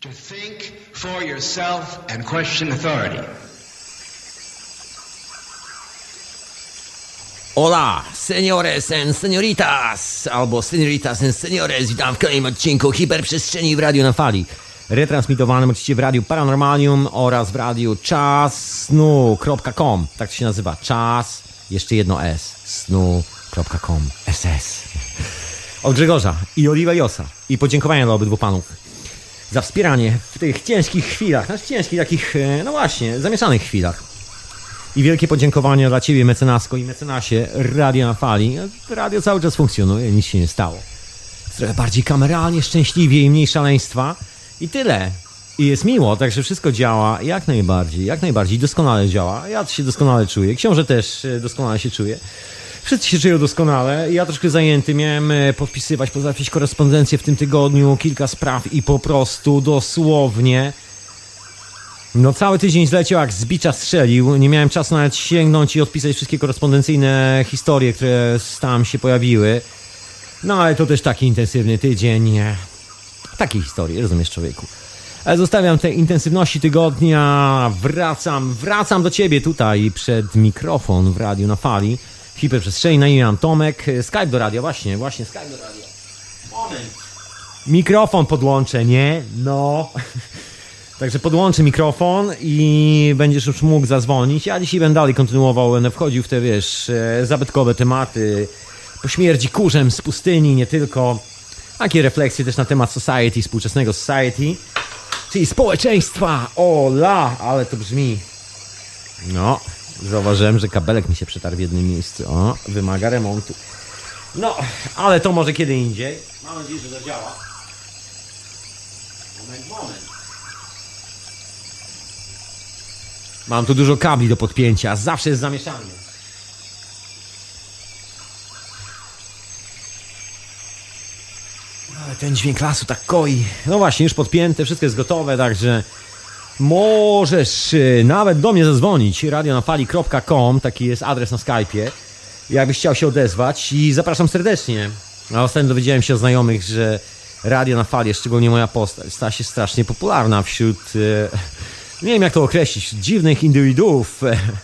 To think for yourself and question authority. Hola, señores and señoritas, albo señoritas and señores, witam w kolejnym odcinku Hiperprzestrzeni w Radiu na Fali. Retransmitowanym oczywiście w Radiu Paranormalium oraz w Radiu czasnu.com. Tak to się nazywa, czas, jeszcze jedno S, snu.com, SS. Od Grzegorza i Oliwa Josa. I podziękowania dla obydwu panów za wspieranie w tych ciężkich chwilach, ciężkich takich, no właśnie, zamieszanych chwilach. I wielkie podziękowania dla Ciebie, mecenasko i mecenasie Radio na Fali. Radio cały czas funkcjonuje, nic się nie stało. Trochę bardziej kameralnie, szczęśliwie i mniej szaleństwa. I tyle. I jest miło, także wszystko działa jak najbardziej, doskonale działa. Ja się doskonale czuję, książę też doskonale się czuje. Wszyscy się czują doskonale. Ja troszkę zajęty, miałem podpisywać, pozałatwić korespondencję w tym tygodniu, kilka spraw i po prostu dosłownie no cały tydzień zleciał jak z bicza strzelił. Nie miałem czasu nawet sięgnąć i odpisać wszystkie korespondencyjne historie, które tam się pojawiły. No ale to też taki intensywny tydzień. Takie historie, rozumiesz, człowieku. Ale zostawiam te intensywności tygodnia. Wracam do Ciebie tutaj przed mikrofon w Radiu na Fali. Hiperprzestrzeni, na imię mam Tomek. Skype do radia, właśnie Skype do radia. Moment. Mikrofon podłączę, nie? No. Także podłączę mikrofon i będziesz już mógł zadzwonić. Ja dzisiaj będę dalej kontynuował, będę wchodził w te, wiesz, zabytkowe tematy. Po śmierci kurzem z pustyni, nie tylko. Takie refleksje też na temat society, współczesnego society. Czyli społeczeństwa. Ola, ale to brzmi. No. Zauważyłem, że kabelek mi się przetarł w jednym miejscu. O, wymaga remontu. No, ale to może kiedy indziej. Mam nadzieję, że to działa. Moment. Mam tu dużo kabli do podpięcia. Zawsze jest zamieszanie. Ale ten dźwięk lasu tak koi. No właśnie, już podpięte, wszystko jest gotowe, także możesz nawet do mnie zadzwonić. radionafali.com, taki jest adres na Skype'ie. Jakbyś chciał się odezwać i zapraszam serdecznie. A ostatnio dowiedziałem się o znajomych, że Radio na Fali, szczególnie moja postać, stała się strasznie popularna wśród, nie wiem jak to określić, dziwnych indywiduów.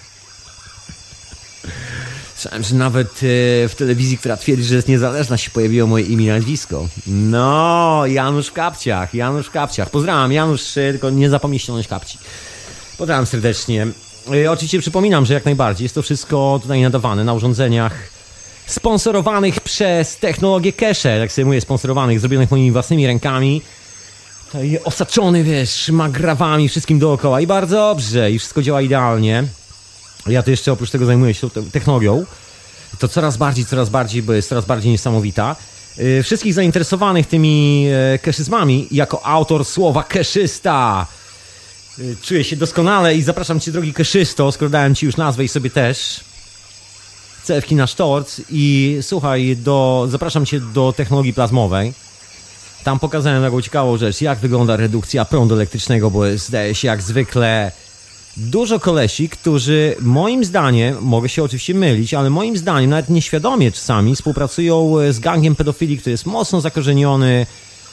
Słyszałem, że nawet w telewizji, która twierdzi, że jest niezależna, się pojawiło moje imię i nazwisko. No, Janusz Kapciach. Pozdrawiam, Janusz, tylko nie zapomnij ściągnąć kapci. Pozdrawiam serdecznie. Oczywiście przypominam, że jak najbardziej jest to wszystko tutaj nadawane na urządzeniach sponsorowanych przez technologię Cache. Tak sobie mówię, sponsorowanych, zrobionych moimi własnymi rękami. Tutaj osaczony, wiesz, magrawami, wszystkim dookoła. I bardzo dobrze, i wszystko działa idealnie. Ja to jeszcze oprócz tego zajmuję się tą technologią. To coraz bardziej, bo jest coraz bardziej niesamowita. Wszystkich zainteresowanych tymi keszyzmami, jako autor słowa keszysta, czuję się doskonale i zapraszam Cię, drogi keszysto, skoro dałem Ci już nazwę i sobie też, cewki na sztorc. I słuchaj, zapraszam Cię do technologii plazmowej. Tam pokazałem taką ciekawą rzecz, jak wygląda redukcja prądu elektrycznego, bo zdaje się jak zwykle dużo kolesi, którzy moim zdaniem, mogę się oczywiście mylić, ale moim zdaniem nawet nieświadomie czasami współpracują z gangiem pedofilii, który jest mocno zakorzeniony.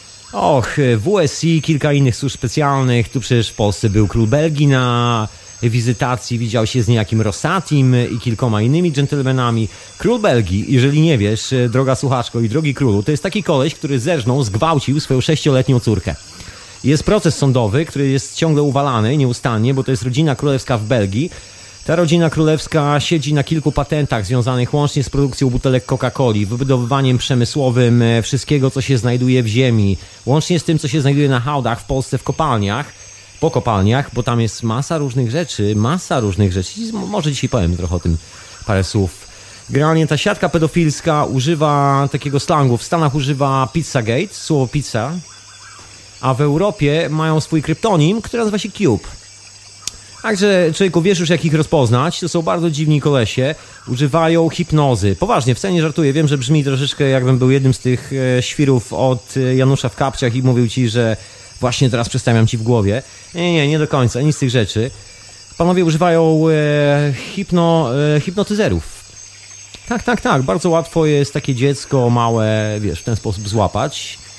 WSI, kilka innych służb specjalnych. Tu przecież w Polsce był król Belgii na wizytacji, widział się z niejakim Rossatim i kilkoma innymi dżentelmenami. Król Belgii, jeżeli nie wiesz, droga słuchaczko i drogi królu, to jest taki koleś, który zgwałcił swoją 6-letnią córkę. Jest proces sądowy, który jest ciągle uwalany nieustannie, bo to jest rodzina królewska w Belgii. Ta rodzina królewska siedzi na kilku patentach związanych łącznie z produkcją butelek Coca-Coli, wybudowywaniem przemysłowym wszystkiego, co się znajduje w ziemi, łącznie z tym, co się znajduje na hałdach w Polsce, po kopalniach, bo tam jest masa różnych rzeczy. Może dzisiaj powiem trochę o tym parę słów. Generalnie ta siatka pedofilska używa takiego slangu. W Stanach używa Pizzagate, słowo pizza, a w Europie mają swój kryptonim, który nazywa się Cube. Także, człowieku, wiesz już jak ich rozpoznać. To są bardzo dziwni kolesie. Używają hipnozy. Poważnie, wcale nie żartuję. Wiem, że brzmi troszeczkę jakbym był jednym z tych świrów od Janusza w kapciach i mówił Ci, że właśnie teraz przedstawiam Ci w głowie. Nie do końca, nic z tych rzeczy. Panowie używają hipnotyzerów. Tak. Bardzo łatwo jest takie dziecko małe, wiesz, w ten sposób złapać.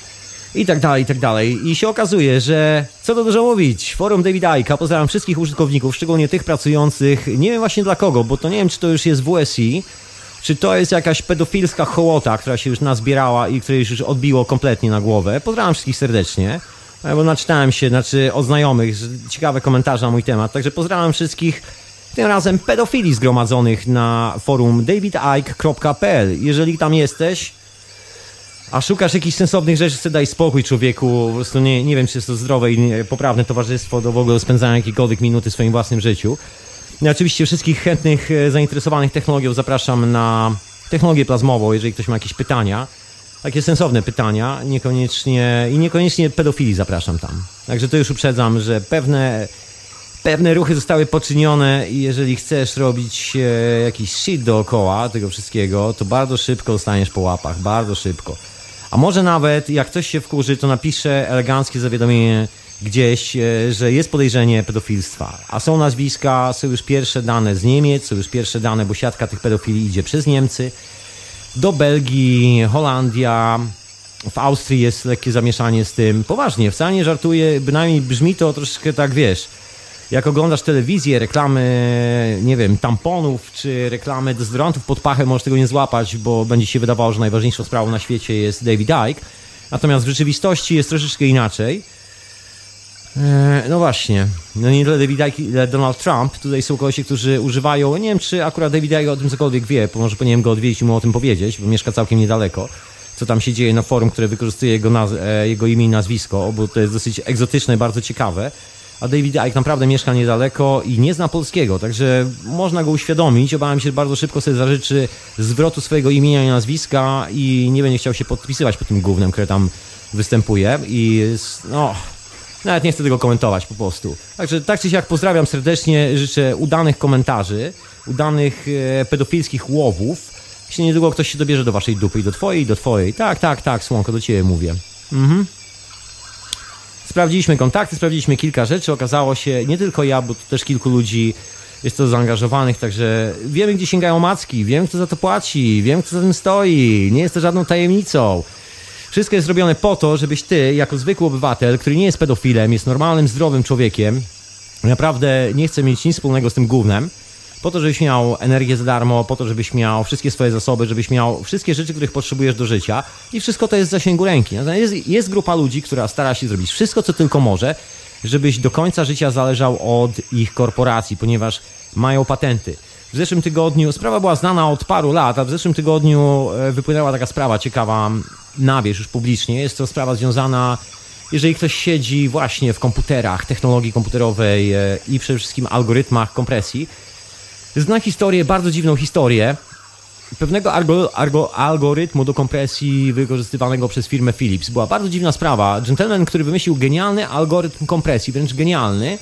i tak dalej, i tak dalej. I się okazuje, że co tu dużo mówić, forum David Icke'a, pozdrawiam wszystkich użytkowników, szczególnie tych pracujących, nie wiem właśnie dla kogo, bo to nie wiem, czy to już jest WSI, czy to jest jakaś pedofilska hołota, która się już nazbierała i której już odbiło kompletnie na głowę. Pozdrawiam wszystkich serdecznie, bo naczytałem się, od znajomych, ciekawe komentarze na mój temat, także pozdrawiam wszystkich, tym razem pedofili zgromadzonych na forum davidicke.pl. Jeżeli tam jesteś, a szukasz jakichś sensownych rzeczy, to daj spokój, człowieku. Po prostu nie wiem, czy jest to zdrowe i poprawne towarzystwo do w ogóle spędzania jakiejkolwiek minuty w swoim własnym życiu. Ja oczywiście wszystkich chętnych, zainteresowanych technologią zapraszam na technologię plazmową, jeżeli ktoś ma jakieś pytania. Takie sensowne pytania, niekoniecznie pedofili zapraszam tam. Także to już uprzedzam, że pewne ruchy zostały poczynione i jeżeli chcesz robić jakiś shit dookoła tego wszystkiego, to bardzo szybko dostaniesz po łapach, bardzo szybko. A może nawet, jak ktoś się wkurzy, to napisze eleganckie zawiadomienie gdzieś, że jest podejrzenie pedofilstwa. A są nazwiska, są już pierwsze dane z Niemiec, są już pierwsze dane, bo siatka tych pedofili idzie przez Niemcy, do Belgii, Holandia, w Austrii jest lekkie zamieszanie z tym. Poważnie, wcale nie żartuję, bynajmniej brzmi to troszeczkę tak, wiesz, jak oglądasz telewizję, reklamy, nie wiem, tamponów, czy reklamy dezodorantów pod pachę, możesz tego nie złapać, bo będzie ci się wydawało, że najważniejszą sprawą na świecie jest David Icke. Natomiast w rzeczywistości jest troszeczkę inaczej. No właśnie, no nie tyle David Icke, ile Donald Trump. Tutaj są kogoś, którzy używają, nie wiem, czy akurat David Icke o tym cokolwiek wie, bo może powinienem go odwiedzić i mu o tym powiedzieć, bo mieszka całkiem niedaleko. Co tam się dzieje na forum, które wykorzystuje jego imię i nazwisko, bo to jest dosyć egzotyczne i bardzo ciekawe. A David Icke naprawdę mieszka niedaleko i nie zna polskiego, także można go uświadomić. Obawiam się, że bardzo szybko sobie zażyczy zwrotu swojego imienia i nazwiska i nie będzie chciał się podpisywać pod tym gównem, które tam występuje. I no, nawet nie chcę tego komentować po prostu. Także tak czy siak pozdrawiam serdecznie, życzę udanych komentarzy, udanych pedofilskich łowów. Jeśli niedługo ktoś się dobierze do waszej dupy i do twojej. Tak, Słonko, do ciebie mówię. Sprawdziliśmy kontakty, sprawdziliśmy kilka rzeczy, okazało się, nie tylko ja, bo tu też kilku ludzi jest to zaangażowanych, także wiemy, gdzie sięgają macki, wiemy, kto za to płaci, wiemy, kto za tym stoi, nie jest to żadną tajemnicą. Wszystko jest zrobione po to, żebyś ty, jako zwykły obywatel, który nie jest pedofilem, jest normalnym, zdrowym człowiekiem, naprawdę nie chce mieć nic wspólnego z tym gównem, po to, żebyś miał energię za darmo, po to, żebyś miał wszystkie swoje zasoby, żebyś miał wszystkie rzeczy, których potrzebujesz do życia i wszystko to jest w zasięgu ręki. Jest grupa ludzi, która stara się zrobić wszystko, co tylko może, żebyś do końca życia zależał od ich korporacji, ponieważ mają patenty. W zeszłym tygodniu, sprawa była znana od paru lat, a w zeszłym tygodniu wypłynęła taka sprawa ciekawa na wierzch już publicznie. Jest to sprawa związana, jeżeli ktoś siedzi właśnie w komputerach, technologii komputerowej i przede wszystkim algorytmach kompresji, zna historię, bardzo dziwną historię pewnego algorytmu do kompresji wykorzystywanego przez firmę Philips. Była bardzo dziwna sprawa. Gentleman, który wymyślił genialny algorytm kompresji, wręcz genialny,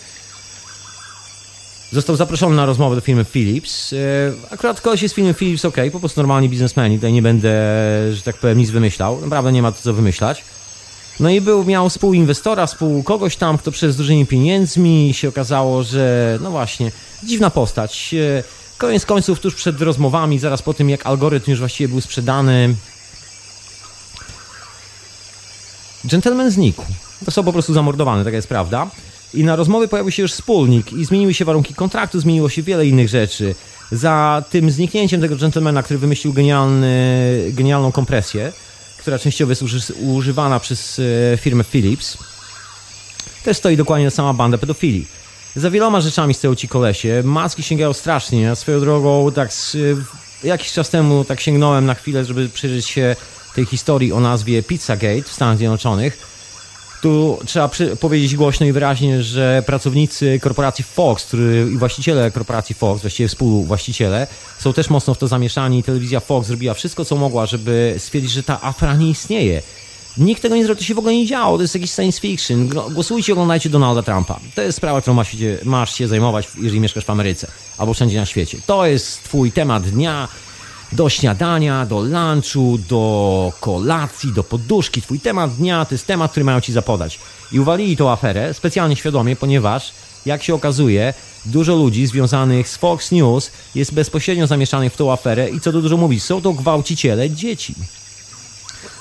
został zaproszony na rozmowę do firmy Philips. Akurat kogoś jest z firmy Philips, po prostu normalni biznesmeni. Tutaj nie będę, że tak powiem, nic wymyślał. Naprawdę nie ma co wymyślać. No i miał współinwestora, kogoś tam, kto przez dużymi pieniędzmi się okazało, że no właśnie, dziwna postać. Koniec końców, tuż przed rozmowami, zaraz po tym, jak algorytm już właściwie był sprzedany, gentleman znikł. Został po prostu zamordowany, taka jest prawda. I na rozmowie pojawił się już wspólnik i zmieniły się warunki kontraktu, zmieniło się wiele innych rzeczy. Za tym zniknięciem tego gentlemana, który wymyślił genialną kompresję, która częściowo jest używana przez firmę Philips, też stoi dokładnie ta sama banda pedofili. Za wieloma rzeczami stoją ci kolesie. Maski sięgają strasznie. Ja swoją drogą jakiś czas temu tak sięgnąłem na chwilę, żeby przyjrzeć się tej historii o nazwie Pizzagate w Stanach Zjednoczonych. Tu trzeba powiedzieć głośno i wyraźnie, że pracownicy korporacji Fox i właściciele korporacji Fox, właściwie współwłaściciele, są też mocno w to zamieszani. Telewizja Fox zrobiła wszystko, co mogła, żeby stwierdzić, że ta afera nie istnieje. Nikt tego nie zrobił, to się w ogóle nie działo, to jest jakiś science fiction. Głosujcie, oglądajcie Donalda Trumpa. To jest sprawa, którą masz się zajmować, jeżeli mieszkasz w Ameryce albo wszędzie na świecie. To jest twój temat dnia, do śniadania, do lunchu, do kolacji, do poduszki. Twój temat dnia to jest temat, który mają ci zapodać. I uwalili tą aferę specjalnie świadomie, ponieważ, jak się okazuje, dużo ludzi związanych z Fox News jest bezpośrednio zamieszanych w tą aferę i co tu dużo mówić, są to gwałciciele dzieci.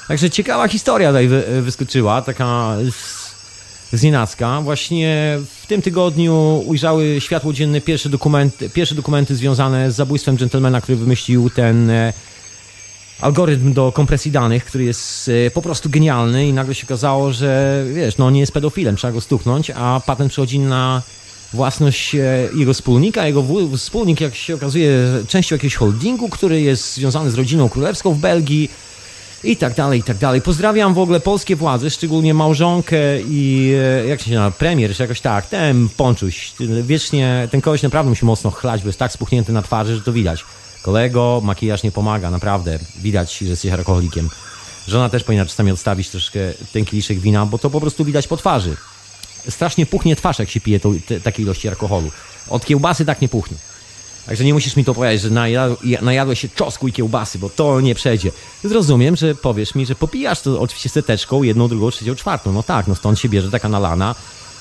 Także ciekawa historia tutaj wyskoczyła, taka znienacka. Właśnie w tym tygodniu ujrzały światło dzienne pierwsze dokumenty związane z zabójstwem dżentelmena, który wymyślił ten algorytm do kompresji danych, który jest po prostu genialny i nagle się okazało, że wiesz, no nie jest pedofilem, trzeba go stuknąć, a patent przychodzi na własność jego wspólnika. Jego wspólnik, jak się okazuje, częścią jakiegoś holdingu, który jest związany z rodziną królewską w Belgii i tak dalej, i tak dalej. Pozdrawiam w ogóle polskie władze, szczególnie małżonkę i jak się nazywa, premier, czy jakoś tak, ten Ponczuś, wiecznie, ten koleś naprawdę musi mocno chlać, bo jest tak spuchnięty na twarzy, że to widać. Kolego, makijaż nie pomaga, naprawdę, widać, że jesteś alkoholikiem. Żona też powinna czasami odstawić troszkę ten kieliszek wina, bo to po prostu widać po twarzy. Strasznie puchnie twarz, jak się pije takiej ilości alkoholu. Od kiełbasy tak nie puchnie. Także nie musisz mi to powiedzieć, że najadłeś się czosnku i kiełbasy, bo to nie przejdzie. Zrozumiem, że powiesz mi, że popijasz to oczywiście seteczką, jedną, drugą, trzecią, czwartą. No tak, no stąd się bierze taka nalana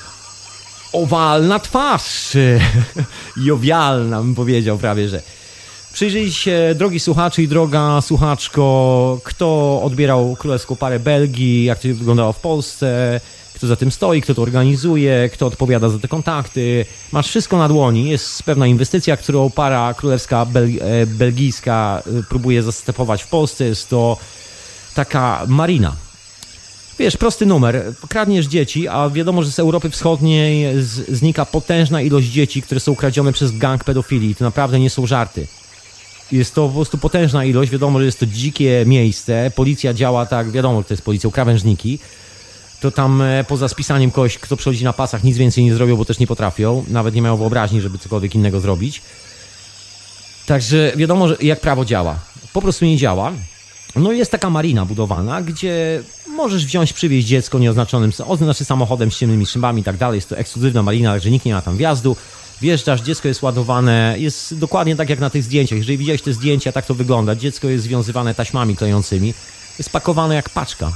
owalna twarz. Jowialna, bym powiedział prawie, że. Przyjrzyj się, drogi słuchaczu i droga słuchaczko, kto odbierał królewską parę Belgii, jak to wyglądało w Polsce, kto za tym stoi, kto to organizuje, kto odpowiada za te kontakty. Masz wszystko na dłoni. Jest pewna inwestycja, którą para królewska belgijska próbuje zastępować w Polsce. Jest to taka marina. Wiesz, prosty numer. Kradniesz dzieci, a wiadomo, że z Europy Wschodniej znika potężna ilość dzieci, które są kradzione przez gang pedofilii. To naprawdę nie są żarty. Jest to po prostu potężna ilość. Wiadomo, że jest to dzikie miejsce. Policja działa tak, wiadomo, że to jest policją, krawężniki. To tam poza spisaniem kogoś, kto przechodzi na pasach, nic więcej nie zrobią, bo też nie potrafią. Nawet nie mają wyobraźni, żeby cokolwiek innego zrobić. Także wiadomo, że jak prawo działa. Po prostu nie działa. No i jest taka marina budowana, gdzie możesz wziąć, przywieźć dziecko nieoznaczonym, znaczy samochodem z ciemnymi szybami i tak dalej. Jest to ekskluzywna marina, także nikt nie ma tam wjazdu. Wjeżdżasz, dziecko jest ładowane, jest dokładnie tak jak na tych zdjęciach. Jeżeli widziałeś te zdjęcia, tak to wygląda. Dziecko jest związywane taśmami klejącymi. Jest pakowane jak paczka.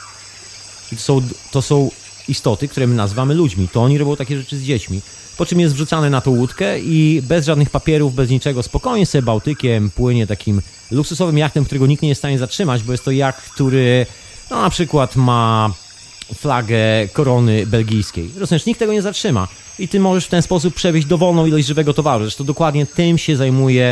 I to są istoty, które my nazywamy ludźmi. To oni robią takie rzeczy z dziećmi. Po czym jest wrzucany na tą łódkę i bez żadnych papierów, bez niczego, spokojnie sobie Bałtykiem płynie takim luksusowym jachtem, którego nikt nie jest w stanie zatrzymać, bo jest to jacht, który no, na przykład ma flagę korony belgijskiej. Rozumiesz, nikt tego nie zatrzyma. I ty możesz w ten sposób przewieźć dowolną ilość żywego towaru. Zresztą dokładnie tym się zajmuje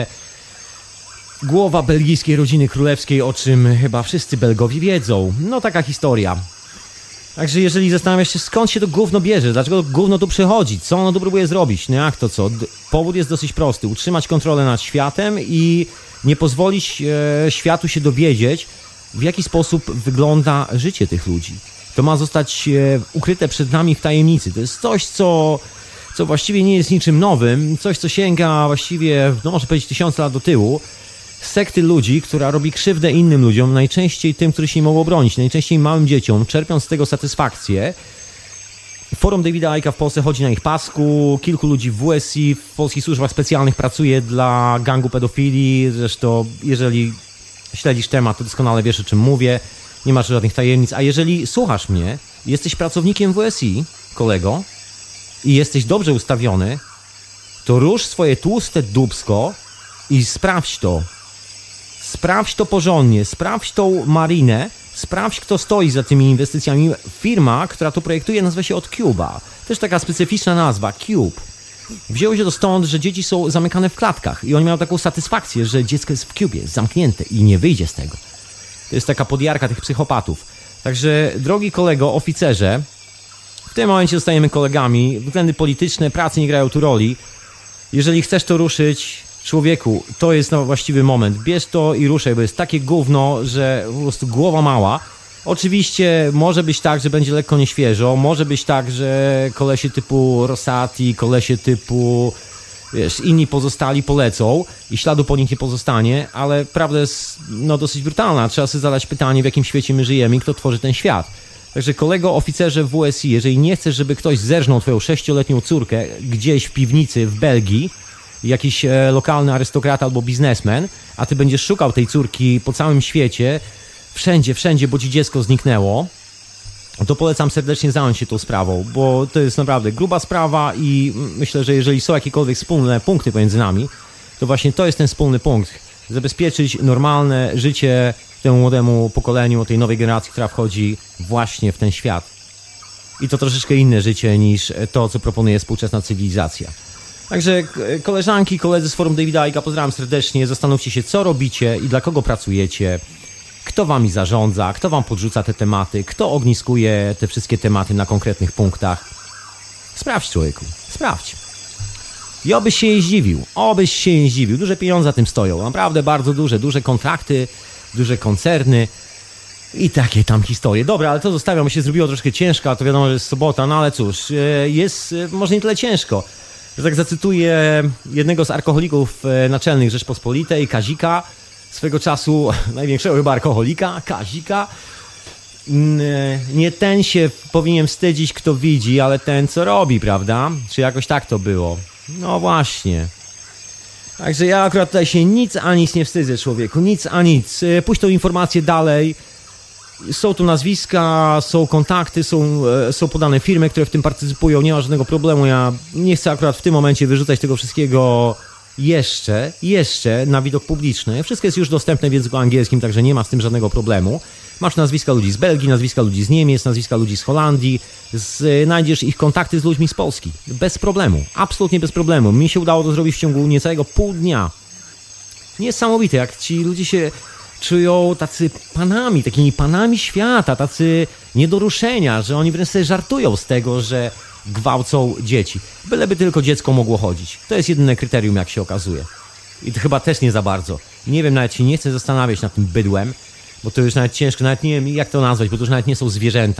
głowa belgijskiej rodziny królewskiej, o czym chyba wszyscy Belgowie wiedzą. No taka historia. Także jeżeli zastanawiasz się, skąd się to gówno bierze, dlaczego to gówno tu przychodzi, co ono tu próbuje zrobić, no jak to co? Powód jest dosyć prosty. Utrzymać kontrolę nad światem i nie pozwolić światu się dowiedzieć, w jaki sposób wygląda życie tych ludzi. To ma zostać ukryte przed nami w tajemnicy. To jest coś, co właściwie nie jest niczym nowym, coś, co sięga właściwie, no może powiedzieć, 1000 lat do tyłu. Sekty ludzi, która robi krzywdę innym ludziom, najczęściej tym, którzy się nie mogą bronić, najczęściej małym dzieciom, czerpiąc z tego satysfakcję. Forum Davida Icke'a w Polsce chodzi na ich pasku, kilku ludzi w WSI, w polskich służbach specjalnych pracuje dla gangu pedofilii, zresztą jeżeli śledzisz temat, to doskonale wiesz, o czym mówię, nie masz żadnych tajemnic, a jeżeli słuchasz mnie, jesteś pracownikiem WSI, kolego, i jesteś dobrze ustawiony, to rusz swoje tłuste dupsko i sprawdź to. Sprawdź to porządnie, sprawdź tą marinę, sprawdź, kto stoi za tymi inwestycjami. Firma, która to projektuje, nazywa się od Cuba. Też taka specyficzna nazwa, Cube. Wzięło się to stąd, że dzieci są zamykane w klatkach i oni mają taką satysfakcję, że dziecko jest w Cubie, jest zamknięte i nie wyjdzie z tego. To jest taka podjarka tych psychopatów. Także, drogi kolego, oficerze, w tym momencie zostajemy kolegami. Względy polityczne, pracy nie grają tu roli. Jeżeli chcesz to ruszyć, człowieku, to jest właściwy moment. Bierz to i ruszaj, bo jest takie gówno, że po prostu głowa mała. Oczywiście może być tak, że będzie lekko nieświeżo. Może być tak, że kolesie typu Rosati, kolesie typu wiesz, inni pozostali polecą i śladu po nich nie pozostanie, ale prawda jest no, dosyć brutalna. Trzeba sobie zadać pytanie, w jakim świecie my żyjemy i kto tworzy ten świat. Także kolego oficerze w WSI, jeżeli nie chcesz, żeby ktoś zerżnął twoją 6-letnią córkę gdzieś w piwnicy w Belgii, jakiś lokalny arystokrata albo biznesmen, a ty będziesz szukał tej córki po całym świecie, wszędzie, bo ci dziecko zniknęło, to polecam serdecznie zająć się tą sprawą, bo to jest naprawdę gruba sprawa i myślę, że jeżeli są jakiekolwiek wspólne punkty pomiędzy nami, to właśnie to jest ten wspólny punkt. Zabezpieczyć normalne życie temu młodemu pokoleniu, tej nowej generacji, która wchodzi właśnie w ten świat. I to troszeczkę inne życie niż to, co proponuje współczesna cywilizacja. Także koleżanki, koledzy z forum Davida Icka, pozdrawiam serdecznie. Zastanówcie się, co robicie i dla kogo pracujecie. Kto wami zarządza, kto wam podrzuca te tematy, kto ogniskuje te wszystkie tematy na konkretnych punktach. Sprawdź, człowieku, sprawdź. I obyś się jej zdziwił. Duże pieniądze za tym stoją, naprawdę bardzo duże kontrakty, duże koncerny i takie tam historie. Dobra, ale to zostawiam, bo się zrobiło troszkę ciężko, a to wiadomo, że jest sobota, no ale cóż, jest może nie tyle ciężko. Że tak zacytuję jednego z alkoholików naczelnych Rzeczpospolitej, Kazika, swego czasu największego chyba alkoholika, Kazika. Nie ten się powinien wstydzić, kto widzi, ale ten, co robi, prawda? Czy jakoś tak to było? No właśnie. Także ja akurat tutaj się nic a nic nie wstydzę, człowieku. Nic a nic. Puść tą informację dalej. Są tu nazwiska, są kontakty, są podane firmy, które w tym partycypują. Nie ma żadnego problemu. Ja nie chcę akurat w tym momencie wyrzucać tego wszystkiego jeszcze na widok publiczny. Wszystko jest już dostępne w języku angielskim, także nie ma z tym żadnego problemu. Masz nazwiska ludzi z Belgii, nazwiska ludzi z Niemiec, nazwiska ludzi z Holandii. Znajdziesz ich kontakty z ludźmi z Polski. Bez problemu. Absolutnie bez problemu. Mi się udało to zrobić w ciągu niecałego pół dnia. Niesamowite, jak ci ludzie się czują tacy panami, takimi panami świata, tacy nie do ruszenia, że oni wręcz sobie żartują z tego, że gwałcą dzieci. Byleby tylko dziecko mogło chodzić. To jest jedyne kryterium, jak się okazuje. I to chyba też nie za bardzo. Nie wiem, nawet się nie chcę zastanawiać nad tym bydłem, bo to już nawet ciężko, nawet nie wiem, jak to nazwać, bo to już nawet nie są zwierzęta.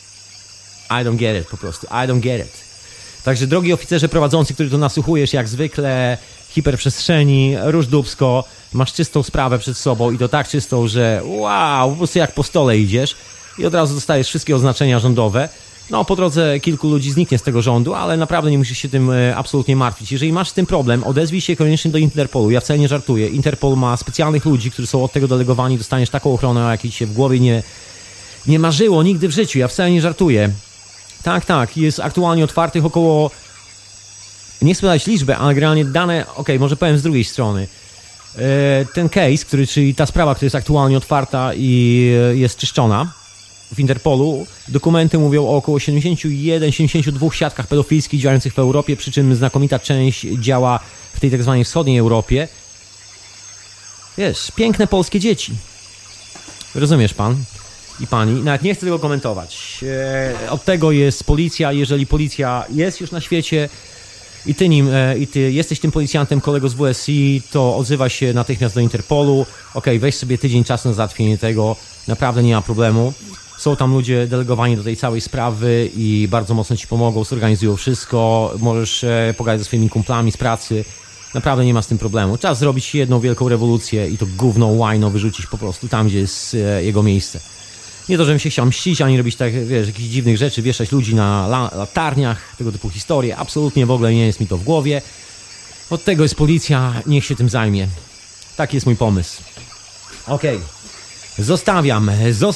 I don't get it, po prostu. I don't get it. Także drogi oficerze prowadzący, który tu nasłuchujesz, jak zwykle, hiperprzestrzeni, róż dupsko, masz czystą sprawę przed sobą i to tak czystą, że wow, po prostu jak po stole idziesz i od razu dostajesz wszystkie oznaczenia rządowe. No, po drodze kilku ludzi zniknie z tego rządu, ale naprawdę nie musisz się tym absolutnie martwić. Jeżeli masz z tym problem, odezwij się koniecznie do Interpolu. Ja wcale nie żartuję. Interpol ma specjalnych ludzi, którzy są od tego delegowani. Dostaniesz taką ochronę, o jakiej się w głowie nie marzyło nigdy w życiu. Ja wcale nie żartuję. Tak. Jest aktualnie otwartych około... Nie chcę podać liczbę, ale generalnie dane... Okej, może powiem z drugiej strony. Ten case, czyli ta sprawa, która jest aktualnie otwarta i jest czyszczona w Interpolu, dokumenty mówią o około 71-72 siatkach pedofilskich działających w Europie, przy czym znakomita część działa w tej tak zwanej wschodniej Europie. Wiesz, piękne polskie dzieci. Rozumiesz pan i pani? Nawet nie chcę tego komentować. Od tego jest policja. Jeżeli policja jest już na świecie i ty jesteś tym policjantem, kolego z WSI, to odzywaj się natychmiast do Interpolu. Okej, weź sobie tydzień czasu na załatwienie tego. Naprawdę nie ma problemu. Są tam ludzie delegowani do tej całej sprawy i bardzo mocno ci pomogą, zorganizują wszystko. Możesz pogadać ze swoimi kumplami z pracy. Naprawdę nie ma z tym problemu. Czas zrobić jedną wielką rewolucję i to gówno, łajno wyrzucić po prostu tam, gdzie jest jego miejsce. Nie to, żebym się chciał mścić, ani robić tak, wiesz, jakichś dziwnych rzeczy, wieszać ludzi na latarniach, tego typu historie. Absolutnie w ogóle nie jest mi to w głowie. Od tego jest policja, niech się tym zajmie. Taki jest mój pomysł. Okej. Zostawiam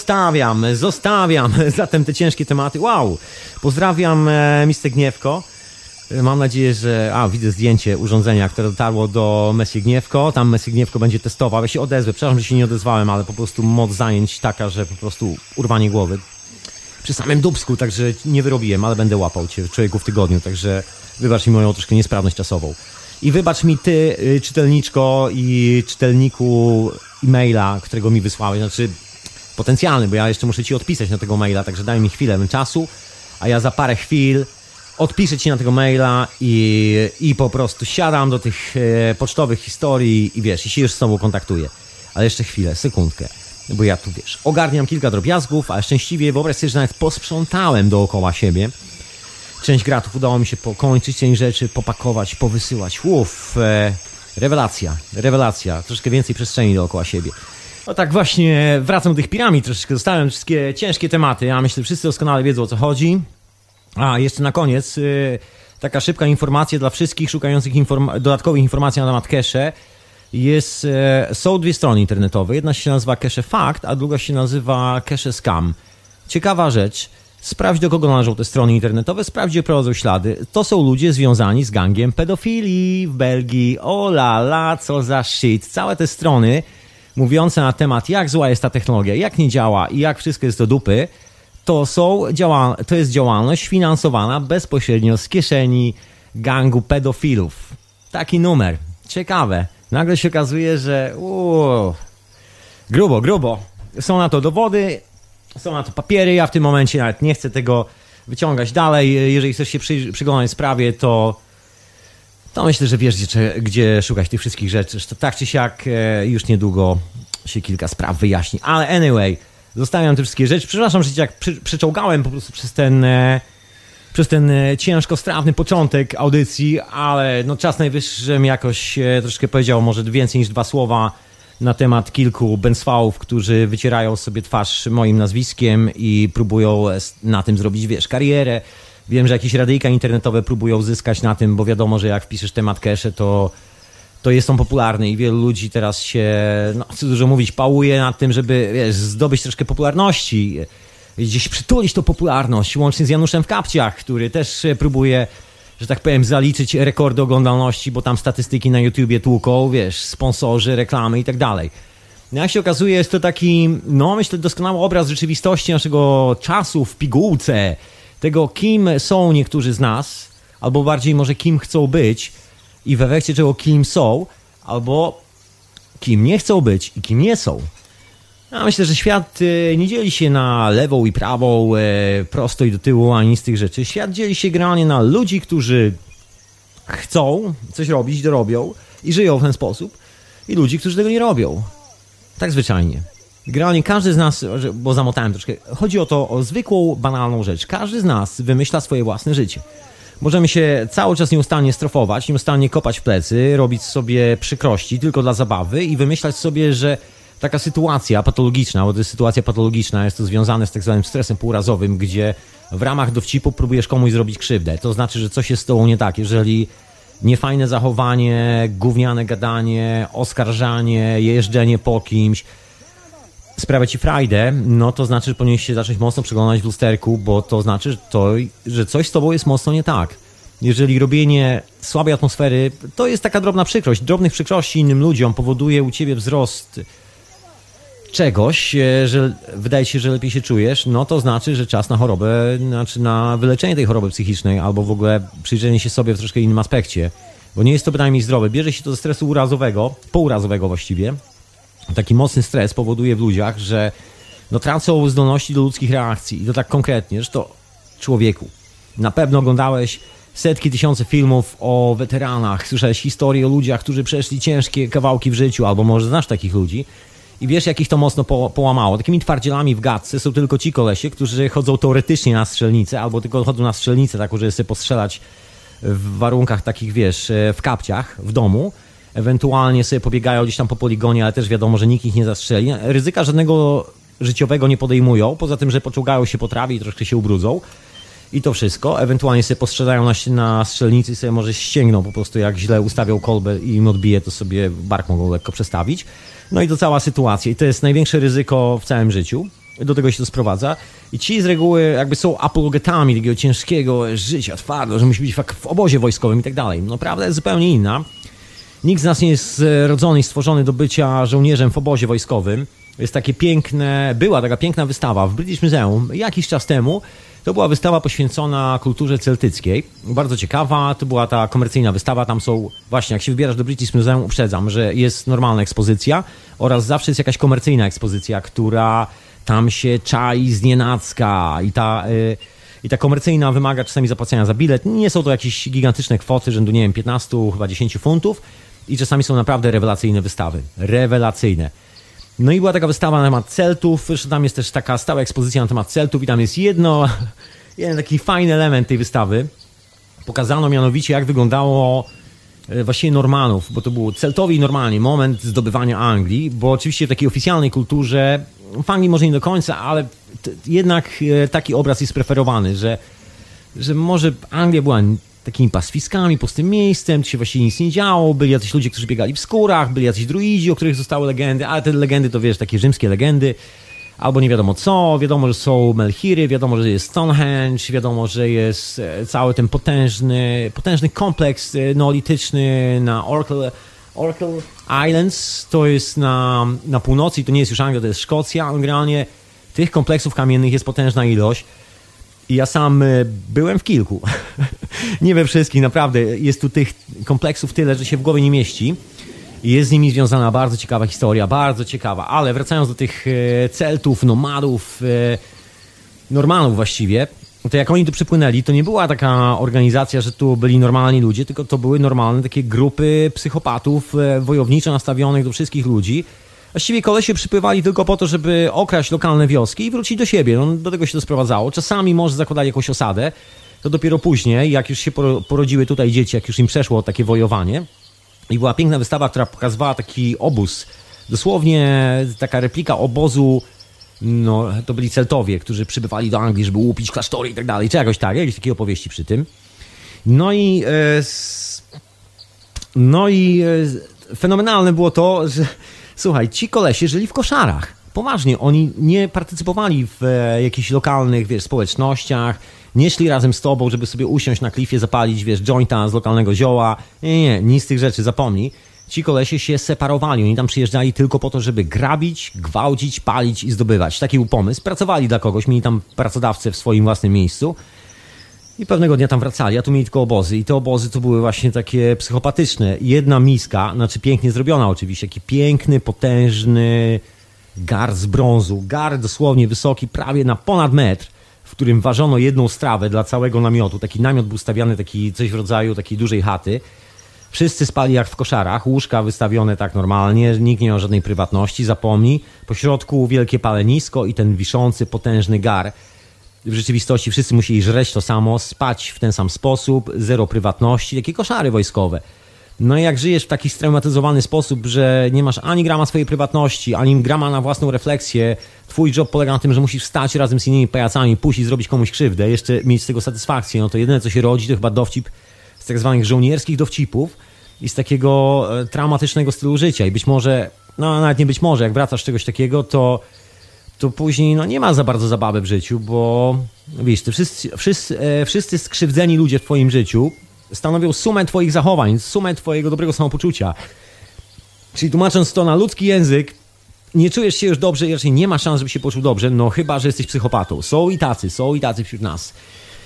zatem te ciężkie tematy. Wow, pozdrawiam Mr. Gniewko. Mam nadzieję, że... widzę zdjęcie urządzenia, które dotarło do Messie Gniewko. Tam Messie Gniewko będzie testował. Ja się odezwę. Przepraszam, że się nie odezwałem, ale po prostu moc zajęć taka, że po prostu urwanie głowy. Przy samym dupsku, także nie wyrobiłem, ale będę łapał cię człowieku w tygodniu, także wybacz mi moją troszkę niesprawność czasową. I wybacz mi ty, czytelniczko i czytelniku e-maila, którego mi wysłałeś, znaczy potencjalny, bo ja jeszcze muszę ci odpisać na tego maila, także daj mi chwilę czasu, a ja za parę chwil odpiszę ci na tego maila i po prostu siadam do tych pocztowych historii i wiesz, i się już z tobą kontaktuję. Ale jeszcze chwilę, sekundkę, bo ja tu wiesz, ogarniam kilka drobiazgów, ale szczęśliwie wyobraź sobie, że nawet posprzątałem dookoła siebie. Część gratów udało mi się pokończyć, część rzeczy popakować, powysyłać. Rewelacja. Troszkę więcej przestrzeni dookoła siebie. No tak właśnie, wracam do tych piramid troszeczkę. Zostałem wszystkie ciężkie tematy. Ja myślę, że wszyscy doskonale wiedzą, o co chodzi. Jeszcze na koniec taka szybka informacja dla wszystkich szukających dodatkowych informacji na temat cache. Są dwie strony internetowe. Jedna się nazywa Cache Fact, a druga się nazywa Cache Scam. Ciekawa rzecz. Sprawdź, do kogo należą te strony internetowe, sprawdź, gdzie prowadzą ślady. To są ludzie związani z gangiem pedofilii w Belgii. O la la, co za shit. Całe te strony mówiące na temat, jak zła jest ta technologia, jak nie działa i jak wszystko jest do dupy, to jest działalność finansowana bezpośrednio z kieszeni gangu pedofilów. Taki numer. Ciekawe. Nagle się okazuje, że grubo. Są na to dowody, są na to papiery. Ja w tym momencie nawet nie chcę tego wyciągać dalej. Jeżeli chcesz się przyglądać sprawie, to myślę, że wiesz, gdzie szukać tych wszystkich rzeczy. To tak czy siak już niedługo się kilka spraw wyjaśni. Ale anyway, zostawiam te wszystkie rzeczy. Przepraszam, że cię jak przeczołgałem po prostu przez ten ciężko strawny początek audycji, ale no czas najwyższy, żebym jakoś troszkę powiedział może więcej niż 2 słowa na temat kilku bęcwałów, którzy wycierają sobie twarz moim nazwiskiem i próbują na tym zrobić, wiesz, karierę. Wiem, że jakieś radyjka internetowe próbują zyskać na tym, bo wiadomo, że jak wpiszesz temat Kesze, to jest on popularny i wielu ludzi teraz się, no co dużo mówić, pałuje nad tym, żeby, wiesz, zdobyć troszkę popularności, gdzieś przytulić tą popularność, łącznie z Januszem w kapciach, który też próbuje, że tak powiem, zaliczyć rekordy oglądalności, bo tam statystyki na YouTubie tłuką, wiesz, sponsorzy, reklamy i tak dalej. No jak się okazuje, jest to taki, no myślę, doskonały obraz rzeczywistości naszego czasu w pigułce, tego, kim są niektórzy z nas, albo bardziej może kim chcą być i w efekcie czego kim są, albo kim nie chcą być i kim nie są. Ja myślę, że świat nie dzieli się na lewą i prawą, prosto i do tyłu, ani nic z tych rzeczy. Świat dzieli się generalnie na ludzi, którzy chcą coś robić, dorobią i żyją w ten sposób, i ludzi, którzy tego nie robią. Tak zwyczajnie. Generalnie każdy z nas, bo zamotałem troszkę, chodzi o zwykłą, banalną rzecz. Każdy z nas wymyśla swoje własne życie. Możemy się cały czas nieustannie strofować, nieustannie kopać w plecy, robić sobie przykrości tylko dla zabawy i wymyślać sobie, że taka sytuacja patologiczna, bo to jest sytuacja patologiczna, jest to związane z tak zwanym stresem półrazowym, gdzie w ramach dowcipu próbujesz komuś zrobić krzywdę. To znaczy, że coś jest z tobą nie tak. Jeżeli niefajne zachowanie, gówniane gadanie, oskarżanie, jeżdżenie po kimś sprawia ci frajdę, no to znaczy, że powinieneś się zacząć mocno przeglądać w lusterku, bo to znaczy, że coś z tobą jest mocno nie tak. Jeżeli robienie słabej atmosfery, to jest taka drobna przykrość. Drobnych przykrości innym ludziom powoduje u ciebie wzrost czegoś, że wydaje ci się, że lepiej się czujesz, no to znaczy, że czas na chorobę, znaczy na wyleczenie tej choroby psychicznej albo w ogóle przyjrzenie się sobie w troszkę innym aspekcie, bo nie jest to bynajmniej zdrowe. Bierze się to ze stresu urazowego, pourazowego właściwie. Taki mocny stres powoduje w ludziach, że no tracą zdolności do ludzkich reakcji i to tak konkretnie, że to człowieku. Na pewno oglądałeś setki, tysiące filmów o weteranach, słyszałeś historie o ludziach, którzy przeszli ciężkie kawałki w życiu, albo może znasz takich ludzi i wiesz, jak ich to mocno połamało. Takimi twardzielami w gadce są tylko ci kolesie, którzy chodzą teoretycznie na strzelnicę, albo tylko chodzą na strzelnicę taką, żeby sobie postrzelać w warunkach takich, wiesz, w kapciach, w domu. Ewentualnie sobie pobiegają gdzieś tam po poligonie, ale też wiadomo, że nikt ich nie zastrzeli. Ryzyka żadnego życiowego nie podejmują, poza tym, że poczołgają się po trawie i troszkę się ubrudzą. I to wszystko. Ewentualnie sobie postrzelają na strzelnicy i sobie może ścięgną po prostu, jak źle ustawią kolbę i im odbije, to sobie bark mogą lekko przestawić. No i to cała sytuacja. I to jest największe ryzyko w całym życiu. Do tego się to sprowadza. I ci z reguły jakby są apologetami takiego ciężkiego życia, twardo, że musi być w obozie wojskowym i tak dalej. No prawda jest zupełnie inna. Nikt z nas nie jest rodzony i stworzony do bycia żołnierzem w obozie wojskowym. Była taka piękna wystawa w British Museum jakiś czas temu. To była wystawa poświęcona kulturze celtyckiej. Bardzo ciekawa, to była ta komercyjna wystawa. Tam są, właśnie jak się wybierasz do British Museum, uprzedzam, że jest normalna ekspozycja oraz zawsze jest jakaś komercyjna ekspozycja, która tam się czai znienacka i ta komercyjna wymaga czasami zapłacenia za bilet. Nie są to jakieś gigantyczne kwoty, rzędu, nie wiem, 15, chyba 10 funtów i czasami są naprawdę rewelacyjne wystawy. Rewelacyjne. No i była taka wystawa na temat Celtów, zresztą tam jest też taka stała ekspozycja na temat Celtów i tam jest jeden taki fajny element tej wystawy. Pokazano mianowicie, jak wyglądało właściwie Normanów, bo to było Celtowi normalnie moment zdobywania Anglii, bo oczywiście w takiej oficjalnej kulturze, w Anglii może nie do końca, ale jednak taki obraz jest preferowany, że może Anglia była takimi pastwiskami, pustym miejscem, tu się właściwie nic nie działo, byli jacyś ludzie, którzy biegali w skórach, byli jacyś druidzi, o których zostały legendy, ale te legendy to wiesz, takie rzymskie legendy, albo nie wiadomo co, wiadomo, że są Melchiry, wiadomo, że jest Stonehenge, wiadomo, że jest cały ten potężny kompleks neolityczny na Orkney Islands to jest na północy i to nie jest już Anglia, to jest Szkocja. Generalnie tych kompleksów kamiennych jest potężna ilość. I ja sam byłem w kilku. Nie we wszystkich, naprawdę. Jest tu tych kompleksów tyle, że się w głowie nie mieści. I jest z nimi związana bardzo ciekawa historia, bardzo ciekawa. Ale wracając do tych Celtów, nomadów, Normanów właściwie, to jak oni tu przypłynęli, to nie była taka organizacja, że tu byli normalni ludzie, tylko to były normalne takie grupy psychopatów wojowniczo nastawionych do wszystkich ludzi. Właściwie kolesie przypływali tylko po to, żeby okraść lokalne wioski i wrócić do siebie. No, do tego się to sprowadzało. Czasami może zakładali jakąś osadę. To dopiero później, jak już się porodziły tutaj dzieci, jak już im przeszło takie wojowanie. I była piękna wystawa, która pokazywała taki obóz. Dosłownie taka replika obozu, no to byli Celtowie, którzy przybywali do Anglii, żeby łupić klasztory i tak dalej. Czy jakoś tak, jakieś takie opowieści przy tym. No i fenomenalne było to, że słuchaj, ci kolesie żyli w koszarach. Poważnie, oni nie partycypowali w jakichś lokalnych, społecznościach, nie szli razem z tobą, żeby sobie usiąść na klifie, zapalić, jointa z lokalnego zioła. Nie, nic z tych rzeczy, zapomnij. Ci kolesie się separowali, oni tam przyjeżdżali tylko po to, żeby grabić, gwałcić, palić i zdobywać. Taki był pomysł. Pracowali dla kogoś, mieli tam pracodawcę w swoim własnym miejscu i pewnego dnia tam wracali, a tu mieli tylko obozy. I te obozy to były właśnie takie psychopatyczne. Jedna miska, znaczy pięknie zrobiona oczywiście, taki piękny, potężny gar z brązu. Gar dosłownie wysoki, prawie na ponad metr, w którym ważono jedną strawę dla całego namiotu. Taki namiot był stawiany, taki coś w rodzaju takiej dużej chaty. Wszyscy spali jak w koszarach, łóżka wystawione tak normalnie, nikt nie miał żadnej prywatności, zapomnij. Po środku wielkie palenisko i ten wiszący, potężny gar. W rzeczywistości wszyscy musieli żreć to samo, spać w ten sam sposób, zero prywatności, takie koszary wojskowe. No i jak żyjesz w taki straumatyzowany sposób, że nie masz ani grama swojej prywatności, ani grama na własną refleksję, twój job polega na tym, że musisz wstać razem z innymi pajacami, pójść i zrobić komuś krzywdę, jeszcze mieć z tego satysfakcję, no to jedyne co się rodzi to chyba dowcip z tak zwanych żołnierskich dowcipów i z takiego traumatycznego stylu życia. I być może, no nawet nie być może, jak wracasz z czegoś takiego, to później no, nie ma za bardzo zabawy w życiu, bo wiesz, te wszyscy skrzywdzeni ludzie w twoim życiu stanowią sumę twoich zachowań, sumę twojego dobrego samopoczucia. Czyli tłumacząc to na ludzki język, nie czujesz się już dobrze i raczej nie ma szans, żeby się poczuł dobrze, no chyba, że jesteś psychopatą. Są i tacy wśród nas.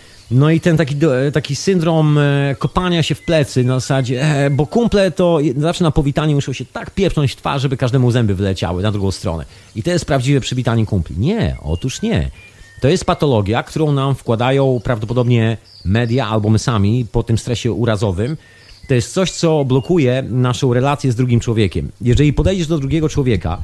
No i ten taki syndrom kopania się w plecy na zasadzie, bo kumple to zawsze na powitanie muszą się tak pieprząć w twarz, żeby każdemu zęby wyleciały na drugą stronę. I to jest prawdziwe przywitanie kumpli. Nie, otóż nie. To jest patologia, którą nam wkładają prawdopodobnie media albo my sami po tym stresie urazowym. To jest coś, co blokuje naszą relację z drugim człowiekiem. Jeżeli podejdziesz do drugiego człowieka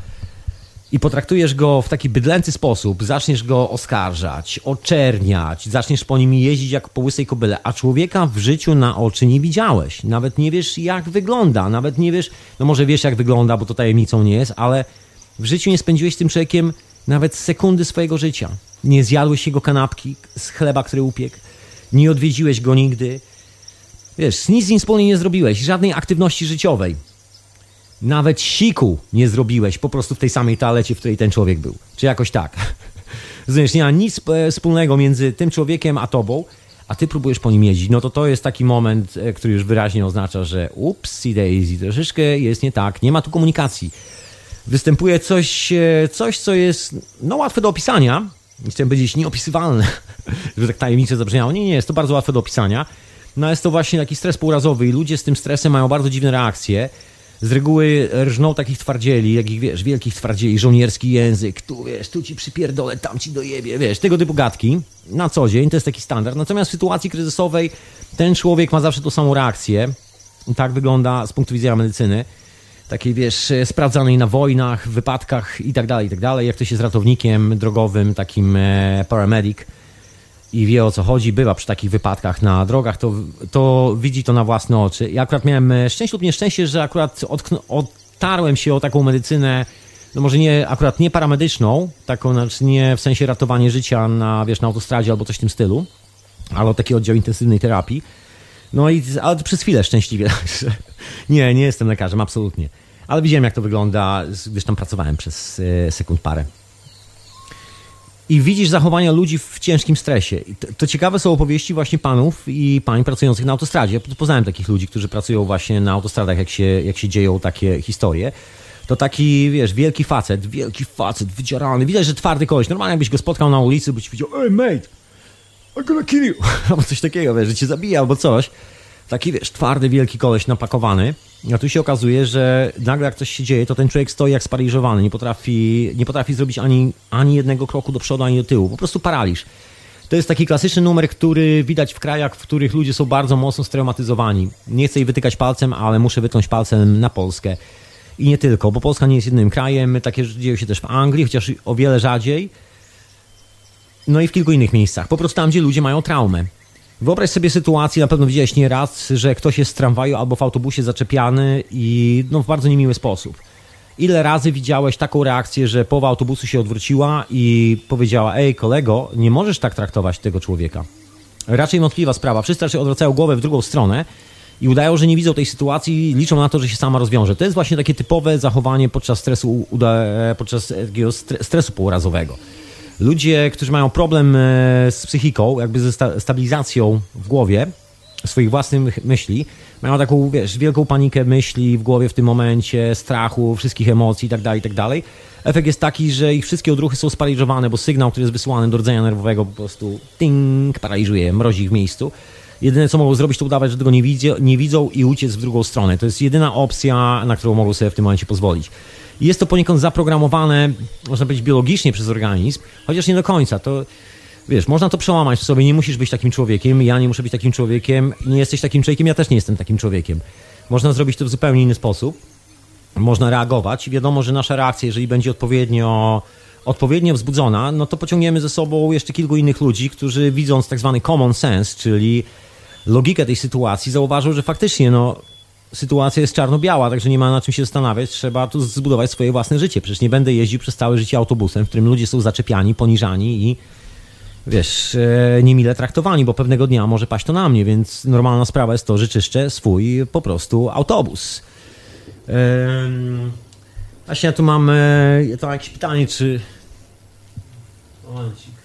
i potraktujesz go w taki bydlęcy sposób, zaczniesz go oskarżać, oczerniać, zaczniesz po nim jeździć jak po łysej kobyle, a człowieka w życiu na oczy nie widziałeś. Nawet nie wiesz, jak wygląda, nawet nie wiesz, no może wiesz, jak wygląda, bo to tajemnicą nie jest, ale w życiu nie spędziłeś z tym człowiekiem nawet sekundy swojego życia. Nie zjadłeś jego kanapki z chleba, który upiekł, nie odwiedziłeś go nigdy. Wiesz, nic z nim wspólnie nie zrobiłeś, żadnej aktywności życiowej. Nawet siku nie zrobiłeś po prostu w tej samej toalecie, w której ten człowiek był. Czy jakoś tak. Rozumiesz, nie ma nic wspólnego między tym człowiekiem a tobą, a ty próbujesz po nim jeździć. No to jest taki moment, który już wyraźnie oznacza, że upsi daisy, troszeczkę jest nie tak, nie ma tu komunikacji. Występuje coś, co jest no łatwe do opisania. Chciałem powiedzieć nieopisywalne, że tak tajemnicze zabrzmiało. Nie, jest to bardzo łatwe do opisania. No jest to właśnie taki stres pourazowy i ludzie z tym stresem mają bardzo dziwne reakcje. Z reguły rżną takich twardzieli, jakich wiesz, wielkich twardzieli, żołnierski język, tu ci przypierdolę, tam ci dojebie, wiesz, tego typu gadki na co dzień, to jest taki standard. Natomiast w sytuacji kryzysowej ten człowiek ma zawsze tą samą reakcję. I tak wygląda z punktu widzenia medycyny. Takiej, wiesz, sprawdzanej na wojnach, wypadkach i tak dalej. Jak ktoś jest ratownikiem drogowym, takim paramedic i wie o co chodzi, bywa przy takich wypadkach na drogach, to widzi to na własne oczy. Ja akurat miałem szczęście lub nieszczęście, że akurat otarłem się o taką medycynę, no może nie paramedyczną, taką, znaczy nie w sensie ratowanie życia na autostradzie albo coś w tym stylu, ale o taki oddział intensywnej terapii. No i ale przez chwilę szczęśliwie. Nie jestem lekarzem, absolutnie. Ale widziałem, jak to wygląda, gdyż tam pracowałem przez sekund parę. i widzisz zachowania ludzi w ciężkim stresie. I to ciekawe są opowieści właśnie panów i pań pracujących na autostradzie. Ja poznałem takich ludzi, którzy pracują właśnie na autostradach, jak się dzieją takie historie. To taki, wiesz, wielki facet, wydzierany. Widać, że twardy koleś. Normalnie jakbyś go spotkał na ulicy, byś powiedział, hey mate, I'm gonna kill you. Albo coś takiego, wiesz, że cię zabija albo coś. Taki, wiesz, twardy, wielki koleś napakowany. A tu się okazuje, że nagle jak coś się dzieje, to ten człowiek stoi jak sparaliżowany. Nie potrafi zrobić ani jednego kroku do przodu, ani do tyłu. Po prostu paraliż. To jest taki klasyczny numer, który widać w krajach, w których ludzie są bardzo mocno straumatyzowani. Nie chcę jej wytykać palcem, ale muszę wytknąć palcem na Polskę. I nie tylko, bo Polska nie jest jedynym krajem. Takie rzeczy dzieją się też w Anglii, chociaż o wiele rzadziej. No i w kilku innych miejscach. Po prostu tam, gdzie ludzie mają traumę. Wyobraź sobie sytuację, na pewno widziałeś nieraz, że ktoś jest w tramwaju albo w autobusie zaczepiany i w bardzo niemiły sposób. Ile razy widziałeś taką reakcję, że połowa autobusu się odwróciła i powiedziała, ej kolego, nie możesz tak traktować tego człowieka. Raczej wątpliwa sprawa. Wszyscy raczej odwracają głowę w drugą stronę i udają, że nie widzą tej sytuacji i liczą na to, że się sama rozwiąże. To jest właśnie takie typowe zachowanie podczas takiego stresu pourazowego. Ludzie, którzy mają problem z psychiką, jakby ze stabilizacją w głowie swoich własnych myśli, mają taką, wiesz, wielką panikę myśli w głowie w tym momencie, strachu, wszystkich emocji itd. Efekt jest taki, że ich wszystkie odruchy są sparaliżowane, bo sygnał, który jest wysyłany do rdzenia nerwowego, po prostu ting, paraliżuje, mrozi ich w miejscu. Jedyne, co mogą zrobić, to udawać, że tego nie widzą i uciec w drugą stronę. To jest jedyna opcja, na którą mogą sobie w tym momencie pozwolić. Jest to poniekąd zaprogramowane, można powiedzieć, biologicznie przez organizm, chociaż nie do końca. To, wiesz, można to przełamać w sobie, nie musisz być takim człowiekiem, ja nie muszę być takim człowiekiem, nie jesteś takim człowiekiem, ja też nie jestem takim człowiekiem. Można zrobić to w zupełnie inny sposób, można reagować i wiadomo, że nasza reakcja, jeżeli będzie odpowiednio wzbudzona, no to pociągniemy ze sobą jeszcze kilku innych ludzi, którzy widząc tak zwany common sense, czyli logikę tej sytuacji, zauważą, że faktycznie, sytuacja jest czarno-biała, także nie ma na czym się zastanawiać, trzeba tu zbudować swoje własne życie. Przecież nie będę jeździł przez całe życie autobusem, w którym ludzie są zaczepiani, poniżani i, wiesz, niemile traktowani, bo pewnego dnia może paść to na mnie, więc normalna sprawa jest to, że czyszczę swój po prostu autobus. Właśnie ja tu mam jakieś pytanie, czy... Momencik.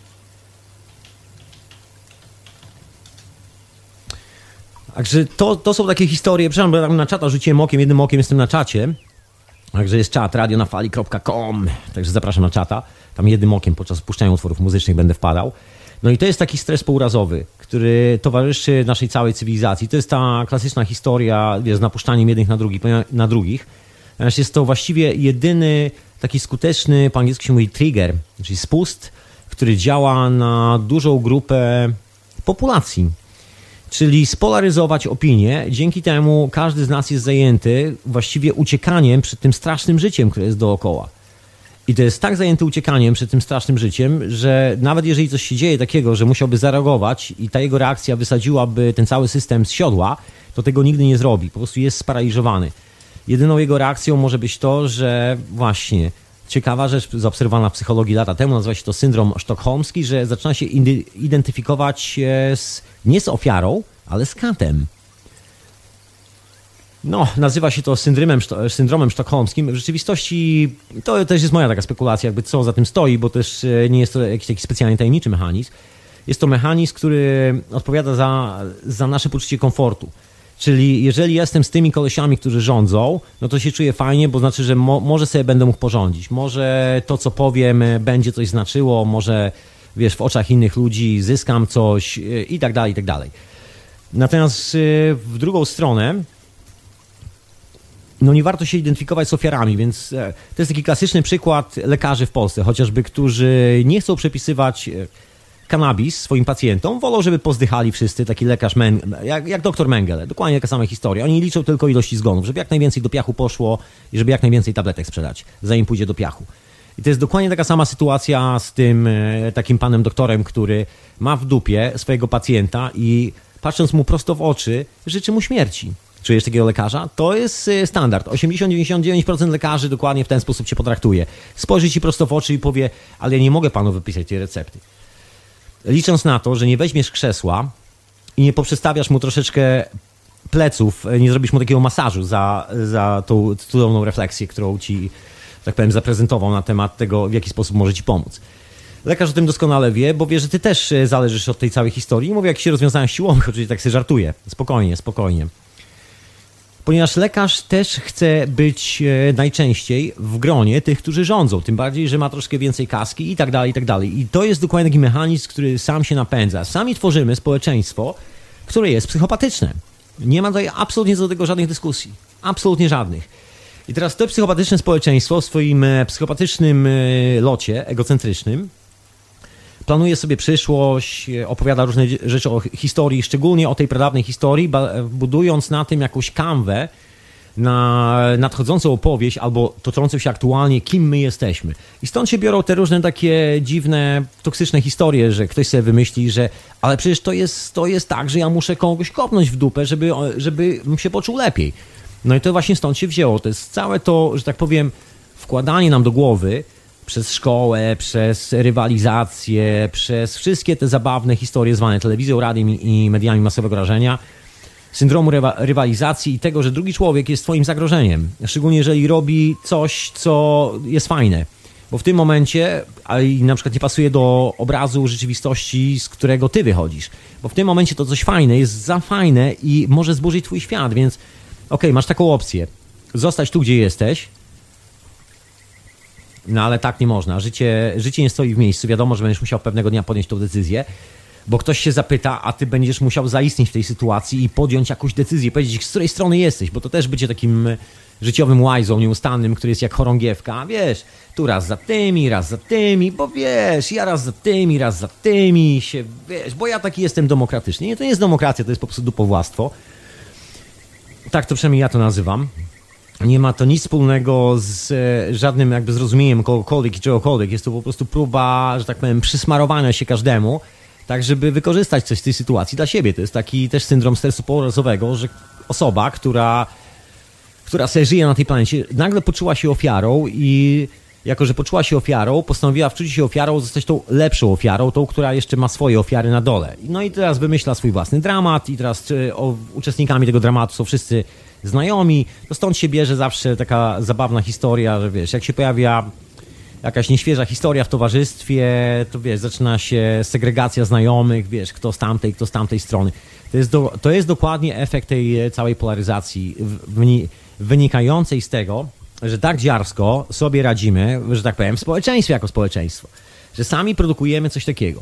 Także to są takie historie, przepraszam, bo na czata rzuciłem okiem, jednym okiem jestem na czacie, także jest czat radionafali.com, także zapraszam na czata, tam jednym okiem podczas puszczania utworów muzycznych będę wpadał. No i to jest taki stres pourazowy, który towarzyszy naszej całej cywilizacji. To jest ta klasyczna historia, wiesz, z napuszczaniem jednych na drugich. Jest to właściwie jedyny taki skuteczny, po angielsku się mówi trigger, czyli spust, który działa na dużą grupę populacji. Czyli spolaryzować opinię, dzięki temu każdy z nas jest zajęty właściwie uciekaniem przed tym strasznym życiem, które jest dookoła. I to jest tak zajęty uciekaniem przed tym strasznym życiem, że nawet jeżeli coś się dzieje takiego, że musiałby zareagować i ta jego reakcja wysadziłaby ten cały system z siodła, to tego nigdy nie zrobi, po prostu jest sparaliżowany. Jedyną jego reakcją może być to, że właśnie ciekawa rzecz zaobserwowana w psychologii lata temu, nazywa się to syndrom sztokholmski, że zaczyna się identyfikować nie z ofiarą, ale z katem. Nazywa się to syndromem sztokholmskim. W rzeczywistości to też jest moja taka spekulacja, jakby co za tym stoi, bo też nie jest to jakiś taki specjalnie tajemniczy mechanizm. Jest to mechanizm, który odpowiada za nasze poczucie komfortu. Czyli jeżeli jestem z tymi kolesiami, którzy rządzą, no to się czuję fajnie, bo znaczy, że może sobie będę mógł porządzić. Może to, co powiem, będzie coś znaczyło, może, wiesz, w oczach innych ludzi zyskam coś i tak dalej, i tak dalej. Natomiast w drugą stronę, nie warto się identyfikować z ofiarami, więc to jest taki klasyczny przykład lekarzy w Polsce, chociażby, którzy nie chcą przepisywać kanabis swoim pacjentom, wolą, żeby pozdychali wszyscy, taki lekarz jak doktor Mengele, dokładnie taka sama historia. Oni liczą tylko ilości zgonów, żeby jak najwięcej do piachu poszło i żeby jak najwięcej tabletek sprzedać, zanim pójdzie do piachu. I to jest dokładnie taka sama sytuacja z tym takim panem doktorem, który ma w dupie swojego pacjenta i patrząc mu prosto w oczy, życzy mu śmierci. Czujesz takiego lekarza? To jest standard. 80-99% lekarzy dokładnie w ten sposób cię potraktuje. Spojrzy ci prosto w oczy i powie, ale ja nie mogę panu wypisać tej recepty. Licząc na to, że nie weźmiesz krzesła i nie poprzestawiasz mu troszeczkę pleców, nie zrobisz mu takiego masażu za tą cudowną refleksję, którą ci, tak powiem, zaprezentował na temat tego, w jaki sposób może ci pomóc. Lekarz o tym doskonale wie, bo wie, że ty też zależysz od tej całej historii. I mówię, jak się rozwiązają siłowych, oczywiście tak sobie żartuję. Spokojnie, spokojnie. Ponieważ lekarz też chce być najczęściej w gronie tych, którzy rządzą. Tym bardziej, że ma troszkę więcej kaski i tak dalej, i tak dalej. I to jest dokładnie taki mechanizm, który sam się napędza. Sami tworzymy społeczeństwo, które jest psychopatyczne. Nie ma tutaj absolutnie do tego żadnych dyskusji. Absolutnie żadnych. I teraz to psychopatyczne społeczeństwo w swoim psychopatycznym locie egocentrycznym planuje sobie przyszłość, opowiada różne rzeczy o historii, szczególnie o tej pradawnej historii, budując na tym jakąś kanwę na nadchodzącą opowieść albo toczącą się aktualnie, kim my jesteśmy. I stąd się biorą te różne takie dziwne, toksyczne historie, że ktoś sobie wymyśli, że ale przecież to jest tak, że ja muszę kogoś kopnąć w dupę, żeby się poczuł lepiej. No i to właśnie stąd się wzięło. To jest całe to, że tak powiem, wkładanie nam do głowy przez szkołę, przez rywalizację, przez wszystkie te zabawne historie zwane telewizją, radiem i mediami masowego rażenia, syndromu rywalizacji i tego, że drugi człowiek jest twoim zagrożeniem. Szczególnie jeżeli robi coś, co jest fajne. Bo w tym momencie, a na przykład nie pasuje do obrazu rzeczywistości, z którego ty wychodzisz. Bo w tym momencie to coś fajne jest za fajne i może zburzyć twój świat, więc okej, masz taką opcję. Zostać tu, gdzie jesteś. No ale tak nie można. Życie nie stoi w miejscu. Wiadomo, że będziesz musiał pewnego dnia podjąć tą decyzję, bo ktoś się zapyta, a ty będziesz musiał zaistnieć w tej sytuacji i podjąć jakąś decyzję, powiedzieć, z której strony jesteś, bo to też będzie takim życiowym łajzą nieustannym, który jest jak chorągiewka. Wiesz, tu raz za tymi, bo wiesz, ja raz za tymi się, wiesz, bo ja taki jestem demokratyczny. Nie, to nie jest demokracja, to jest po prostu dupowładztwo. Tak to przynajmniej ja to nazywam. Nie ma to nic wspólnego z żadnym jakby zrozumieniem kogokolwiek i czegokolwiek. Jest to po prostu próba, że tak powiem, przysmarowania się każdemu, tak żeby wykorzystać coś z tej sytuacji dla siebie. To jest taki też syndrom stresu pourazowego, że osoba, która sobie żyje na tej planecie, nagle poczuła się ofiarą i jako, że poczuła się ofiarą, postanowiła wczuć się ofiarą, zostać tą lepszą ofiarą, tą, która jeszcze ma swoje ofiary na dole. No i teraz wymyśla swój własny dramat i teraz uczestnikami tego dramatu są wszyscy znajomi. To stąd się bierze zawsze taka zabawna historia, że wiesz, jak się pojawia jakaś nieświeża historia w towarzystwie, to wiesz, zaczyna się segregacja znajomych, wiesz, kto z tamtej strony. To jest dokładnie efekt tej całej polaryzacji wynikającej z tego, że tak dziarsko sobie radzimy, że tak powiem, w społeczeństwie jako społeczeństwo. Że sami produkujemy coś takiego.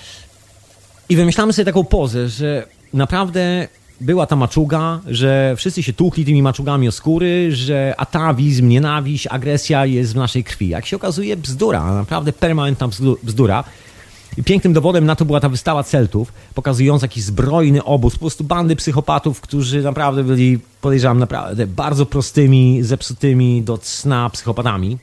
I wymyślamy sobie taką pozę, że naprawdę była ta maczuga, że wszyscy się tłukli tymi maczugami o skóry, że atawizm, nienawiść, agresja jest w naszej krwi. Jak się okazuje, bzdura, naprawdę permanentna bzdura. I pięknym dowodem na to była ta wystawa Celtów, pokazująca jakiś zbrojny obóz, po prostu bandy psychopatów, którzy naprawdę byli, podejrzewam, naprawdę bardzo prostymi, zepsutymi do cna psychopatami,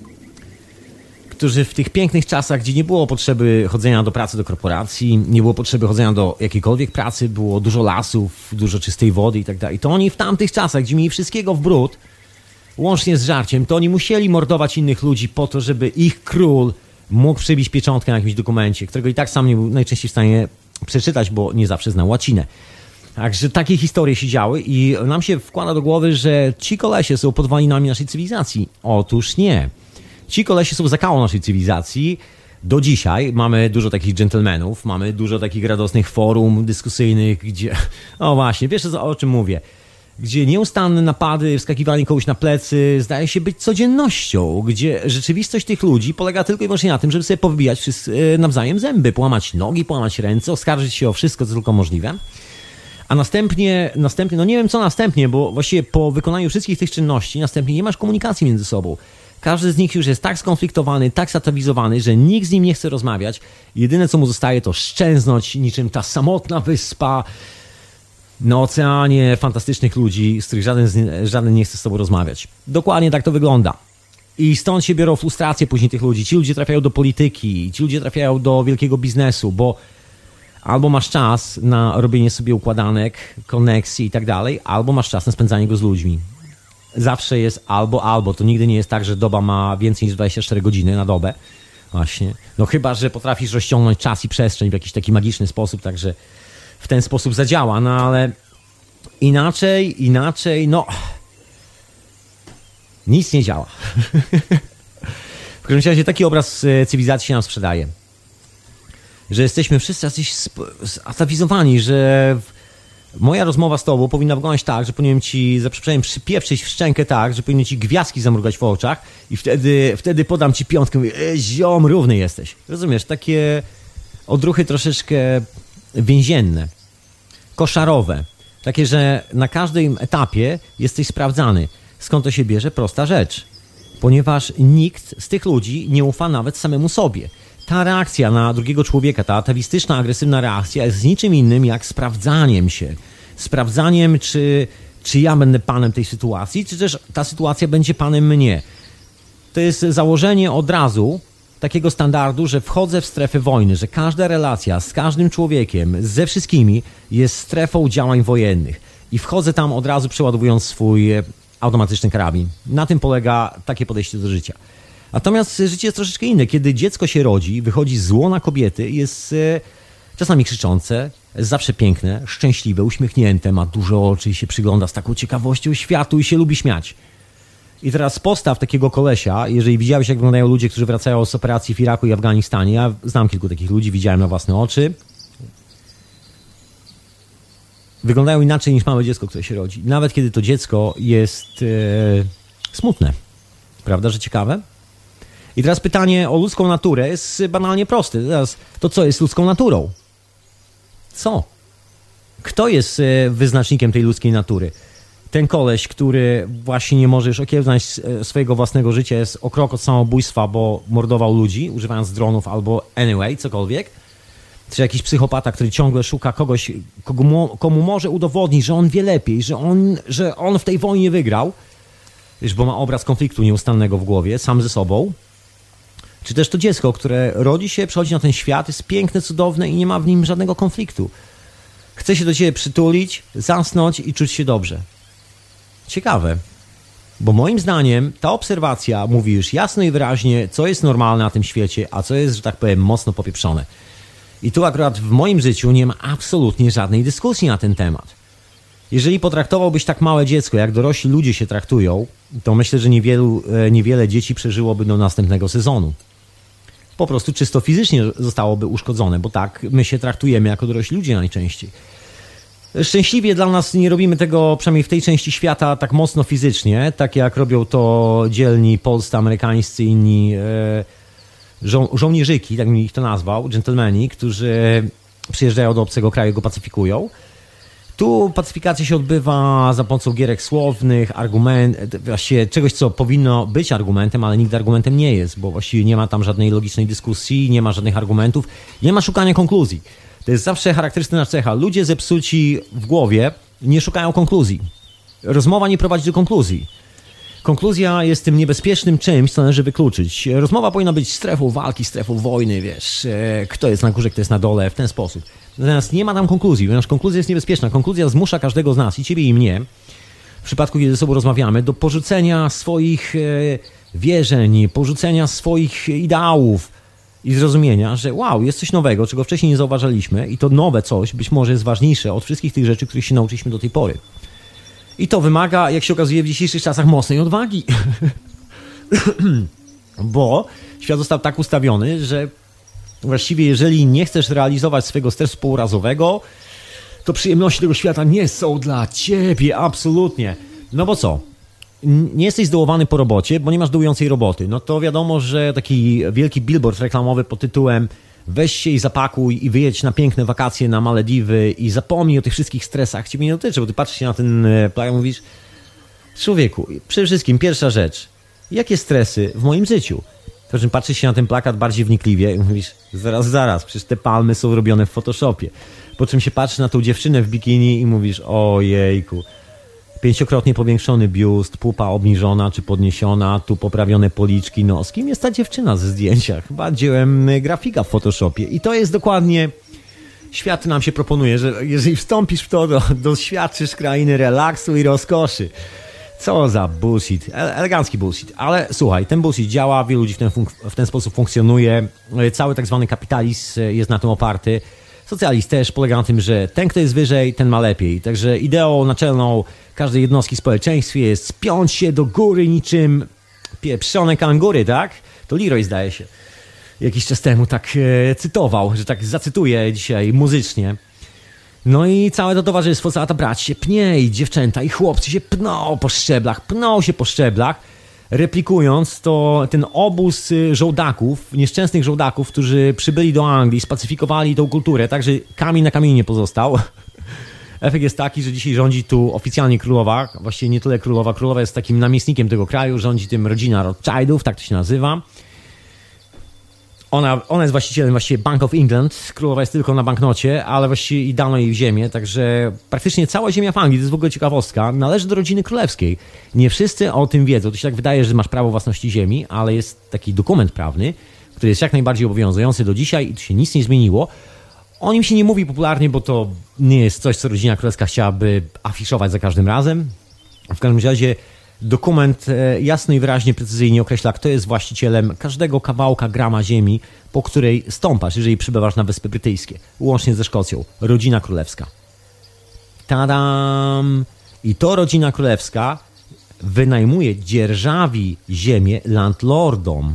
którzy w tych pięknych czasach, gdzie nie było potrzeby chodzenia do pracy, do korporacji, nie było potrzeby chodzenia do jakiejkolwiek pracy, było dużo lasów, dużo czystej wody i tak dalej, to oni w tamtych czasach, gdzie mieli wszystkiego w bród, łącznie z żarciem, to oni musieli mordować innych ludzi po to, żeby ich król mógł przybić pieczątkę na jakimś dokumencie, którego i tak sam nie był najczęściej w stanie przeczytać, bo nie zawsze znał łacinę. Także takie historie się działy i nam się wkłada do głowy, że ci kolesie są podwalinami naszej cywilizacji. Otóż nie. Ci kolesie są zakałą naszej cywilizacji. Do dzisiaj mamy dużo takich dżentelmenów, mamy dużo takich radosnych forum dyskusyjnych, gdzie... O właśnie, wiesz o czym mówię. Gdzie nieustanne napady, wskakiwanie kogoś na plecy zdaje się być codziennością, gdzie rzeczywistość tych ludzi polega tylko i wyłącznie na tym, żeby sobie powybijać nawzajem zęby, połamać nogi, połamać ręce, oskarżyć się o wszystko, co tylko możliwe. A następnie, no nie wiem co następnie, bo właściwie po wykonaniu wszystkich tych czynności następnie nie masz komunikacji między sobą. Każdy z nich już jest tak skonfliktowany, tak satawizowany, że nikt z nim nie chce rozmawiać. Jedyne co mu zostaje to szczęznąć niczym ta samotna wyspa na oceanie fantastycznych ludzi, z których żaden nie chce z tobą rozmawiać. Dokładnie tak to wygląda. I stąd się biorą frustracje później tych ludzi. Ci ludzie trafiają do polityki, ci ludzie trafiają do wielkiego biznesu, bo albo masz czas na robienie sobie układanek, koneksji i tak dalej, albo masz czas na spędzanie go z ludźmi. Zawsze jest albo. To nigdy nie jest tak, że doba ma więcej niż 24 godziny na dobę. Właśnie. No chyba, że potrafisz rozciągnąć czas i przestrzeń w jakiś taki magiczny sposób, także w ten sposób zadziała, no ale inaczej, no nic nie działa. W każdym razie taki obraz cywilizacji się nam sprzedaje. że jesteśmy wszyscy jacyś atawizowani, że moja rozmowa z tobą powinna wyglądać tak, że powinienem ci, za przeproszeniem, przypieprzyć w szczękę tak, że powinien ci gwiazdki zamrugać w oczach i wtedy podam ci piątkę i mówię, ziom, równy jesteś. Rozumiesz, takie odruchy troszeczkę więzienne, koszarowe. Takie, że na każdym etapie jesteś sprawdzany. Skąd to się bierze? Prosta rzecz. Ponieważ nikt z tych ludzi nie ufa nawet samemu sobie. Ta reakcja na drugiego człowieka, ta atawistyczna, agresywna reakcja jest niczym innym jak sprawdzaniem się. Sprawdzaniem, czy ja będę panem tej sytuacji, czy też ta sytuacja będzie panem mnie. To jest założenie od razu takiego standardu, że wchodzę w strefę wojny, że każda relacja z każdym człowiekiem, ze wszystkimi jest strefą działań wojennych. I wchodzę tam od razu przeładowując swój automatyczny karabin. Na tym polega takie podejście do życia. Natomiast życie jest troszeczkę inne. Kiedy dziecko się rodzi, wychodzi z łona kobiety, jest czasami krzyczące, jest zawsze piękne, szczęśliwe, uśmiechnięte, ma duże oczy i się przygląda z taką ciekawością światu i się lubi śmiać. I teraz postaw takiego kolesia, jeżeli widziałeś, jak wyglądają ludzie, którzy wracają z operacji w Iraku i Afganistanie, ja znam kilku takich ludzi, widziałem na własne oczy, wyglądają inaczej niż małe dziecko, które się rodzi. Nawet kiedy to dziecko jest smutne. Prawda, że ciekawe? I teraz pytanie o ludzką naturę jest banalnie proste. Teraz, to co jest ludzką naturą? Co? Kto jest wyznacznikiem tej ludzkiej natury? Ten koleś, który właśnie nie może już okiełznać swojego własnego życia, jest o krok od samobójstwa, bo mordował ludzi, używając dronów albo anyway, cokolwiek. Czy jakiś psychopata, który ciągle szuka kogoś, komu może udowodnić, że on wie lepiej, że on w tej wojnie wygrał, wiesz, bo ma obraz konfliktu nieustannego w głowie, sam ze sobą. Czy też to dziecko, które rodzi się, przychodzi na ten świat, jest piękne, cudowne i nie ma w nim żadnego konfliktu. Chce się do ciebie przytulić, zasnąć i czuć się dobrze. Ciekawe, bo moim zdaniem ta obserwacja mówi już jasno i wyraźnie, co jest normalne na tym świecie, a co jest, że tak powiem, mocno popieprzone. I tu akurat w moim życiu nie ma absolutnie żadnej dyskusji na ten temat. Jeżeli potraktowałbyś tak małe dziecko, jak dorośli ludzie się traktują, to myślę, że niewiele dzieci przeżyłoby do następnego sezonu. Po prostu czysto fizycznie zostałoby uszkodzone, bo tak my się traktujemy jako dorośli ludzie najczęściej. Szczęśliwie dla nas nie robimy tego, przynajmniej w tej części świata, tak mocno fizycznie, tak jak robią to dzielni polscy, amerykańscy, inni żołnierzyki, tak mi ich to nazwał, dżentelmeni, którzy przyjeżdżają do obcego kraju i go pacyfikują. Tu pacyfikacja się odbywa za pomocą gierek słownych, właściwie czegoś, co powinno być argumentem, ale nigdy argumentem nie jest, bo właściwie nie ma tam żadnej logicznej dyskusji, nie ma żadnych argumentów, nie ma szukania konkluzji. To jest zawsze charakterystyczna cecha. Ludzie zepsuci w głowie nie szukają konkluzji. Rozmowa nie prowadzi do konkluzji. Konkluzja jest tym niebezpiecznym czymś, co należy wykluczyć. Rozmowa powinna być strefą walki, strefą wojny, wiesz, kto jest na górze, kto jest na dole, w ten sposób. Natomiast nie ma tam konkluzji, ponieważ konkluzja jest niebezpieczna. Konkluzja zmusza każdego z nas, i ciebie, i mnie, w przypadku, kiedy ze sobą rozmawiamy, do porzucenia swoich wierzeń, porzucenia swoich ideałów i zrozumienia, że wow, jest coś nowego, czego wcześniej nie zauważaliśmy i to nowe coś być może jest ważniejsze od wszystkich tych rzeczy, których się nauczyliśmy do tej pory. I to wymaga, jak się okazuje, w dzisiejszych czasach mocnej odwagi. Bo świat został tak ustawiony, że właściwie jeżeli nie chcesz realizować swojego stresu pourazowego, to przyjemności tego świata nie są dla ciebie, absolutnie. No bo co? Nie jesteś zdołowany po robocie, bo nie masz dołującej roboty. No to wiadomo, że taki wielki billboard reklamowy pod tytułem weź się i zapakuj i wyjedź na piękne wakacje na Malediwy i zapomnij o tych wszystkich stresach. Ciebie nie dotyczy, bo ty patrzysz się na ten plakat i mówisz, człowieku, przede wszystkim pierwsza rzecz, jakie stresy w moim życiu? Po czym patrzysz się na ten plakat bardziej wnikliwie i mówisz, zaraz, przecież te palmy są robione w Photoshopie. Po czym się patrzysz na tą dziewczynę w bikini i mówisz, ojejku, 5-krotnie powiększony biust, pupa obniżona czy podniesiona, tu poprawione policzki, no z kim jest ta dziewczyna ze zdjęcia? Chyba dziełem grafika w Photoshopie. I to jest dokładnie, świat nam się proponuje, że jeżeli wstąpisz w to, doświadczysz krainy relaksu i rozkoszy. Co za bullshit, elegancki bullshit, ale słuchaj, ten bullshit działa, wielu ludzi w ten sposób funkcjonuje, cały tak zwany kapitalizm jest na tym oparty, socjalizm też polega na tym, że ten, kto jest wyżej, ten ma lepiej, także ideą naczelną każdej jednostki w społeczeństwie jest spiąć się do góry niczym pieprzone kangury, tak? To Leroy zdaje się. jakiś czas temu tak cytował, że tak zacytuję dzisiaj muzycznie. No i całe to towarzystwo, cała ta brać się pnie i dziewczęta i chłopcy się pną się po szczeblach, replikując ten obóz żołdaków, nieszczęsnych żołdaków, którzy przybyli do Anglii, spacyfikowali tą kulturę, tak że kamień na kamieniu nie pozostał. Efekt jest taki, że dzisiaj rządzi tu oficjalnie królowa, właściwie nie tyle królowa, królowa jest takim namiestnikiem tego kraju, rządzi tym rodzina Rothschildów, tak to się nazywa. Ona jest właścicielem właściwie Bank of England, królowa jest tylko na banknocie, ale właściwie i dano jej w ziemię, także praktycznie cała ziemia w Anglii, to jest w ogóle ciekawostka, należy do rodziny królewskiej. Nie wszyscy o tym wiedzą, to się tak wydaje, że masz prawo własności ziemi, ale jest taki dokument prawny, który jest jak najbardziej obowiązujący do dzisiaj i tu się nic nie zmieniło. O nim się nie mówi popularnie, bo to nie jest coś, co rodzina królewska chciałaby afiszować za każdym razem. W każdym razie dokument jasno i wyraźnie, precyzyjnie określa, kto jest właścicielem każdego kawałka grama ziemi, po której stąpasz, jeżeli przybywasz na Wyspy Brytyjskie, łącznie ze Szkocją. Rodzina królewska. Tadam! I to rodzina królewska wynajmuje, dzierżawi ziemię landlordom.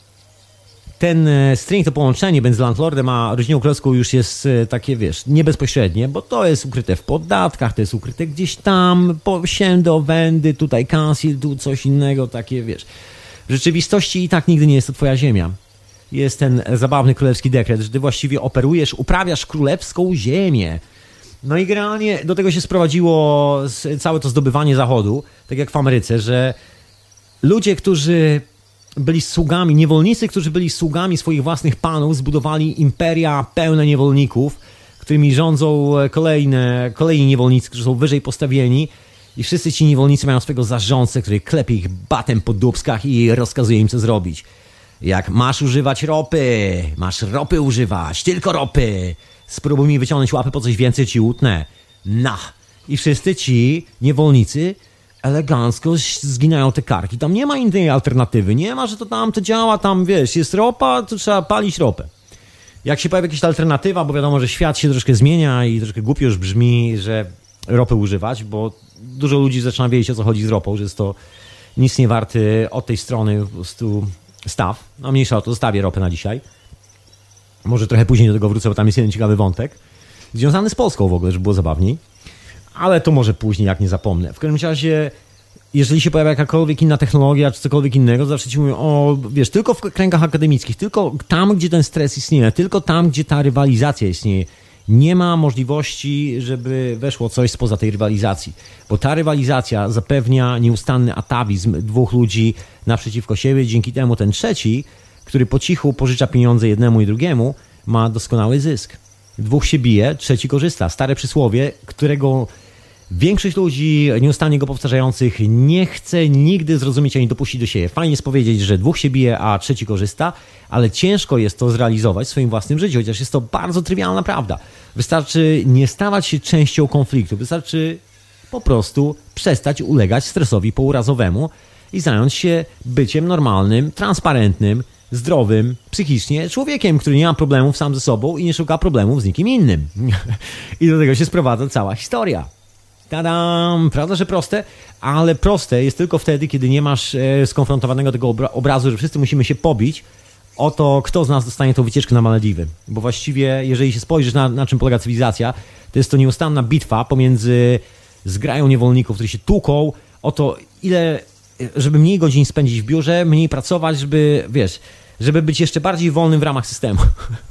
Ten stricte połączenie między landlordem a rodziną królewską już jest takie, wiesz, nie bezpośrednie, bo to jest ukryte w podatkach, to jest ukryte gdzieś tam, siędo, wędy, tutaj kansil, tu coś innego, takie, wiesz. W rzeczywistości i tak nigdy nie jest to twoja ziemia. Jest ten zabawny królewski dekret, że ty właściwie operujesz, uprawiasz królewską ziemię. No i generalnie do tego się sprowadziło całe to zdobywanie Zachodu, tak jak w Ameryce, że ludzie, którzy byli sługami, niewolnicy, którzy byli sługami swoich własnych panów, zbudowali imperia pełne niewolników, którymi rządzą kolejni niewolnicy, którzy są wyżej postawieni i wszyscy ci niewolnicy mają swojego zarządcę, który klepie ich batem po dupskach i rozkazuje im, co zrobić. Jak masz używać ropy, masz ropy używać, tylko ropy. Spróbuj mi wyciągnąć łapy po coś więcej, ci utnę. I wszyscy ci niewolnicy elegancko zginają te karki. Tam nie ma innej alternatywy. Nie ma, że to tam to działa, tam wiesz, jest ropa, to trzeba palić ropę. Jak się pojawi jakaś alternatywa, bo wiadomo, że świat się troszkę zmienia i troszkę głupio już brzmi, że ropę używać, bo dużo ludzi zaczyna wiedzieć, o co chodzi z ropą, że jest to nic nie warty od tej strony po prostu staw. No mniejsza o to, zostawię ropę na dzisiaj. Może trochę później do tego wrócę, bo tam jest jeden ciekawy wątek. Związany z Polską w ogóle, żeby było zabawniej. Ale to może później, jak nie zapomnę. W każdym razie, jeżeli się pojawia jakakolwiek inna technologia, czy cokolwiek innego, zawsze ci mówią, o, wiesz, tylko w kręgach akademickich, tylko tam, gdzie ten stres istnieje, tylko tam, gdzie ta rywalizacja istnieje. Nie ma możliwości, żeby weszło coś spoza tej rywalizacji. Bo ta rywalizacja zapewnia nieustanny atawizm dwóch ludzi naprzeciwko siebie. Dzięki temu ten trzeci, który po cichu pożycza pieniądze jednemu i drugiemu, ma doskonały zysk. Dwóch się bije, trzeci korzysta. Stare przysłowie, którego większość ludzi nieustannie go powtarzających nie chce nigdy zrozumieć ani dopuścić do siebie. Fajnie jest powiedzieć, że dwóch się bije, a trzeci korzysta, ale ciężko jest to zrealizować w swoim własnym życiu, chociaż jest to bardzo trywialna prawda. Wystarczy nie stawać się częścią konfliktu, wystarczy po prostu przestać ulegać stresowi pourazowemu i zająć się byciem normalnym, transparentnym, zdrowym, psychicznie człowiekiem, który nie ma problemów sam ze sobą i nie szuka problemów z nikim innym. I do tego się sprowadza cała historia. Tadam! Prawda, że proste? Ale proste jest tylko wtedy, kiedy nie masz skonfrontowanego tego obrazu, że wszyscy musimy się pobić o to, kto z nas dostanie tą wycieczkę na Malediwy. Bo właściwie, jeżeli się spojrzysz na czym polega cywilizacja, to jest to nieustanna bitwa pomiędzy zgrają niewolników, którzy się tłuką o to, żeby mniej godzin spędzić w biurze, mniej pracować, żeby, wiesz, żeby być jeszcze bardziej wolnym w ramach systemu.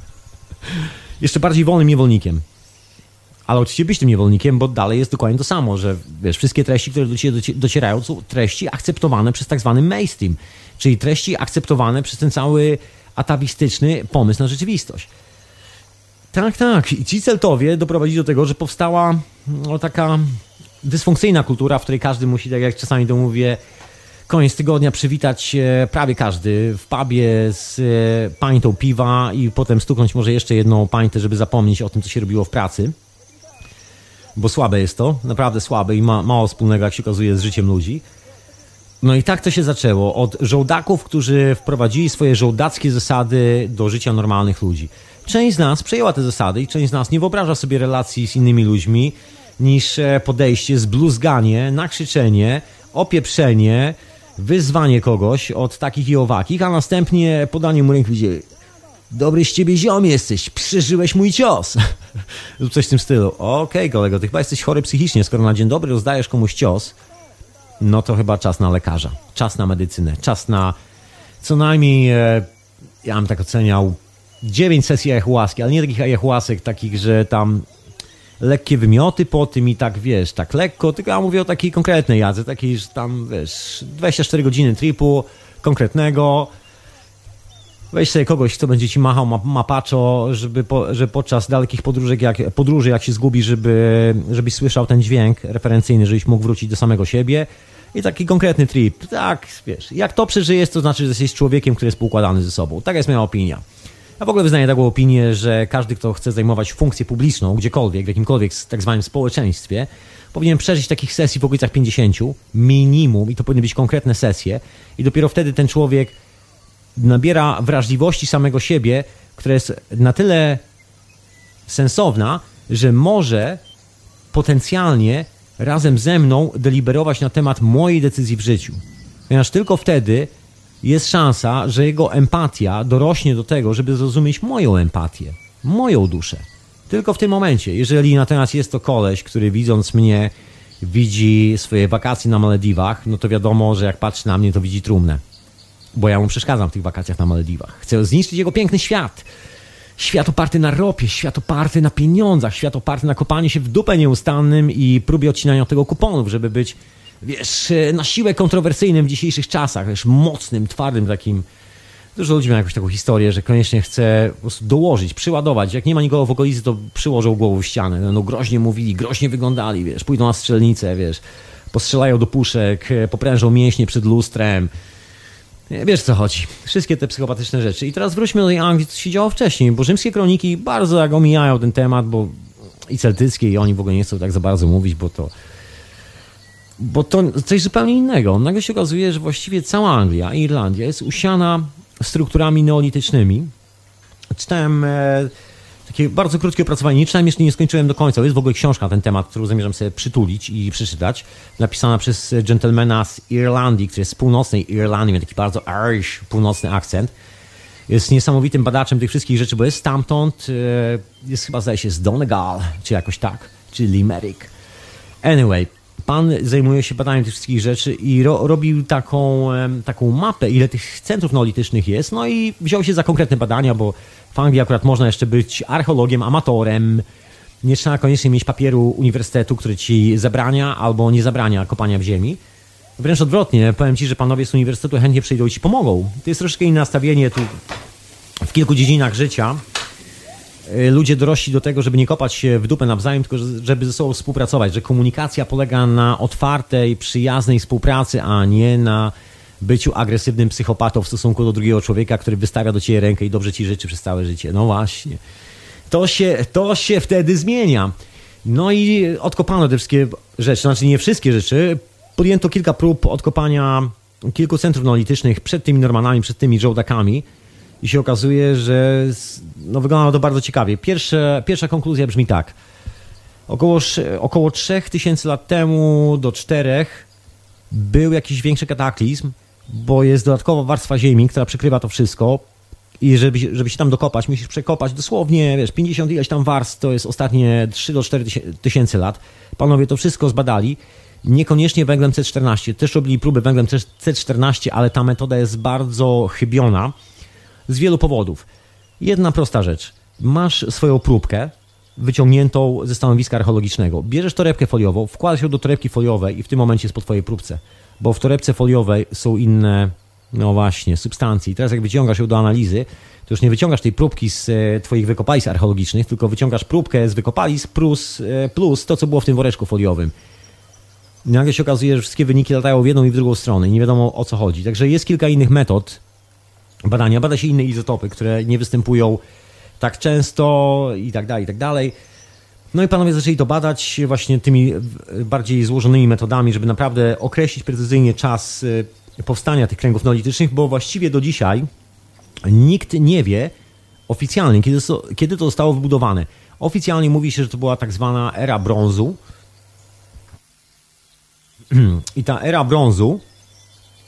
Jeszcze bardziej wolnym niewolnikiem. Ale oczywiście być tym niewolnikiem, bo dalej jest dokładnie to samo, że wiesz, wszystkie treści, które do ciebie docierają, są treści akceptowane przez tak zwany mainstream, czyli treści akceptowane przez ten cały atawistyczny pomysł na rzeczywistość. Tak. I ci celtowie doprowadzili do tego, że powstała taka dysfunkcyjna kultura, w której każdy musi, tak jak czasami to mówię, koniec tygodnia przywitać prawie każdy w pubie z pintą piwa i potem stuknąć może jeszcze jedną pintę, żeby zapomnieć o tym, co się robiło w pracy. Bo słabe jest to, naprawdę słabe i ma mało wspólnego, jak się okazuje, z życiem ludzi. No i tak to się zaczęło. Od żołdaków, którzy wprowadzili swoje żołdackie zasady do życia normalnych ludzi. Część z nas przejęła te zasady i część z nas nie wyobraża sobie relacji z innymi ludźmi niż podejście, zbluzganie, nakrzyczenie, opieprzenie, wyzwanie kogoś od takich i owakich, a następnie podanie mu ręki, dobry z ciebie ziom jesteś, przeżyłeś mój cios. Lub coś w tym stylu. Okej, kolego, ty chyba jesteś chory psychicznie, skoro na dzień dobry rozdajesz komuś cios, no to chyba czas na lekarza, czas na medycynę, czas na co najmniej, ja bym tak oceniał, 9 sesji ayahuaski, ale nie takich ayahuasek, takich, że tam lekkie wymioty po tym i tak, wiesz, tak lekko, tylko ja mówię o takiej konkretnej jadze, takiej, że tam, wiesz, 24 godziny tripu konkretnego. Weź sobie kogoś, kto będzie ci machał mapaczo, żeby podczas dalekich podróży, jak się zgubi, żebyś słyszał ten dźwięk referencyjny, żebyś mógł wrócić do samego siebie. I taki konkretny trip. Tak, wiesz, jak to przeżyjesz, to znaczy, że jesteś człowiekiem, który jest poukładany ze sobą. Taka jest moja opinia. Ja w ogóle wyznaję taką opinię, że każdy, kto chce zajmować funkcję publiczną, gdziekolwiek, w jakimkolwiek tak zwanym społeczeństwie, powinien przeżyć takich sesji w okolicach 50 minimum i to powinny być konkretne sesje i dopiero wtedy ten człowiek nabiera wrażliwości samego siebie, która jest na tyle sensowna, że może potencjalnie razem ze mną deliberować na temat mojej decyzji w życiu. Ponieważ tylko wtedy jest szansa, że jego empatia dorośnie do tego, żeby zrozumieć moją empatię, moją duszę. Tylko w tym momencie. Jeżeli natomiast jest to koleś, który widząc mnie widzi swoje wakacje na Malediwach, no to wiadomo, że jak patrzy na mnie, to widzi trumnę. Bo ja mu przeszkadzam w tych wakacjach na Malediwach. Chcę zniszczyć jego piękny świat. Świat oparty na ropie, świat oparty na pieniądzach, świat oparty na kopaniu się w dupę nieustannym i próbie odcinania od tego kuponów, żeby być, wiesz, na siłę kontrowersyjnym w dzisiejszych czasach, wiesz, mocnym, twardym takim. Dużo ludzi ma jakąś taką historię, że koniecznie chce po prostu dołożyć, przyładować. Jak nie ma nikogo w okolicy, to przyłożą głową w ścianę. No groźnie mówili, groźnie wyglądali, wiesz, pójdą na strzelnicę, wiesz, postrzelają do puszek, poprężą mięśnie przed lustrem. Wiesz, co chodzi. Wszystkie te psychopatyczne rzeczy. I teraz wróćmy do tej Anglii, co się działo wcześniej, bo rzymskie kroniki bardzo jak omijają ten temat, bo i celtyckie, i oni w ogóle nie chcą tak za bardzo mówić, bo to coś zupełnie innego. Nagle się okazuje, że właściwie cała Anglia i Irlandia jest usiana strukturami neolitycznymi. Czytałem takie bardzo krótkie opracowanie, nie czytałem, jeszcze nie skończyłem do końca. Jest w ogóle książka na ten temat, którą zamierzam sobie przytulić i przeczytać. Napisana przez dżentelmena z Irlandii, który jest z północnej Irlandii, ma taki bardzo Irish, północny akcent. Jest niesamowitym badaczem tych wszystkich rzeczy, bo jest stamtąd, jest chyba, zdaje się, z Donegal, czy jakoś tak, czy Limerick. Anyway, pan zajmuje się badaniem tych wszystkich rzeczy i robił taką mapę, ile tych centrów neolitycznych jest, no i wziął się za konkretne badania, bo w Anglii akurat można jeszcze być archeologiem, amatorem, nie trzeba koniecznie mieć papieru uniwersytetu, który ci zabrania albo nie zabrania kopania w ziemi. Wręcz odwrotnie, powiem ci, że panowie z uniwersytetu chętnie przyjdą i ci pomogą. To jest troszeczkę inne nastawienie tu w kilku dziedzinach życia. Ludzie dorośli do tego, żeby nie kopać się w dupę nawzajem, tylko żeby ze sobą współpracować, że komunikacja polega na otwartej, przyjaznej współpracy, a nie na byciu agresywnym psychopatą w stosunku do drugiego człowieka, który wystawia do ciebie rękę i dobrze ci życzy przez całe życie. No właśnie. To się wtedy zmienia. No i odkopano te wszystkie rzeczy, znaczy nie wszystkie rzeczy. Podjęto kilka prób odkopania kilku centrów neolitycznych przed tymi Normanami, przed tymi żołdakami. I się okazuje, że no, wyglądało to bardzo ciekawie. Pierwsza konkluzja brzmi tak. Około 3000 lat temu do 4 był jakiś większy kataklizm, bo jest dodatkowa warstwa ziemi, która przykrywa to wszystko. I żeby się tam dokopać, musisz przekopać dosłownie, wiesz, 50 ileś tam warstw, to jest ostatnie 3 do 4 tysięcy lat. Panowie to wszystko zbadali. Niekoniecznie węglem C14. Też robili próby węglem C14, ale ta metoda jest bardzo chybiona. Z wielu powodów. Jedna prosta rzecz. Masz swoją próbkę wyciągniętą ze stanowiska archeologicznego. Bierzesz torebkę foliową, wkładasz ją do torebki foliowej i w tym momencie jest po twojej próbce. Bo w torebce foliowej są inne, no właśnie, substancje. I teraz jak wyciągasz ją do analizy, to już nie wyciągasz tej próbki z twoich wykopalisk archeologicznych, tylko wyciągasz próbkę z wykopalisk plus to, co było w tym woreczku foliowym. I nagle się okazuje, że wszystkie wyniki latają w jedną i w drugą stronę i nie wiadomo, o co chodzi. Także jest kilka innych metod badania. Bada się inne izotopy, które nie występują tak często i tak dalej, i tak dalej. No i panowie zaczęli to badać właśnie tymi bardziej złożonymi metodami, żeby naprawdę określić precyzyjnie czas powstania tych kręgów neolitycznych, bo właściwie do dzisiaj nikt nie wie oficjalnie, kiedy to zostało wybudowane. Oficjalnie mówi się, że to była tak zwana era brązu. I ta era brązu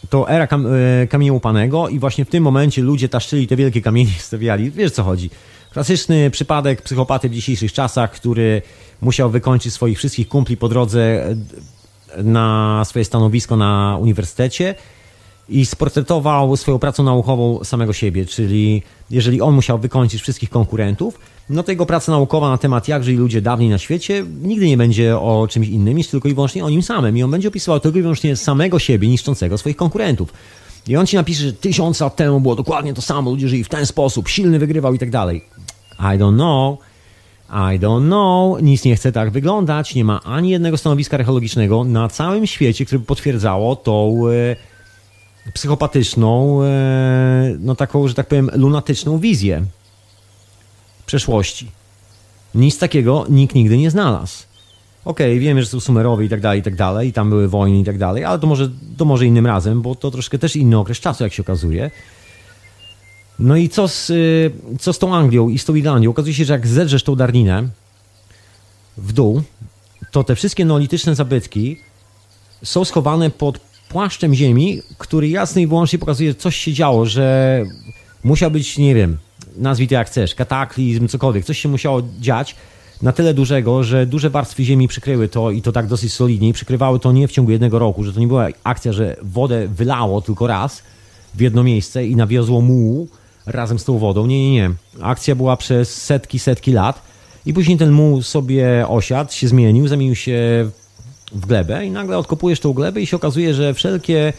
to era kamienia łupanego i właśnie w tym momencie ludzie taszczyli te wielkie kamienie i stawiali. Wiesz, co chodzi. Klasyczny przypadek psychopaty w dzisiejszych czasach, który musiał wykończyć swoich wszystkich kumpli po drodze na swoje stanowisko na uniwersytecie i sportretował swoją pracą naukową samego siebie, czyli jeżeli on musiał wykończyć wszystkich konkurentów, no to jego praca naukowa na temat jak żyli ludzie dawniej na świecie nigdy nie będzie o czymś innym niż tylko i wyłącznie o nim samym i on będzie opisywał tylko i wyłącznie samego siebie niszczącego swoich konkurentów. I on ci napisze, że 1000 lat temu było dokładnie to samo, ludzie żyli w ten sposób, silny wygrywał i tak dalej. I don't know, nic nie chce tak wyglądać, nie ma ani jednego stanowiska archeologicznego na całym świecie, które by potwierdzało tą psychopatyczną, no taką, że tak powiem, lunatyczną wizję przeszłości. Nic takiego nikt nigdy nie znalazł. Okej, wiemy, że są Sumerowie i tak dalej, i tam były wojny i tak dalej, ale to może innym razem, bo to troszkę też inny okres czasu, jak się okazuje. No i co z tą Anglią i z tą Irlandią? Okazuje się, że jak zedrzesz tą Darninę w dół, to te wszystkie neolityczne zabytki są schowane pod płaszczem ziemi, który jasno i wyłącznie pokazuje, że coś się działo, że musiał być, nie wiem, nazwij to jak chcesz, kataklizm, cokolwiek, coś się musiało dziać na tyle dużego, że duże warstwy ziemi przykryły to i to tak dosyć solidnie i przykrywały to nie w ciągu jednego roku, że to nie była akcja, że wodę wylało tylko raz w jedno miejsce i nawiozło mułu razem z tą wodą. Nie. Akcja była przez setki lat i później ten muł sobie osiadł, się zamienił się w glebę i nagle odkopujesz tą glebę i się okazuje, że wszelkie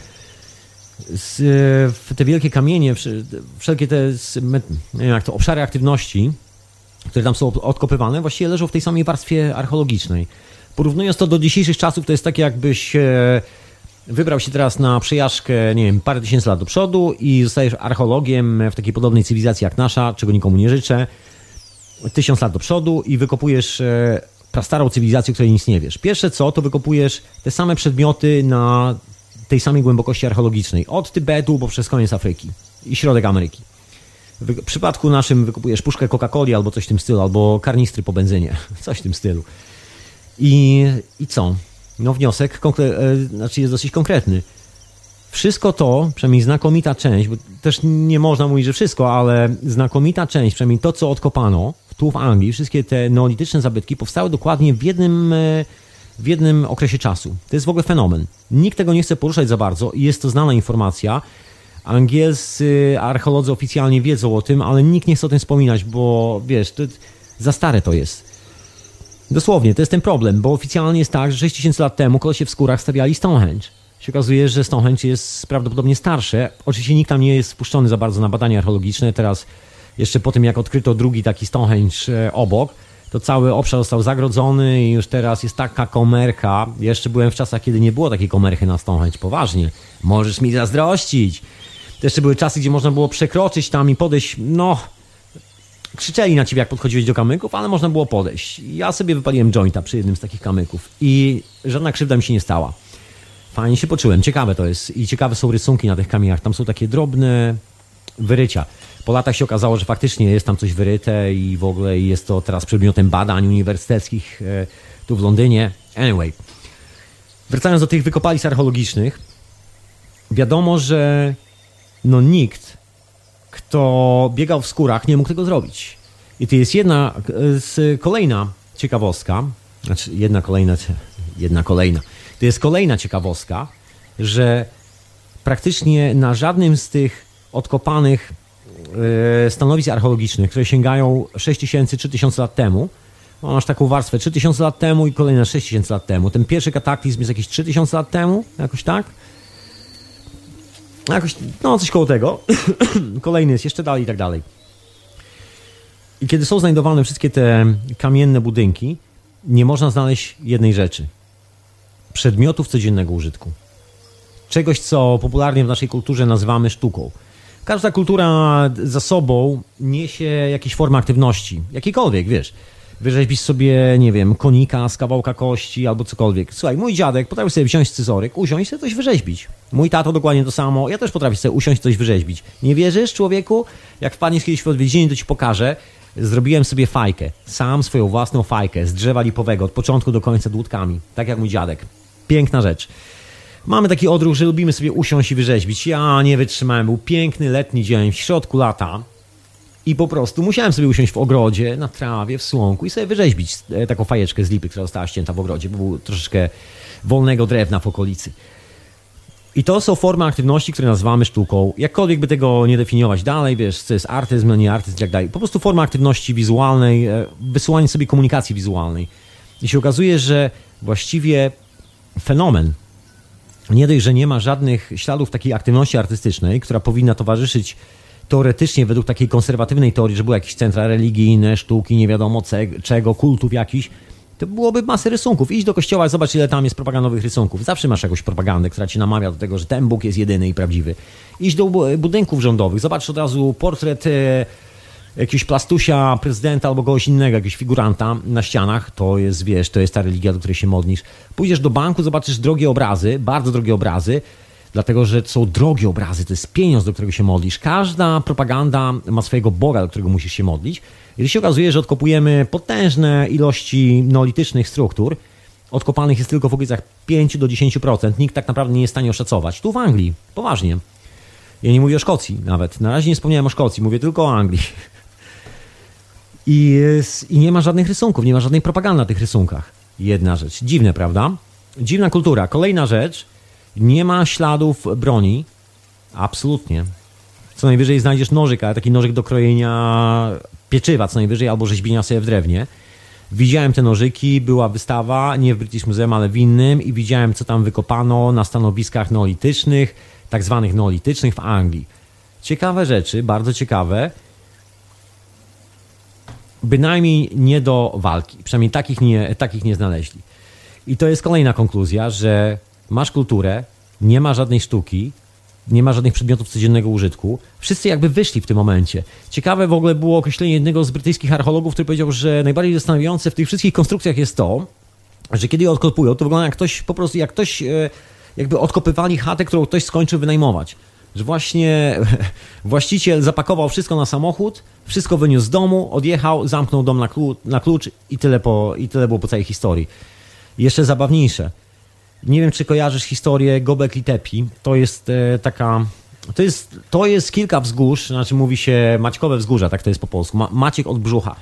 te wielkie kamienie, wszelkie te, nie wiem jak to, obszary aktywności, które tam są odkopywane, właściwie leżą w tej samej warstwie archeologicznej. Porównując to do dzisiejszych czasów, to jest tak jakbyś wybrał się teraz na przejażdżkę, nie wiem, parę tysięcy lat do przodu i zostajesz archeologiem w takiej podobnej cywilizacji jak nasza, czego nikomu nie życzę, 1000 lat do przodu i wykopujesz prastarą cywilizację, o której nic nie wiesz. Pierwsze co, to wykopujesz te same przedmioty na tej samej głębokości archeologicznej. Od Tybetu poprzez koniec Afryki i środek Ameryki. W przypadku naszym wykopujesz puszkę Coca-Coli albo coś w tym stylu, albo karnistry po benzynie. Coś w tym stylu. I co? No wniosek jest dosyć konkretny. Wszystko to, przynajmniej znakomita część, bo też nie można mówić, że wszystko, ale znakomita część, przynajmniej to, co odkopano tu w Anglii, wszystkie te neolityczne zabytki powstały dokładnie w jednym okresie czasu. To jest w ogóle fenomen. Nikt tego nie chce poruszać za bardzo i jest to znana informacja. Angielscy archeolodzy oficjalnie wiedzą o tym, ale nikt nie chce o tym wspominać, bo wiesz, za stare to jest. Dosłownie, to jest ten problem, bo oficjalnie jest tak, że 6000 lat temu kolesie w skórach stawiali Stonehenge. Się okazuje, że Stonehenge jest prawdopodobnie starsze. Oczywiście nikt tam nie jest wpuszczony za bardzo na badania archeologiczne. Teraz, jeszcze po tym jak odkryto drugi taki Stonehenge obok, to cały obszar został zagrodzony i już teraz jest taka komercha. Jeszcze byłem w czasach, kiedy nie było takiej komerchy na Stonehenge. Poważnie. Możesz mi zazdrościć. To jeszcze były czasy, gdzie można było przekroczyć tam i podejść, no... Krzyczeli na ciebie, jak podchodziłeś do kamyków, ale można było podejść. Ja sobie wypaliłem jointa przy jednym z takich kamyków i żadna krzywda mi się nie stała. Fajnie się poczułem, ciekawe to jest i ciekawe są rysunki na tych kamieniach. Tam są takie drobne wyrycia. Po latach się okazało, że faktycznie jest tam coś wyryte i w ogóle jest to teraz przedmiotem badań uniwersyteckich tu w Londynie. Anyway, wracając do tych wykopalisk archeologicznych, wiadomo, że no nikt, kto biegał w skórach, nie mógł tego zrobić. I to jest kolejna ciekawostka, znaczy jedna kolejna. To jest kolejna ciekawostka, że praktycznie na żadnym z tych odkopanych stanowisk archeologicznych, które sięgają 6000-3000 lat temu, masz taką warstwę 3000 lat temu i kolejne 6000 lat temu. Ten pierwszy kataklizm jest jakieś 3000 lat temu, jakoś tak. Jakoś, no coś koło tego. Kolejny jest jeszcze dalej i tak dalej. I kiedy są znajdowane wszystkie te kamienne budynki, nie można znaleźć jednej rzeczy. Przedmiotów codziennego użytku. Czegoś, co popularnie w naszej kulturze nazywamy sztuką. Każda kultura za sobą niesie jakieś formy aktywności. Jakiejkolwiek, wiesz. Wyrzeźbić sobie, nie wiem, konika z kawałka kości albo cokolwiek. Słuchaj, mój dziadek potrafił sobie wziąć scyzoryk, usiąść i sobie coś wyrzeźbić. Mój tato dokładnie to samo. Ja też potrafię sobie usiąść i coś wyrzeźbić. Nie wierzysz, człowieku? Jak wpadniesz kiedyś w odwiedziny, to ci pokażę. Zrobiłem sobie fajkę. Sam swoją własną fajkę z drzewa lipowego od początku do końca dłutkami. Tak jak mój dziadek. Piękna rzecz. Mamy taki odruch, że lubimy sobie usiąść i wyrzeźbić. Ja nie wytrzymałem, był piękny letni dzień w środku lata i po prostu musiałem sobie usiąść w ogrodzie, na trawie, w słonku i sobie wyrzeźbić taką fajeczkę z lipy, która została ścięta w ogrodzie, bo było troszeczkę wolnego drewna w okolicy. I to są formy aktywności, które nazywamy sztuką. Jakkolwiek by tego nie definiować dalej, wiesz, co jest artyzm, no nie artyzm i tak dalej. Po prostu forma aktywności wizualnej, wysyłanie sobie komunikacji wizualnej. I się okazuje, że właściwie fenomen, nie dość, że nie ma żadnych śladów takiej aktywności artystycznej, która powinna towarzyszyć teoretycznie według takiej konserwatywnej teorii, że były jakieś centra religijne, sztuki, nie wiadomo czego, kultów jakichś, to byłoby masę rysunków. Idź do kościoła, zobacz ile tam jest propagandowych rysunków. Zawsze masz jakąś propagandę, która ci namawia do tego, że ten Bóg jest jedyny i prawdziwy. Idź do budynków rządowych, zobacz od razu portret jakiegoś plastusia, prezydenta albo kogoś innego, jakiegoś figuranta na ścianach. To jest, wiesz, to jest ta religia, do której się modlisz. Pójdziesz do banku, zobaczysz drogie obrazy, bardzo drogie obrazy, dlatego, że są drogie obrazy, to jest pieniądz, do którego się modlisz. Każda propaganda ma swojego Boga, do którego musisz się modlić. I się okazuje, że odkopujemy potężne ilości neolitycznych struktur. Odkopanych jest tylko w okolicach 5 do 10%. Nikt tak naprawdę nie jest w stanie oszacować. Tu w Anglii, poważnie. Ja nie mówię o Szkocji nawet. Na razie nie wspomniałem o Szkocji, mówię tylko o Anglii. I nie ma żadnych rysunków, nie ma żadnej propagandy na tych rysunkach. Jedna rzecz. Dziwne, prawda? Dziwna kultura. Kolejna rzecz. Nie ma śladów broni. Absolutnie. Co najwyżej znajdziesz nożyk, ale taki nożyk do krojenia pieczywa co najwyżej, albo rzeźbienia sobie w drewnie. Widziałem te nożyki, była wystawa, nie w British Museum, ale w innym i widziałem, co tam wykopano na stanowiskach neolitycznych, tak zwanych neolitycznych w Anglii. Ciekawe rzeczy, bardzo ciekawe. Bynajmniej nie do walki. Przynajmniej takich nie znaleźli. I to jest kolejna konkluzja, że masz kulturę, nie ma żadnej sztuki, nie ma żadnych przedmiotów codziennego użytku. Wszyscy jakby wyszli w tym momencie. Ciekawe w ogóle było określenie jednego z brytyjskich archeologów, który powiedział, że najbardziej zastanawiające w tych wszystkich konstrukcjach jest to, że kiedy je odkopują, to wygląda jak ktoś po prostu, jak ktoś jakby odkopywali chatę, którą ktoś skończył wynajmować. Że właśnie właściciel zapakował wszystko na samochód, wszystko wyniósł z domu, odjechał, zamknął dom na klucz i tyle było po całej historii. I jeszcze zabawniejsze. Nie wiem, czy kojarzysz historię Göbekli Tepe. To jest taka... To jest kilka wzgórz, znaczy mówi się Maćkowe wzgórza, tak to jest po polsku. Maciek od brzucha.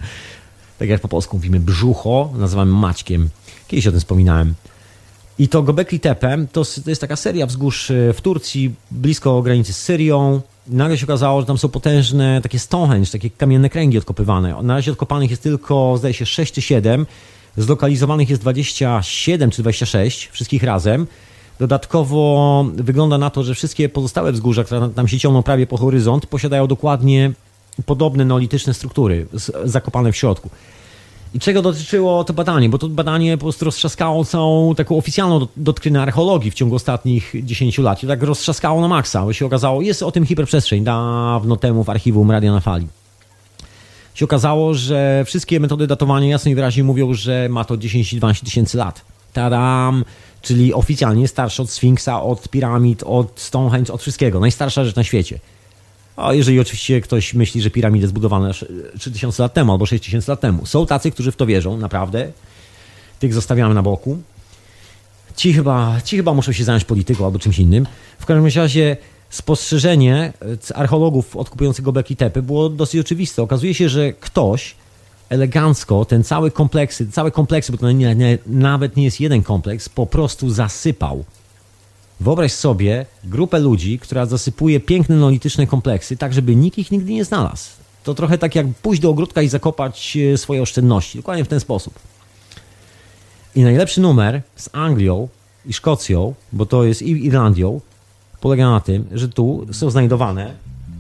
Tak jak po polsku mówimy brzucho, nazywamy Maćkiem. Kiedyś o tym wspominałem. I to Göbekli Tepe to jest taka seria wzgórz w Turcji, blisko granicy z Syrią. Nagle się okazało, że tam są potężne takie Stonehenge, takie kamienne kręgi odkopywane. Na razie odkopanych jest tylko, zdaje się, 6 czy 7. Zlokalizowanych jest 27 czy 26, wszystkich razem. Dodatkowo wygląda na to, że wszystkie pozostałe wzgórza, które tam się ciągną prawie po horyzont, posiadają dokładnie podobne neolityczne struktury zakopane w środku. I czego dotyczyło to badanie? Bo to badanie po prostu roztrzaskało całą taką oficjalną doktrynę archeologii w ciągu ostatnich 10 lat. I tak roztrzaskało na maksa, bo się okazało, jest o tym hiperprzestrzeń dawno temu w archiwum Radia na Fali. Się okazało, że wszystkie metody datowania jasno i wyraźnie mówią, że ma to 10-12 tysięcy lat. Tadam! Czyli oficjalnie starsze od Sfinksa, od piramid, od Stonehenge, od wszystkiego. Najstarsza rzecz na świecie. A jeżeli oczywiście ktoś myśli, że piramidy zbudowane 3000 lat temu albo 6000 lat temu. Są tacy, którzy w to wierzą, naprawdę. Tych zostawiamy na boku. Ci chyba muszą się zająć polityką albo czymś innym. W każdym razie spostrzeżenie archeologów odkupujących Göbekli Tepe było dosyć oczywiste. Okazuje się, że ktoś elegancko ten całe kompleksy, bo to nawet nie jest jeden kompleks, po prostu zasypał. Wyobraź sobie grupę ludzi, która zasypuje piękne neolityczne kompleksy, tak żeby nikt ich nigdy nie znalazł. To trochę tak jak pójść do ogródka i zakopać swoje oszczędności. Dokładnie w ten sposób. I najlepszy numer z Anglią i Szkocją, bo to jest i Irlandią, polega na tym, że tu są znajdowane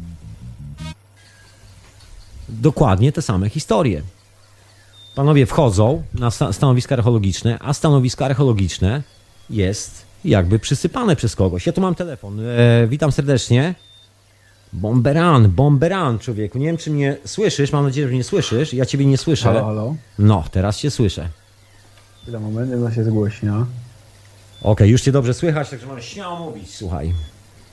dokładnie te same historie. Panowie wchodzą na stanowiska archeologiczne, a stanowisko archeologiczne jest jakby przysypane przez kogoś. Ja tu mam telefon. Witam serdecznie. Bomberan, człowieku. Nie wiem, czy mnie słyszysz. Mam nadzieję, że mnie słyszysz. Ja ciebie nie słyszę. Halo. No, teraz cię słyszę. Chwila, moment, ona się zgłośnia. Okej, już cię dobrze słychać, także możesz śmiało mówić, słuchaj.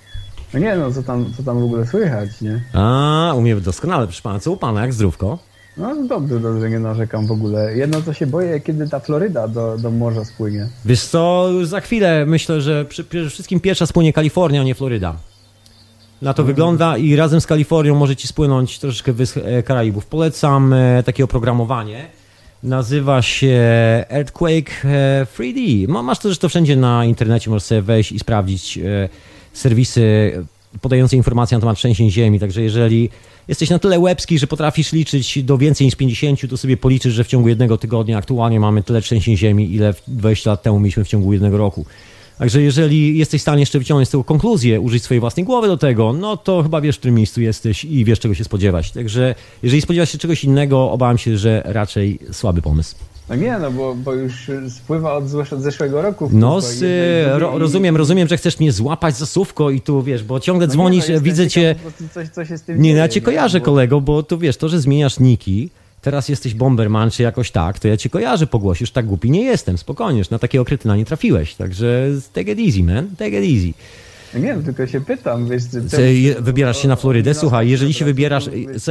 No nie, no co tam w ogóle słychać, nie? U mnie doskonale, proszę pana. Co u pana, jak zdrówko? No dobrze, nie narzekam w ogóle. Jedno co się boję, kiedy ta Floryda do morza spłynie. Wiesz co, już za chwilę myślę, że przede wszystkim pierwsza spłynie Kalifornia, a nie Floryda. Na to wygląda i razem z Kalifornią może ci spłynąć troszeczkę wysp Karaibów. Polecam takie oprogramowanie. Nazywa się Earthquake 3D. Masz to zresztą wszędzie na internecie, możesz sobie wejść i sprawdzić serwisy podające informacje na temat trzęsień ziemi. Także jeżeli jesteś na tyle łebski, że potrafisz liczyć do więcej niż 50, to sobie policzysz, że w ciągu jednego tygodnia aktualnie mamy tyle trzęsień ziemi, ile 20 lat temu mieliśmy w ciągu jednego roku. Także jeżeli jesteś w stanie jeszcze wyciągnąć z tego konkluzję, użyć swojej własnej głowy do tego, no to chyba wiesz, w którym miejscu jesteś i wiesz, czego się spodziewać. Także jeżeli spodziewasz się czegoś innego, obawiam się, że raczej słaby pomysł. No nie, no bo już spływa od zeszłego roku. No, rozumiem, że chcesz mnie złapać za słówko i tu, wiesz, bo ciągle dzwonisz, widzę cię... Co się z tym Nie, dzieje, ja cię kojarzę, kolego, bo tu wiesz, to, że zmieniasz niki, teraz jesteś Bomberman czy jakoś tak, to ja cię kojarzę po głosie, już tak głupi nie jestem, spokojnie, już na takiego kretyna nie trafiłeś, także take it easy, man, take it easy. No nie, tylko się pytam, wiesz... Wybierasz się na Florydę? Słuchaj, jeżeli się wybierasz...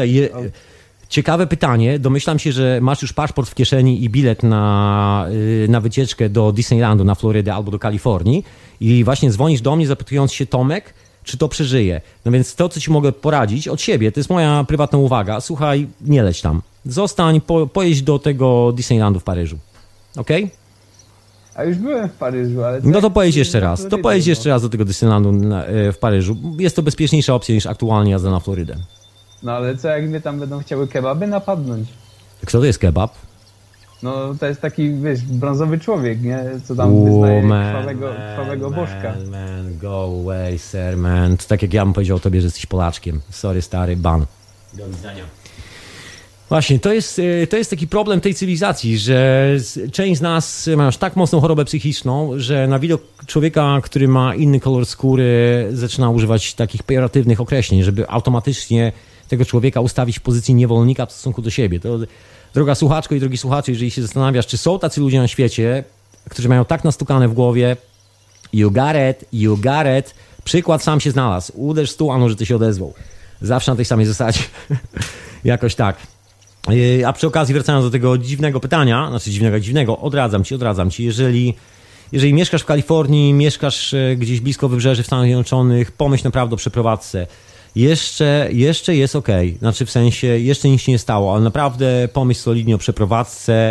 Ciekawe pytanie. Domyślam się, że masz już paszport w kieszeni i bilet na wycieczkę do Disneylandu na Florydę albo do Kalifornii i właśnie dzwonisz do mnie zapytując się, Tomek, czy to przeżyje. No więc to, co ci mogę poradzić od siebie, to jest moja prywatna uwaga. Słuchaj, nie leć tam. Zostań, pojedź do tego Disneylandu w Paryżu. Okej? Okay? A już byłem w Paryżu, ale... No to pojedź jeszcze raz. To pojedź jeszcze raz do tego Disneylandu w Paryżu. Jest to bezpieczniejsza opcja niż aktualnie jazda na Florydę. No ale co jak mnie tam będą chciały kebaby napadnąć? Kto to jest kebab? No to jest taki, wiesz, brązowy człowiek, nie? Co tam wyznaje krwawego bożka. Man, go away, sir, man. To tak jak ja bym powiedział tobie, że jesteś Polaczkiem. Sorry, stary, ban. Do widzenia. Właśnie, to jest taki problem tej cywilizacji, że część z nas ma już tak mocną chorobę psychiczną, że na widok człowieka, który ma inny kolor skóry, zaczyna używać takich pejoratywnych określeń, żeby automatycznie tego człowieka ustawić w pozycji niewolnika w stosunku do siebie. To, droga słuchaczko i drogi słuchacze, jeżeli się zastanawiasz, czy są tacy ludzie na świecie, którzy mają tak nastukane w głowie, you got it, przykład sam się znalazł. Uderz stół, ano, że ty się odezwał. Zawsze na tej samej zasadzie. Jakoś tak. A przy okazji, wracając do tego dziwnego pytania, znaczy dziwnego, odradzam ci, jeżeli mieszkasz w Kalifornii, mieszkasz gdzieś blisko wybrzeży w Stanach Zjednoczonych, pomyśl naprawdę o przeprowadzce. Jeszcze jest okej. Znaczy w sensie, jeszcze nic się nie stało, ale naprawdę pomyśl solidnie o przeprowadzce,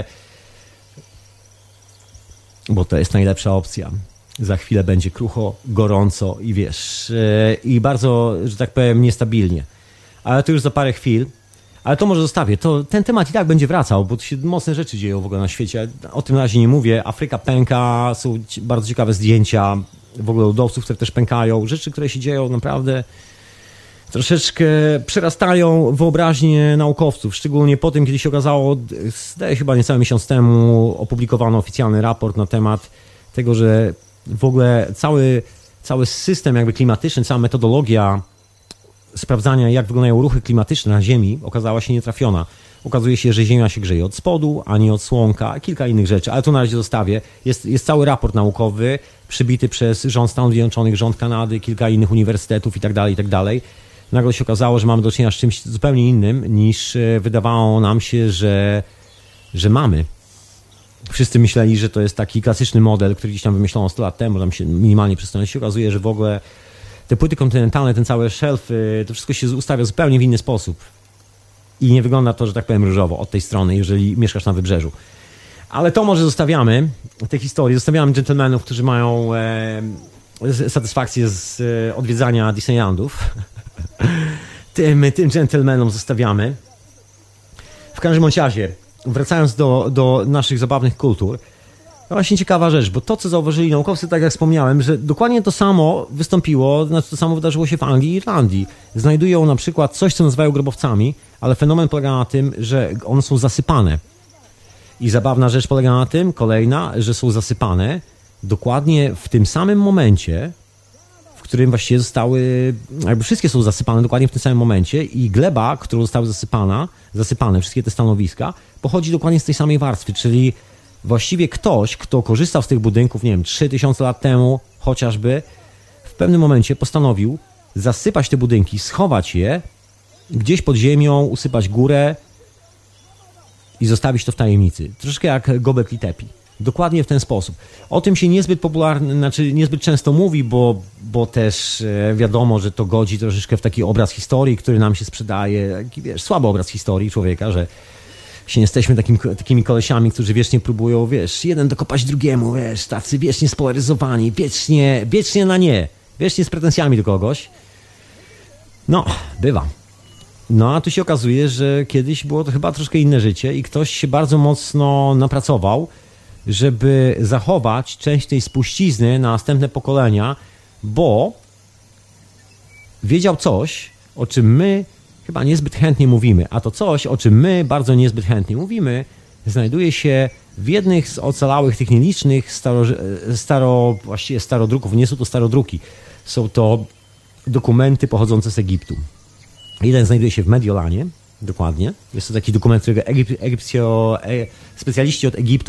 bo to jest najlepsza opcja. Za chwilę będzie krucho, gorąco i wiesz, i bardzo, że tak powiem, niestabilnie. Ale to już za parę chwil. Ale to może zostawię. Ten temat i tak będzie wracał, bo tu się mocne rzeczy dzieją w ogóle na świecie. O tym na razie nie mówię. Afryka pęka, są bardzo ciekawe zdjęcia w ogóle lodowców, które też pękają. Rzeczy, które się dzieją naprawdę troszeczkę przerastają wyobraźnię naukowców. Szczególnie po tym, kiedy się okazało, zdaje się chyba niecały miesiąc temu, opublikowano oficjalny raport na temat tego, że w ogóle cały system jakby klimatyczny, cała metodologia sprawdzania, jak wyglądają ruchy klimatyczne na Ziemi, okazała się nietrafiona. Okazuje się, że Ziemia się grzeje od spodu, a nie od Słonka, kilka innych rzeczy, ale to na razie zostawię. Jest cały raport naukowy przybity przez rząd Stanów Zjednoczonych, rząd Kanady, kilka innych uniwersytetów itd. Nagle się okazało, że mamy do czynienia z czymś zupełnie innym, niż wydawało nam się, że mamy. Wszyscy myśleli, że to jest taki klasyczny model, który gdzieś tam wymyślono 100 lat temu, tam się minimalnie przesunąć. Się okazuje, że w ogóle te płyty kontynentalne, ten cały szelf, to wszystko się ustawia zupełnie w inny sposób. I nie wygląda to, że tak powiem, różowo od tej strony, jeżeli mieszkasz na wybrzeżu. Ale to może zostawiamy, te historie. Zostawiamy dżentelmenów, którzy mają satysfakcję z odwiedzania Disneylandów. Tym dżentelmenom zostawiamy. W każdym razie, wracając do naszych zabawnych kultur, to właśnie ciekawa rzecz, bo to, co zauważyli naukowcy, tak jak wspomniałem, że dokładnie to samo wystąpiło, znaczy to samo wydarzyło się w Anglii i Irlandii. Znajdują na przykład coś, co nazywają grobowcami, ale fenomen polega na tym, że one są zasypane. I zabawna rzecz polega na tym, kolejna, że są zasypane dokładnie w tym samym momencie, w którym właściwie zostały, jakby wszystkie są zasypane dokładnie w tym samym momencie i gleba, którą zostały zasypane, wszystkie te stanowiska, pochodzi dokładnie z tej samej warstwy, czyli właściwie ktoś, kto korzystał z tych budynków, nie wiem, 3000 lat temu chociażby, w pewnym momencie postanowił zasypać te budynki, schować je gdzieś pod ziemią, usypać górę i zostawić to w tajemnicy. Troszkę jak Göbekli Tepe. Dokładnie w ten sposób. O tym się niezbyt niezbyt często mówi, bo też wiadomo, że to godzi troszeczkę w taki obraz historii, który nam się sprzedaje. Taki, wiesz, słaby obraz historii człowieka, że się jesteśmy takimi kolesiami, którzy wiecznie próbują, wiesz, jeden dokopać drugiemu, wiesz, tacy wiecznie spolaryzowani, wiecznie na nie, wiecznie z pretensjami do kogoś. No, bywa. No, a tu się okazuje, że kiedyś było to chyba troszkę inne życie i ktoś się bardzo mocno napracował, żeby zachować część tej spuścizny na następne pokolenia, bo wiedział coś, o czym my chyba niezbyt chętnie mówimy, a to coś, o czym my bardzo niezbyt chętnie mówimy, znajduje się w jednych z ocalałych tych nielicznych właściwie starodruków, nie są to starodruki, są to dokumenty pochodzące z Egiptu. Jeden znajduje się w Mediolanie, dokładnie. Jest to taki dokument, którego specjaliści od Egiptu,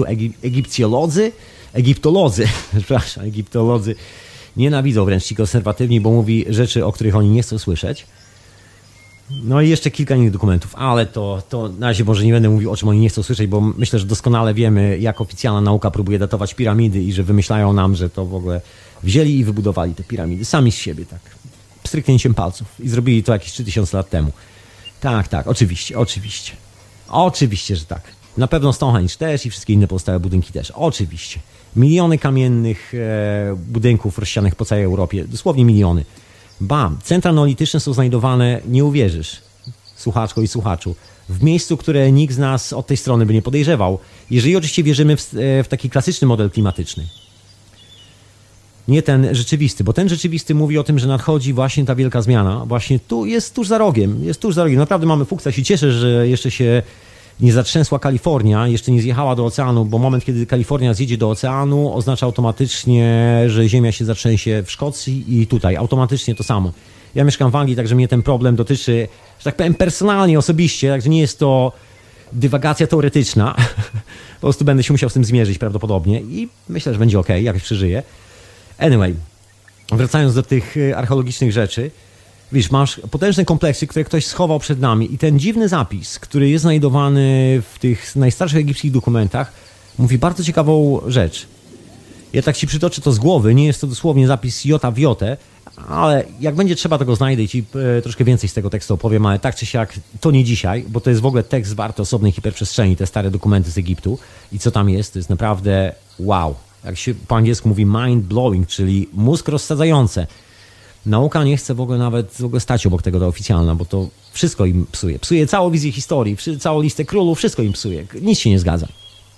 egiptolodzy nienawidzą, wręcz ci konserwatywni, bo mówi rzeczy, o których oni nie chcą słyszeć. No i jeszcze kilka innych dokumentów, ale to na razie może nie będę mówił, o czym oni nie chcą słyszeć, bo myślę, że doskonale wiemy, jak oficjalna nauka próbuje datować piramidy i że wymyślają nam, że to w ogóle wzięli i wybudowali te piramidy sami z siebie, tak, pstryknięciem palców i zrobili to jakieś 3000 lat temu. Tak, oczywiście, że tak. Na pewno Stonehenge też i wszystkie inne pozostałe budynki też, oczywiście. Miliony kamiennych budynków rozsianych po całej Europie, dosłownie miliony. Centra neolityczne są znajdowane, nie uwierzysz, słuchaczko i słuchaczu, w miejscu, które nikt z nas od tej strony by nie podejrzewał, jeżeli oczywiście wierzymy w taki klasyczny model klimatyczny. Nie ten rzeczywisty, bo ten rzeczywisty mówi o tym, że nadchodzi właśnie ta wielka zmiana, właśnie tu jest tuż za rogiem, Naprawdę mamy fuksa, się cieszę, że jeszcze się nie zatrzęsła Kalifornia, jeszcze nie zjechała do oceanu, bo moment, kiedy Kalifornia zjedzie do oceanu, oznacza automatycznie, że ziemia się zatrzęsie w Szkocji i tutaj. Automatycznie to samo. Ja mieszkam w Anglii, także mnie ten problem dotyczy, że tak powiem, personalnie, osobiście, także nie jest to dywagacja teoretyczna. Po prostu będę się musiał z tym zmierzyć prawdopodobnie i myślę, że będzie okej, jakoś przeżyję. Anyway, wracając do tych archeologicznych rzeczy, wiesz, masz potężne kompleksy, które ktoś schował przed nami i ten dziwny zapis, który jest znajdowany w tych najstarszych egipskich dokumentach, mówi bardzo ciekawą rzecz. Ja tak ci przytoczę to z głowy, nie jest to dosłownie zapis jota w jotę, ale jak będzie trzeba, to go znajdę i ci troszkę więcej z tego tekstu opowiem, ale tak czy siak to nie dzisiaj, bo to jest w ogóle tekst warty osobnej hiperprzestrzeni, te stare dokumenty z Egiptu i co tam jest, to jest naprawdę wow. Jak się po angielsku mówi mind blowing, czyli mózg rozsadzające. Nauka nie chce w ogóle stać obok tego oficjalna, bo to wszystko im psuje. Psuje całą wizję historii, całą listę królów, wszystko im psuje. Nic się nie zgadza.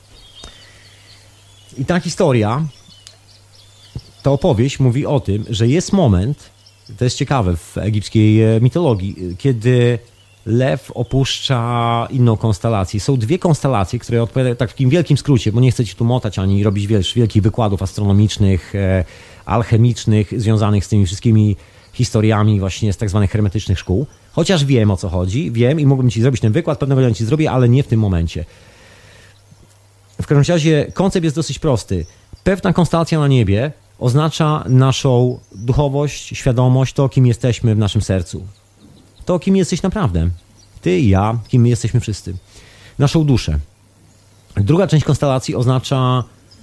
I ta historia, ta opowieść mówi o tym, że jest moment, to jest ciekawe w egipskiej mitologii, kiedy lew opuszcza inną konstelację. Są dwie konstelacje, które odpowiadają tak w takim wielkim skrócie, bo nie chcę ci tu motać ani robić wielkich wykładów astronomicznych, alchemicznych, związanych z tymi wszystkimi historiami właśnie z tak zwanych hermetycznych szkół. Chociaż wiem, o co chodzi, wiem i mógłbym ci zrobić ten wykład, pewnego dnia ci zrobię, ale nie w tym momencie. W każdym razie koncept jest dosyć prosty. Pewna konstelacja na niebie oznacza naszą duchowość, świadomość, to kim jesteśmy w naszym sercu. To kim jesteś naprawdę. Ty i ja, kim my jesteśmy wszyscy. Naszą duszę. Druga część konstelacji oznacza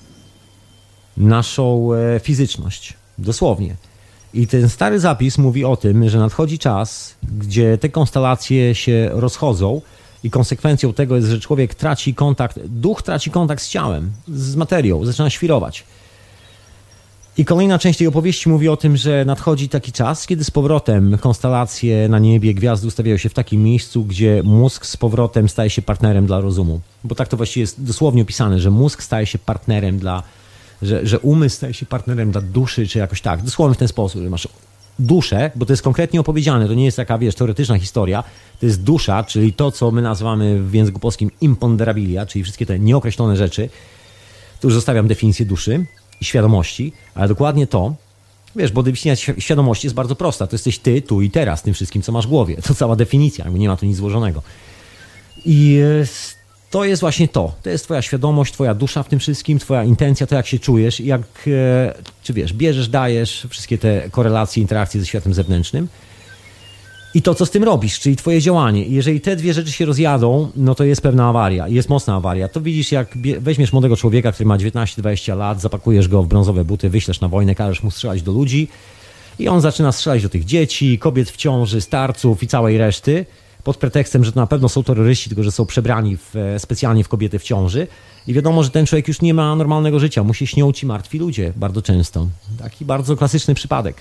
naszą fizyczność. Dosłownie. I ten stary zapis mówi o tym, że nadchodzi czas, gdzie te konstelacje się rozchodzą i konsekwencją tego jest, że człowiek traci kontakt, duch traci kontakt z ciałem, z materią, zaczyna świrować. I kolejna część tej opowieści mówi o tym, że nadchodzi taki czas, kiedy z powrotem konstelacje na niebie, gwiazdy ustawiają się w takim miejscu, gdzie mózg z powrotem staje się partnerem dla rozumu. Bo tak to właściwie jest dosłownie opisane, że mózg staje się partnerem że umysł staje się partnerem dla duszy, czy jakoś tak. Dosłownie w ten sposób, że masz duszę, bo to jest konkretnie opowiedziane, to nie jest taka, teoretyczna historia, to jest dusza, czyli to, co my nazywamy w języku polskim imponderabilia, czyli wszystkie te nieokreślone rzeczy. Tu już zostawiam definicję duszy i świadomości, ale dokładnie to, bo definicja świadomości jest bardzo prosta. To jesteś ty, tu i teraz, tym wszystkim, co masz w głowie. To cała definicja, nie ma tu nic złożonego. I to jest właśnie to. To jest twoja świadomość, twoja dusza w tym wszystkim, twoja intencja, to jak się czujesz, czy bierzesz, dajesz, wszystkie te korelacje, interakcje ze światem zewnętrznym. i to, co z tym robisz, czyli twoje działanie. I jeżeli te dwie rzeczy się rozjadą, no to jest pewna awaria, jest mocna awaria. To widzisz, jak weźmiesz młodego człowieka, który ma 19-20 lat, zapakujesz go w brązowe buty, wyślesz na wojnę, każesz mu strzelać do ludzi i on zaczyna strzelać do tych dzieci, kobiet w ciąży, starców i całej reszty, pod pretekstem, że to na pewno są terroryści, tylko że są przebrani specjalnie w kobiety w ciąży. I wiadomo, że ten człowiek już nie ma normalnego życia. Mu się śnią ci martwi ludzie bardzo często. Taki bardzo klasyczny przypadek.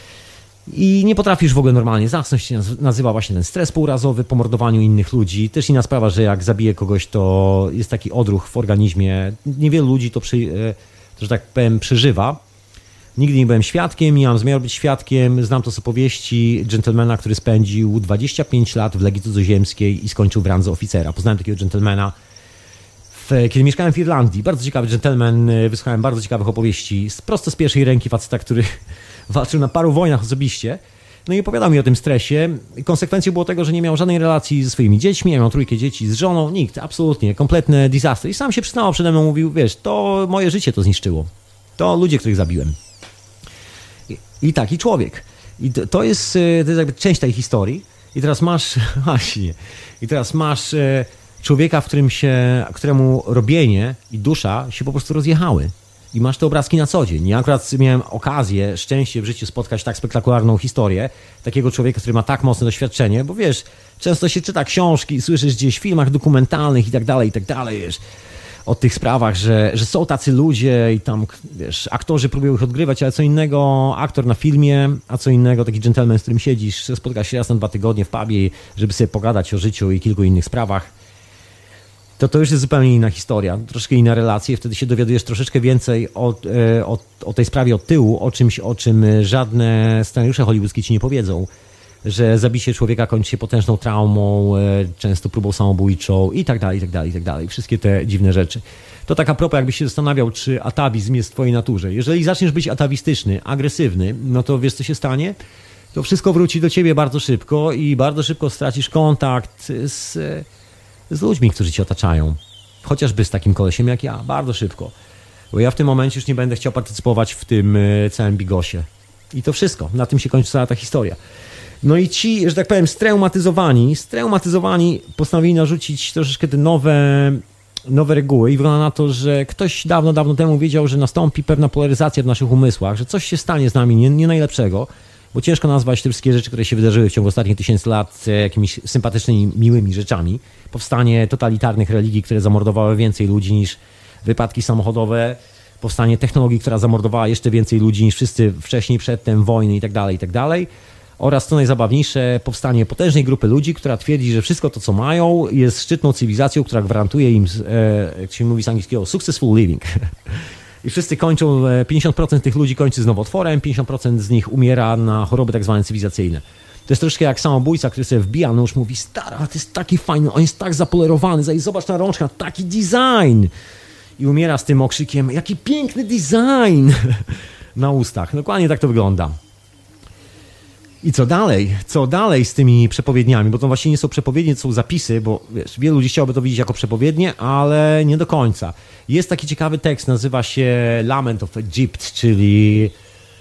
I nie potrafisz w ogóle normalnie zasnąć. Się nazywa właśnie ten stres półrazowy po mordowaniu innych ludzi. Też inna sprawa, że jak zabije kogoś, to jest taki odruch w organizmie. Niewielu ludzi to, że tak powiem, przeżywa. Nigdy nie byłem świadkiem, nie mam zamiaru być świadkiem. Znam to z opowieści dżentelmena, który spędził 25 lat w Legii Cudzoziemskiej i skończył w randze oficera. Poznałem takiego dżentelmena, kiedy mieszkałem w Irlandii. Bardzo ciekawy dżentelmen, wysłuchałem bardzo ciekawych opowieści prosto z pierwszej ręki faceta, który walczył na paru wojnach osobiście. No i opowiadał mi o tym stresie. Konsekwencją było tego, że nie miał żadnej relacji ze swoimi dziećmi. Ja miał 3 dzieci z żoną. Nikt, absolutnie, kompletny disaster. I sam się przyznawał przede mną, mówił, wiesz, to moje życie to zniszczyło. To ludzie, których zabiłem. I taki człowiek. I to jest jakby część tej historii. I teraz masz, właśnie, człowieka, któremu robienie i dusza się po prostu rozjechały. I masz te obrazki na co dzień. Ja akurat miałem okazję, szczęście w życiu spotkać tak spektakularną historię takiego człowieka, który ma tak mocne doświadczenie, bo wiesz, często się czyta książki, słyszysz gdzieś w filmach dokumentalnych i tak dalej, wiesz, o tych sprawach, że są tacy ludzie i tam, wiesz, aktorzy próbują ich odgrywać, ale co innego aktor na filmie, a co innego taki dżentelmen, z którym siedzisz, spotka się raz na 2 tygodnie w pubie, żeby sobie pogadać o życiu i kilku innych sprawach. To już jest zupełnie inna historia, troszkę inne relacje. Wtedy się dowiadujesz troszeczkę więcej o tej sprawie od tyłu, o czym żadne scenariusze hollywoodzkie ci nie powiedzą. Że zabicie człowieka kończy się potężną traumą, często próbą samobójczą i tak dalej. Wszystkie te dziwne rzeczy. To tak a propos, jakbyś się zastanawiał, czy atawizm jest w twojej naturze. Jeżeli zaczniesz być atawistyczny, agresywny, no to wiesz, co się stanie? To wszystko wróci do ciebie bardzo szybko i bardzo szybko stracisz kontakt z ludźmi, którzy cię otaczają. Chociażby z takim kolesiem jak ja. Bardzo szybko. Bo ja w tym momencie już nie będę chciał partycypować w tym całym bigosie. I to wszystko. Na tym się kończy cała ta historia. No i ci, że tak powiem, straumatyzowani postanowili narzucić troszeczkę te nowe reguły i wygląda na to, że ktoś dawno temu wiedział, że nastąpi pewna polaryzacja w naszych umysłach, że coś się stanie z nami nie najlepszego, bo ciężko nazwać te wszystkie rzeczy, które się wydarzyły w ciągu ostatnich 1000 lat jakimiś sympatycznymi, miłymi rzeczami. Powstanie totalitarnych religii, które zamordowały więcej ludzi niż wypadki samochodowe, powstanie technologii, która zamordowała jeszcze więcej ludzi niż wszyscy wcześniej, przedtem, wojny i tak dalej. Oraz, co najzabawniejsze, powstanie potężnej grupy ludzi, która twierdzi, że wszystko to, co mają, jest szczytną cywilizacją, która gwarantuje im, jak się mówi z angielskiego, successful living. I wszyscy kończą, 50% tych ludzi kończy z nowotworem, 50% z nich umiera na choroby tak zwane cywilizacyjne. To jest troszkę jak samobójca, który sobie wbija nóż, mówi, stara, to jest taki fajny, on jest tak zapolerowany, zobacz na rączkę, taki design. I umiera z tym okrzykiem, jaki piękny design na ustach. Dokładnie tak to wygląda. I co dalej? Co dalej z tymi przepowiedniami? Bo to właśnie nie są przepowiednie, to są zapisy, bo wiesz, wielu ludzi chciałoby to widzieć jako przepowiednie, ale nie do końca. Jest taki ciekawy tekst, nazywa się Lament of Egypt, czyli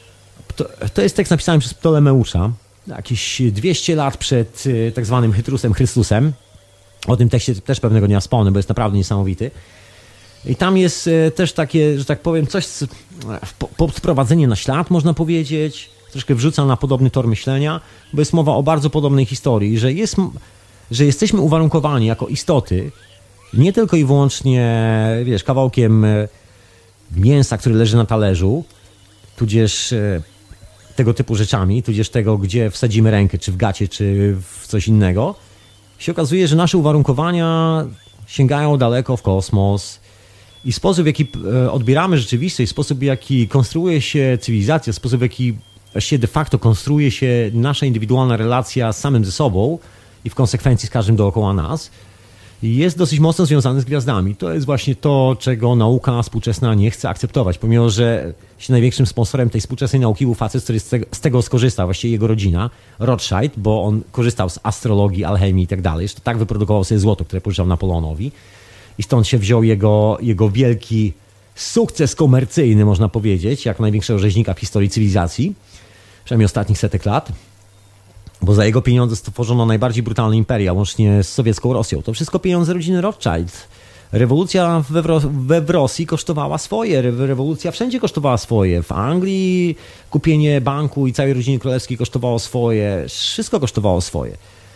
to jest tekst napisany przez Ptolemeusza, jakieś 200 lat przed tak zwanym Chytrusem Chrystusem. O tym tekście też pewnego dnia wspomnę, bo jest naprawdę niesamowity. I tam jest też takie, że tak powiem, coś, podprowadzenie na ślad, można powiedzieć, troszkę wrzuca na podobny tor myślenia, bo jest mowa o bardzo podobnej historii, że jesteśmy uwarunkowani jako istoty nie tylko i wyłącznie, wiesz, kawałkiem mięsa, który leży na talerzu, tudzież tego typu rzeczami, tudzież tego, gdzie wsadzimy rękę, czy w gacie, czy w coś innego, się okazuje, że nasze uwarunkowania sięgają daleko w kosmos i sposób, w jaki odbieramy rzeczywistość, sposób, w jaki konstruuje się cywilizacja, sposób, w jaki właściwie de facto konstruuje się nasza indywidualna relacja z samym ze sobą i w konsekwencji z każdym dookoła nas, jest dosyć mocno związany z gwiazdami. To jest właśnie to, czego nauka współczesna nie chce akceptować, pomimo że się największym sponsorem tej współczesnej nauki był facet, który z tego skorzystał, właściwie jego rodzina, Rothschild, bo on korzystał z astrologii, alchemii i tak dalej. Jeszcze tak wyprodukował sobie złoto, które pożyczał Napoleonowi i stąd się wziął jego wielki sukces komercyjny, można powiedzieć, jako największego rzeźnika w historii cywilizacji, przynajmniej ostatnich setek lat. bo za jego pieniądze stworzono najbardziej brutalne imperia, łącznie z sowiecką Rosją. To wszystko pieniądze rodziny Rothschild. Rewolucja w Rosji kosztowała swoje, rewolucja wszędzie kosztowała swoje. W Anglii kupienie banku i całej rodziny królewskiej kosztowało swoje, wszystko kosztowało swoje.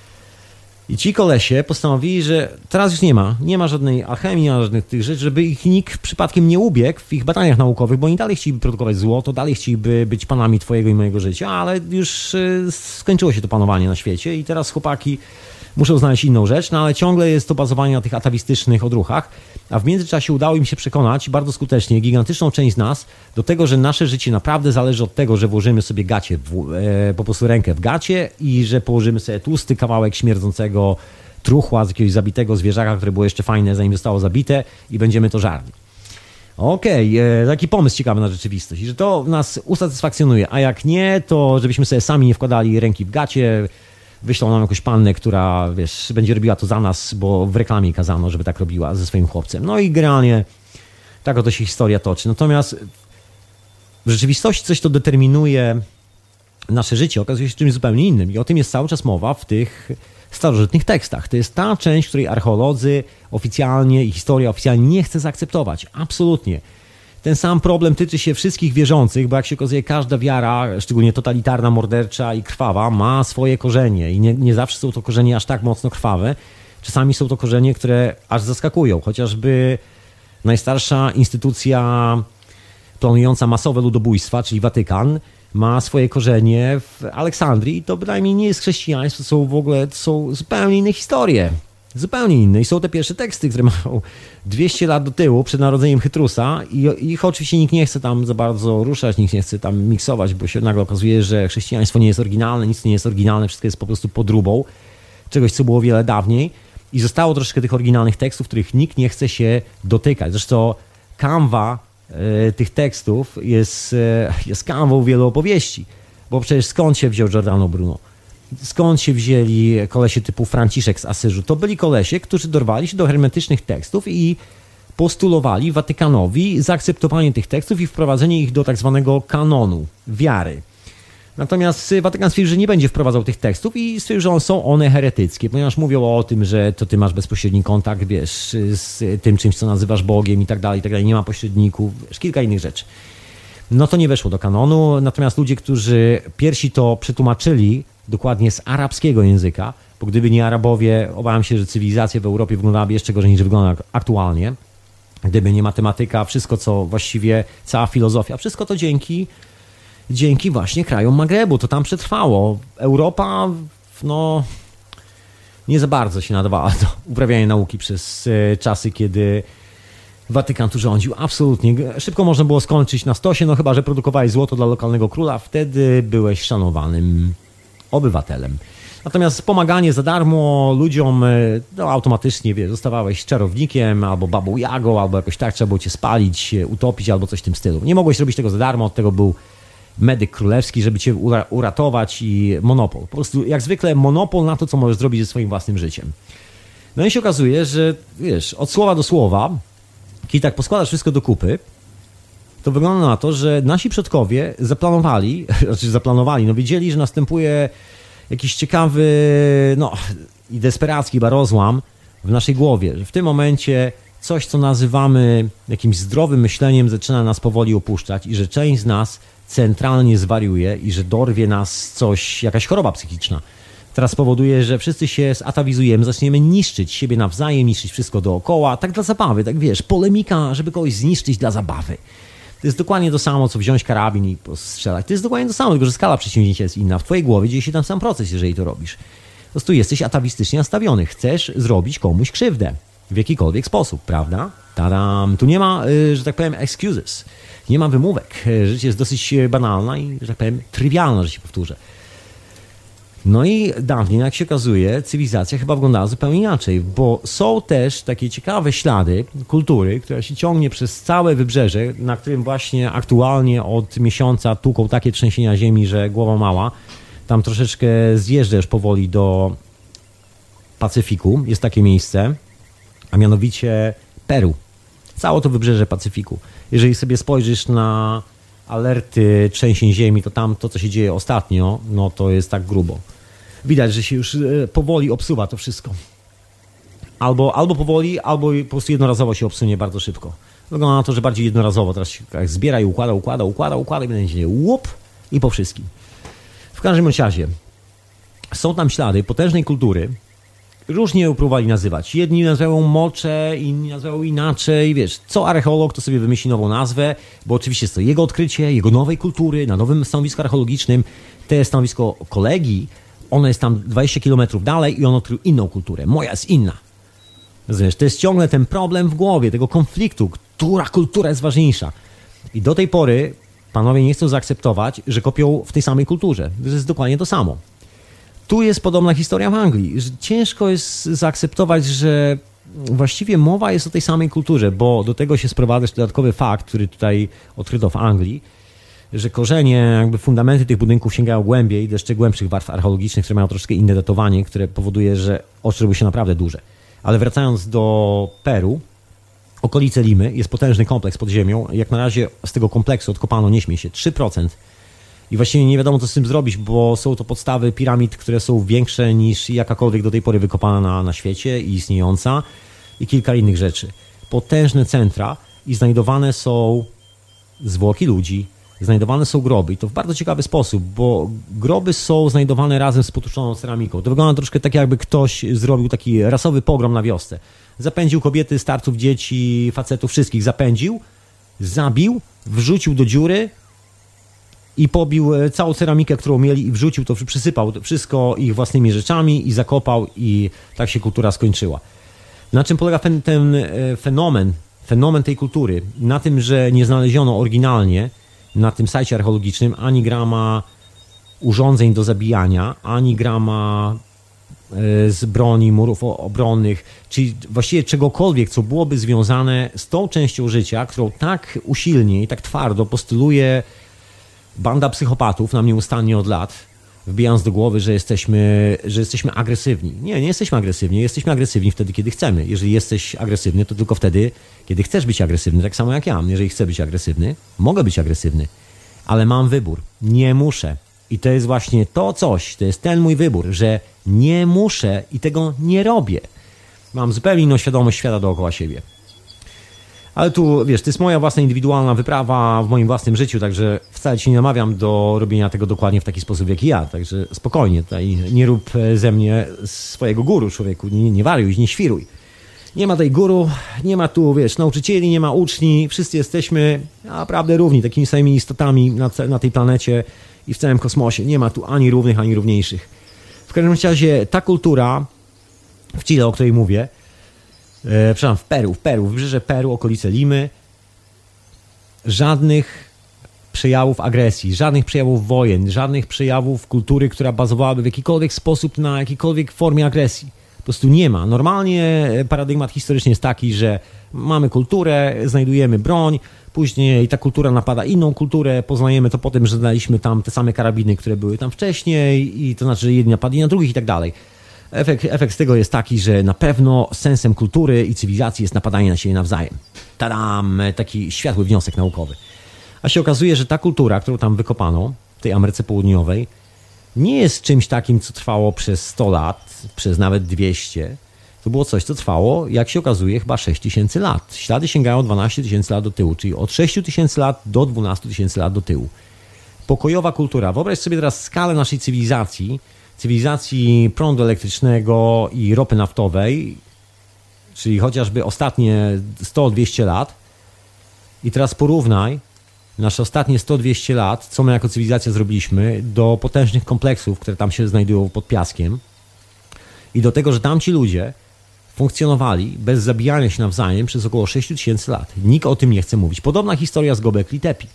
I ci kolesie postanowili, że teraz już nie ma żadnej alchemii, nie ma żadnych tych rzeczy, żeby ich nikt przypadkiem nie ubiegł w ich badaniach naukowych, bo oni dalej chcieliby produkować złoto, dalej chcieliby być panami twojego i mojego życia, ale już skończyło się to panowanie na świecie i teraz chłopaki muszą znaleźć inną rzecz, no ale ciągle jest to bazowanie na tych atawistycznych odruchach, a w międzyczasie udało im się przekonać bardzo skutecznie gigantyczną część z nas do tego, że nasze życie naprawdę zależy od tego, że włożymy sobie gacie, po prostu rękę w gacie i że położymy sobie tłusty kawałek śmierdzącego truchła z jakiegoś zabitego zwierzaka, które było jeszcze fajne, zanim zostało zabite i będziemy to żarli. Okej, taki pomysł ciekawy na rzeczywistość i że to nas usatysfakcjonuje, a jak nie, to żebyśmy sobie sami nie wkładali ręki w gacie, wyślą nam jakąś pannę, która, wiesz, będzie robiła to za nas, bo w reklamie kazano, żeby tak robiła ze swoim chłopcem. No i generalnie tak oto się historia toczy. Natomiast w rzeczywistości coś, to determinuje nasze życie, okazuje się czymś zupełnie innym. I o tym jest cały czas mowa w tych starożytnych tekstach. To jest ta część, której archeolodzy oficjalnie i historia oficjalnie nie chce zaakceptować. Absolutnie. Ten sam problem tyczy się wszystkich wierzących, bo jak się okazuje, każda wiara, szczególnie totalitarna, mordercza i krwawa, ma swoje korzenie i nie zawsze są to korzenie aż tak mocno krwawe. Czasami są to korzenie, które aż zaskakują. Chociażby najstarsza instytucja planująca masowe ludobójstwa, czyli Watykan, ma swoje korzenie w Aleksandrii i to bynajmniej nie jest chrześcijaństwo, to są zupełnie inne historie. Zupełnie inne. I są te pierwsze teksty, które mają 200 lat do tyłu, przed narodzeniem Chytrusa i ich oczywiście nikt nie chce tam za bardzo ruszać, nikt nie chce tam miksować, bo się nagle okazuje, że chrześcijaństwo nie jest oryginalne, nic nie jest oryginalne, wszystko jest po prostu podróbą czegoś, co było wiele dawniej i zostało troszkę tych oryginalnych tekstów, których nikt nie chce się dotykać. Zresztą kanwa tych tekstów jest kanwą wielu opowieści, bo przecież skąd się wziął Giordano Bruno? Skąd się wzięli kolesie typu Franciszek z Asyżu? To byli kolesie, którzy dorwali się do hermetycznych tekstów i postulowali Watykanowi zaakceptowanie tych tekstów i wprowadzenie ich do tak zwanego kanonu, wiary. Natomiast Watykan stwierdził, że nie będzie wprowadzał tych tekstów i stwierdził, że są one heretyckie, ponieważ mówią o tym, że to ty masz bezpośredni kontakt, wiesz, z tym czymś, co nazywasz Bogiem i tak dalej, nie ma pośredników, wiesz, kilka innych rzeczy. No to nie weszło do kanonu, natomiast ludzie, którzy pierwsi to przetłumaczyli dokładnie z arabskiego języka, bo gdyby nie Arabowie, obawiam się, że cywilizacja w Europie wyglądałaby jeszcze gorzej niż wygląda aktualnie. Gdyby nie matematyka, wszystko co właściwie, cała filozofia, wszystko to dzięki właśnie krajom Magrebu, to tam przetrwało. Europa, no, nie za bardzo się nadawała do uprawiania nauki przez czasy, kiedy Watykan tu rządził. Absolutnie. Szybko można było skończyć na stosie, no chyba że produkowałeś złoto dla lokalnego króla, wtedy byłeś szanowanym obywatelem. Natomiast pomaganie za darmo ludziom, no automatycznie, wiesz, zostawałeś czarownikiem, albo babą Jagą, albo jakoś tak, trzeba było cię spalić, utopić, albo coś w tym stylu. Nie mogłeś robić tego za darmo, od tego był medyk królewski, żeby cię uratować i monopol. Po prostu jak zwykle monopol na to, co możesz zrobić ze swoim własnym życiem. No i się okazuje, że wiesz, od słowa do słowa, kiedy tak poskładasz wszystko do kupy, to wygląda na to, że nasi przodkowie zaplanowali, no wiedzieli, że następuje jakiś ciekawy, no i desperacki chyba rozłam w naszej głowie, że w tym momencie coś, co nazywamy jakimś zdrowym myśleniem, zaczyna nas powoli opuszczać i że część z nas centralnie zwariuje i że dorwie nas coś, jakaś choroba psychiczna. Teraz spowoduje, że wszyscy się zatawizujemy, zaczniemy niszczyć siebie nawzajem, niszczyć wszystko dookoła, tak dla zabawy, tak wiesz, polemika, żeby kogoś zniszczyć dla zabawy. To jest dokładnie to samo, co wziąć karabin i postrzelać. To jest dokładnie to samo, tylko że skala przedsięwzięcia jest inna. W twojej głowie dzieje się ten sam proces, jeżeli to robisz. Po prostu jesteś atawistycznie nastawiony. Chcesz zrobić komuś krzywdę. W jakikolwiek sposób, prawda? Tadam. Tu nie ma, że tak powiem, excuses. Nie ma wymówek. Życie jest dosyć banalna i, że tak powiem, trywialna, że się powtórzę. No i dawniej, jak się okazuje, cywilizacja chyba wyglądała zupełnie inaczej, bo są też takie ciekawe ślady kultury, która się ciągnie przez całe wybrzeże, na którym właśnie aktualnie od miesiąca tuką takie trzęsienia ziemi, że głowa mała. Tam troszeczkę zjeżdżasz powoli do Pacyfiku, jest takie miejsce, a mianowicie Peru. Całe to wybrzeże Pacyfiku. Jeżeli sobie spojrzysz na alerty trzęsień ziemi, to tam to, co się dzieje ostatnio, no to jest tak grubo. Widać, że się już powoli obsuwa to wszystko. Albo powoli, albo po prostu jednorazowo się obsunie bardzo szybko. Wygląda na to, że bardziej jednorazowo. Teraz się zbiera i układa i będzie łup i po wszystkim. W każdym razie są tam ślady potężnej kultury. Różnie ją próbowali nazywać. Jedni nazywają mocze, inni nazywają inaczej. Wiesz, co archeolog to sobie wymyśli nową nazwę, bo oczywiście jest to jego odkrycie, jego nowej kultury na nowym stanowisku archeologicznym. To jest stanowisko kolegi, ono jest tam 20 km dalej i on odkrył inną kulturę. Moja jest inna. Rozumiesz, to jest ciągle ten problem w głowie, tego konfliktu, która kultura jest ważniejsza. I do tej pory panowie nie chcą zaakceptować, że kopią w tej samej kulturze. To jest dokładnie to samo. Tu jest podobna historia w Anglii. Że ciężko jest zaakceptować, że właściwie mowa jest o tej samej kulturze, bo do tego się sprowadza dodatkowy fakt, który tutaj odkryto w Anglii, że korzenie, jakby fundamenty tych budynków sięgają głębiej, do jeszcze głębszych warstw archeologicznych, które mają troszkę inne datowanie, które powoduje, że oczy robią się naprawdę duże. Ale wracając do Peru, okolice Limy, jest potężny kompleks pod ziemią. Jak na razie z tego kompleksu odkopano, nie śmiej się, 3%. I właściwie nie wiadomo, co z tym zrobić, bo są to podstawy piramid, które są większe niż jakakolwiek do tej pory wykopana na świecie i istniejąca i kilka innych rzeczy. Potężne centra i znajdowane są zwłoki ludzi, znajdowane są groby i to w bardzo ciekawy sposób, bo groby są znajdowane razem z potłuczoną ceramiką. To wygląda troszkę tak, jakby ktoś zrobił taki rasowy pogrom na wiosce. Zapędził kobiety, starców, dzieci, facetów, wszystkich zapędził, zabił, wrzucił do dziury i pobił całą ceramikę, którą mieli i wrzucił to, przysypał wszystko ich własnymi rzeczami i zakopał i tak się kultura skończyła. Na czym polega ten fenomen tej kultury? Na tym, że nie znaleziono oryginalnie na tym sajcie archeologicznym ani grama urządzeń do zabijania, ani grama z broni, murów obronnych, czyli właściwie czegokolwiek, co byłoby związane z tą częścią życia, którą tak usilnie i tak twardo postuluje banda psychopatów nam nieustannie od lat, wbijając do głowy, że jesteśmy agresywni. Nie jesteśmy agresywni. Jesteśmy agresywni wtedy, kiedy chcemy. Jeżeli jesteś agresywny, to tylko wtedy, kiedy chcesz być agresywny. Tak samo jak ja. Jeżeli chcę być agresywny, mogę być agresywny, ale mam wybór. Nie muszę. I to jest właśnie to coś, to jest ten mój wybór, że nie muszę i tego nie robię. Mam zupełnie inną świadomość świata dookoła siebie. Ale tu, wiesz, to jest moja własna indywidualna wyprawa w moim własnym życiu, także wcale ci nie namawiam do robienia tego dokładnie w taki sposób, jak i ja. Także spokojnie, tutaj nie rób ze mnie swojego guru, człowieku, nie wariuj, nie świruj. Nie ma tej guru, nie ma tu, wiesz, nauczycieli, nie ma uczni, wszyscy jesteśmy naprawdę równi, takimi samymi istotami na tej planecie i w całym kosmosie. Nie ma tu ani równych, ani równiejszych. W każdym razie ta kultura w Chile, o której mówię, przepraszam, w Peru, wybrzeże Peru, okolice Limy, żadnych przejawów agresji, żadnych przejawów wojen, żadnych przejawów kultury, która bazowałaby w jakikolwiek sposób na jakiejkolwiek formie agresji. Po prostu nie ma. Normalnie paradygmat historyczny jest taki, że mamy kulturę, znajdujemy broń, później ta kultura napada inną kulturę, poznajemy to po tym, że znaleźliśmy tam te same karabiny, które były tam wcześniej i to znaczy, że jedni napadli na drugich i tak dalej. Efekt z tego jest taki, że na pewno sensem kultury i cywilizacji jest napadanie na siebie nawzajem. Tadam! Taki światły wniosek naukowy. A się okazuje, że ta kultura, którą tam wykopano, w tej Ameryce Południowej, nie jest czymś takim, co trwało przez 100 lat, przez nawet 200. To było coś, co trwało, jak się okazuje, chyba 6000 lat. Ślady sięgają 12 000 lat do tyłu, czyli od 6000 lat do 12 000 lat do tyłu. Pokojowa kultura. Wyobraź sobie teraz skalę naszej cywilizacji prądu elektrycznego i ropy naftowej, czyli chociażby ostatnie 100-200 lat. I teraz porównaj nasze ostatnie 100-200 lat, co my jako cywilizacja zrobiliśmy, do potężnych kompleksów, które tam się znajdują pod piaskiem i do tego, że tamci ludzie funkcjonowali bez zabijania się nawzajem przez około 6000 lat. Nikt o tym nie chce mówić. Podobna historia z Göbekli Tepe.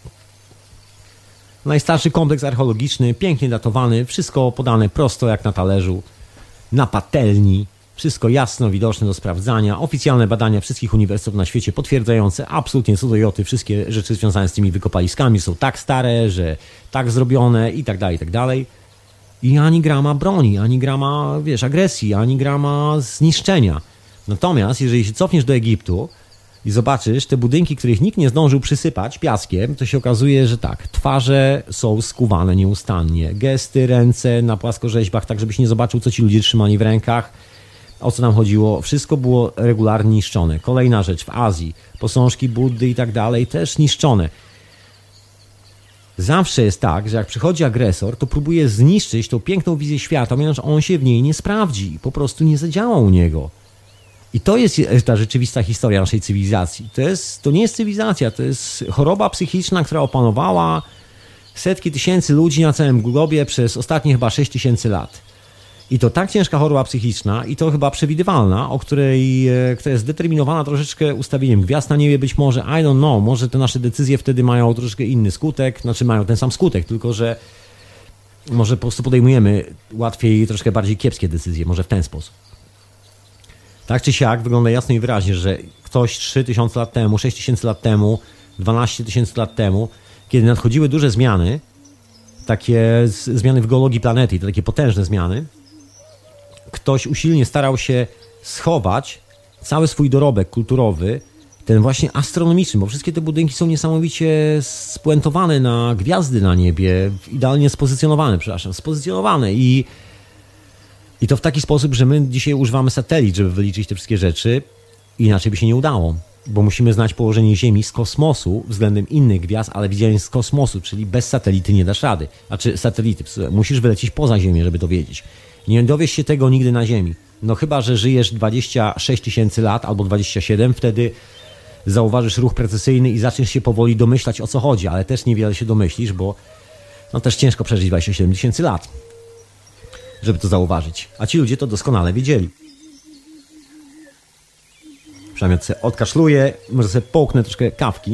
Najstarszy kompleks archeologiczny, pięknie datowany, wszystko podane prosto jak na talerzu, na patelni, wszystko jasno widoczne do sprawdzania, oficjalne badania wszystkich uniwersytetów na świecie potwierdzające absolutnie co do joty wszystkie rzeczy związane z tymi wykopaliskami są tak stare, że tak zrobione i tak dalej, i tak dalej. I ani grama broni, ani grama, wiesz, agresji, ani grama zniszczenia. Natomiast jeżeli się cofniesz do Egiptu, i zobaczysz te budynki, których nikt nie zdążył przysypać piaskiem, to się okazuje, że tak, twarze są skuwane nieustannie, gesty, ręce na płaskorzeźbach, tak żebyś nie zobaczył, co ci ludzie trzymali w rękach, o co nam chodziło. Wszystko było regularnie niszczone. Kolejna rzecz, w Azji, posążki Buddy i tak dalej, też niszczone. Zawsze jest tak, że jak przychodzi agresor, to próbuje zniszczyć tą piękną wizję świata, ponieważ on się w niej nie sprawdzi, po prostu nie zadziała u niego. I to jest ta rzeczywista historia naszej cywilizacji. To nie jest cywilizacja, to jest choroba psychiczna, która opanowała setki tysięcy ludzi na całym globie przez ostatnie chyba 6 tysięcy lat. I to tak ciężka choroba psychiczna i to chyba przewidywalna, która jest zdeterminowana troszeczkę ustawieniem gwiazd na niebie, być może, I don't know, może te nasze decyzje wtedy mają troszeczkę inny skutek, znaczy mają ten sam skutek, tylko że może po prostu podejmujemy łatwiej troszkę bardziej kiepskie decyzje, może w ten sposób. Tak czy siak wygląda jasno i wyraźnie, że ktoś 3000 lat temu, 6000 lat temu, 12 tysięcy lat temu, kiedy nadchodziły duże zmiany, takie zmiany w geologii planety, to takie potężne zmiany, ktoś usilnie starał się schować cały swój dorobek kulturowy, ten właśnie astronomiczny, bo wszystkie te budynki są niesamowicie spuentowane na gwiazdy na niebie, idealnie spozycjonowane i to w taki sposób, że my dzisiaj używamy satelit, żeby wyliczyć te wszystkie rzeczy, inaczej by się nie udało, bo musimy znać położenie Ziemi z kosmosu względem innych gwiazd, ale widziałem z kosmosu, czyli bez satelity nie dasz rady. Znaczy satelity, musisz wylecieć poza Ziemię, żeby to wiedzieć. Nie dowiesz się tego nigdy na Ziemi. No chyba, że żyjesz 26 tysięcy lat albo 27, wtedy zauważysz ruch precesyjny i zaczniesz się powoli domyślać, o co chodzi, ale też niewiele się domyślisz, bo no też ciężko przeżyć 27 tysięcy lat, żeby to zauważyć. A ci ludzie to doskonale wiedzieli. Przynajmniej sobie odkaszluję, może sobie połknę troszkę kawki.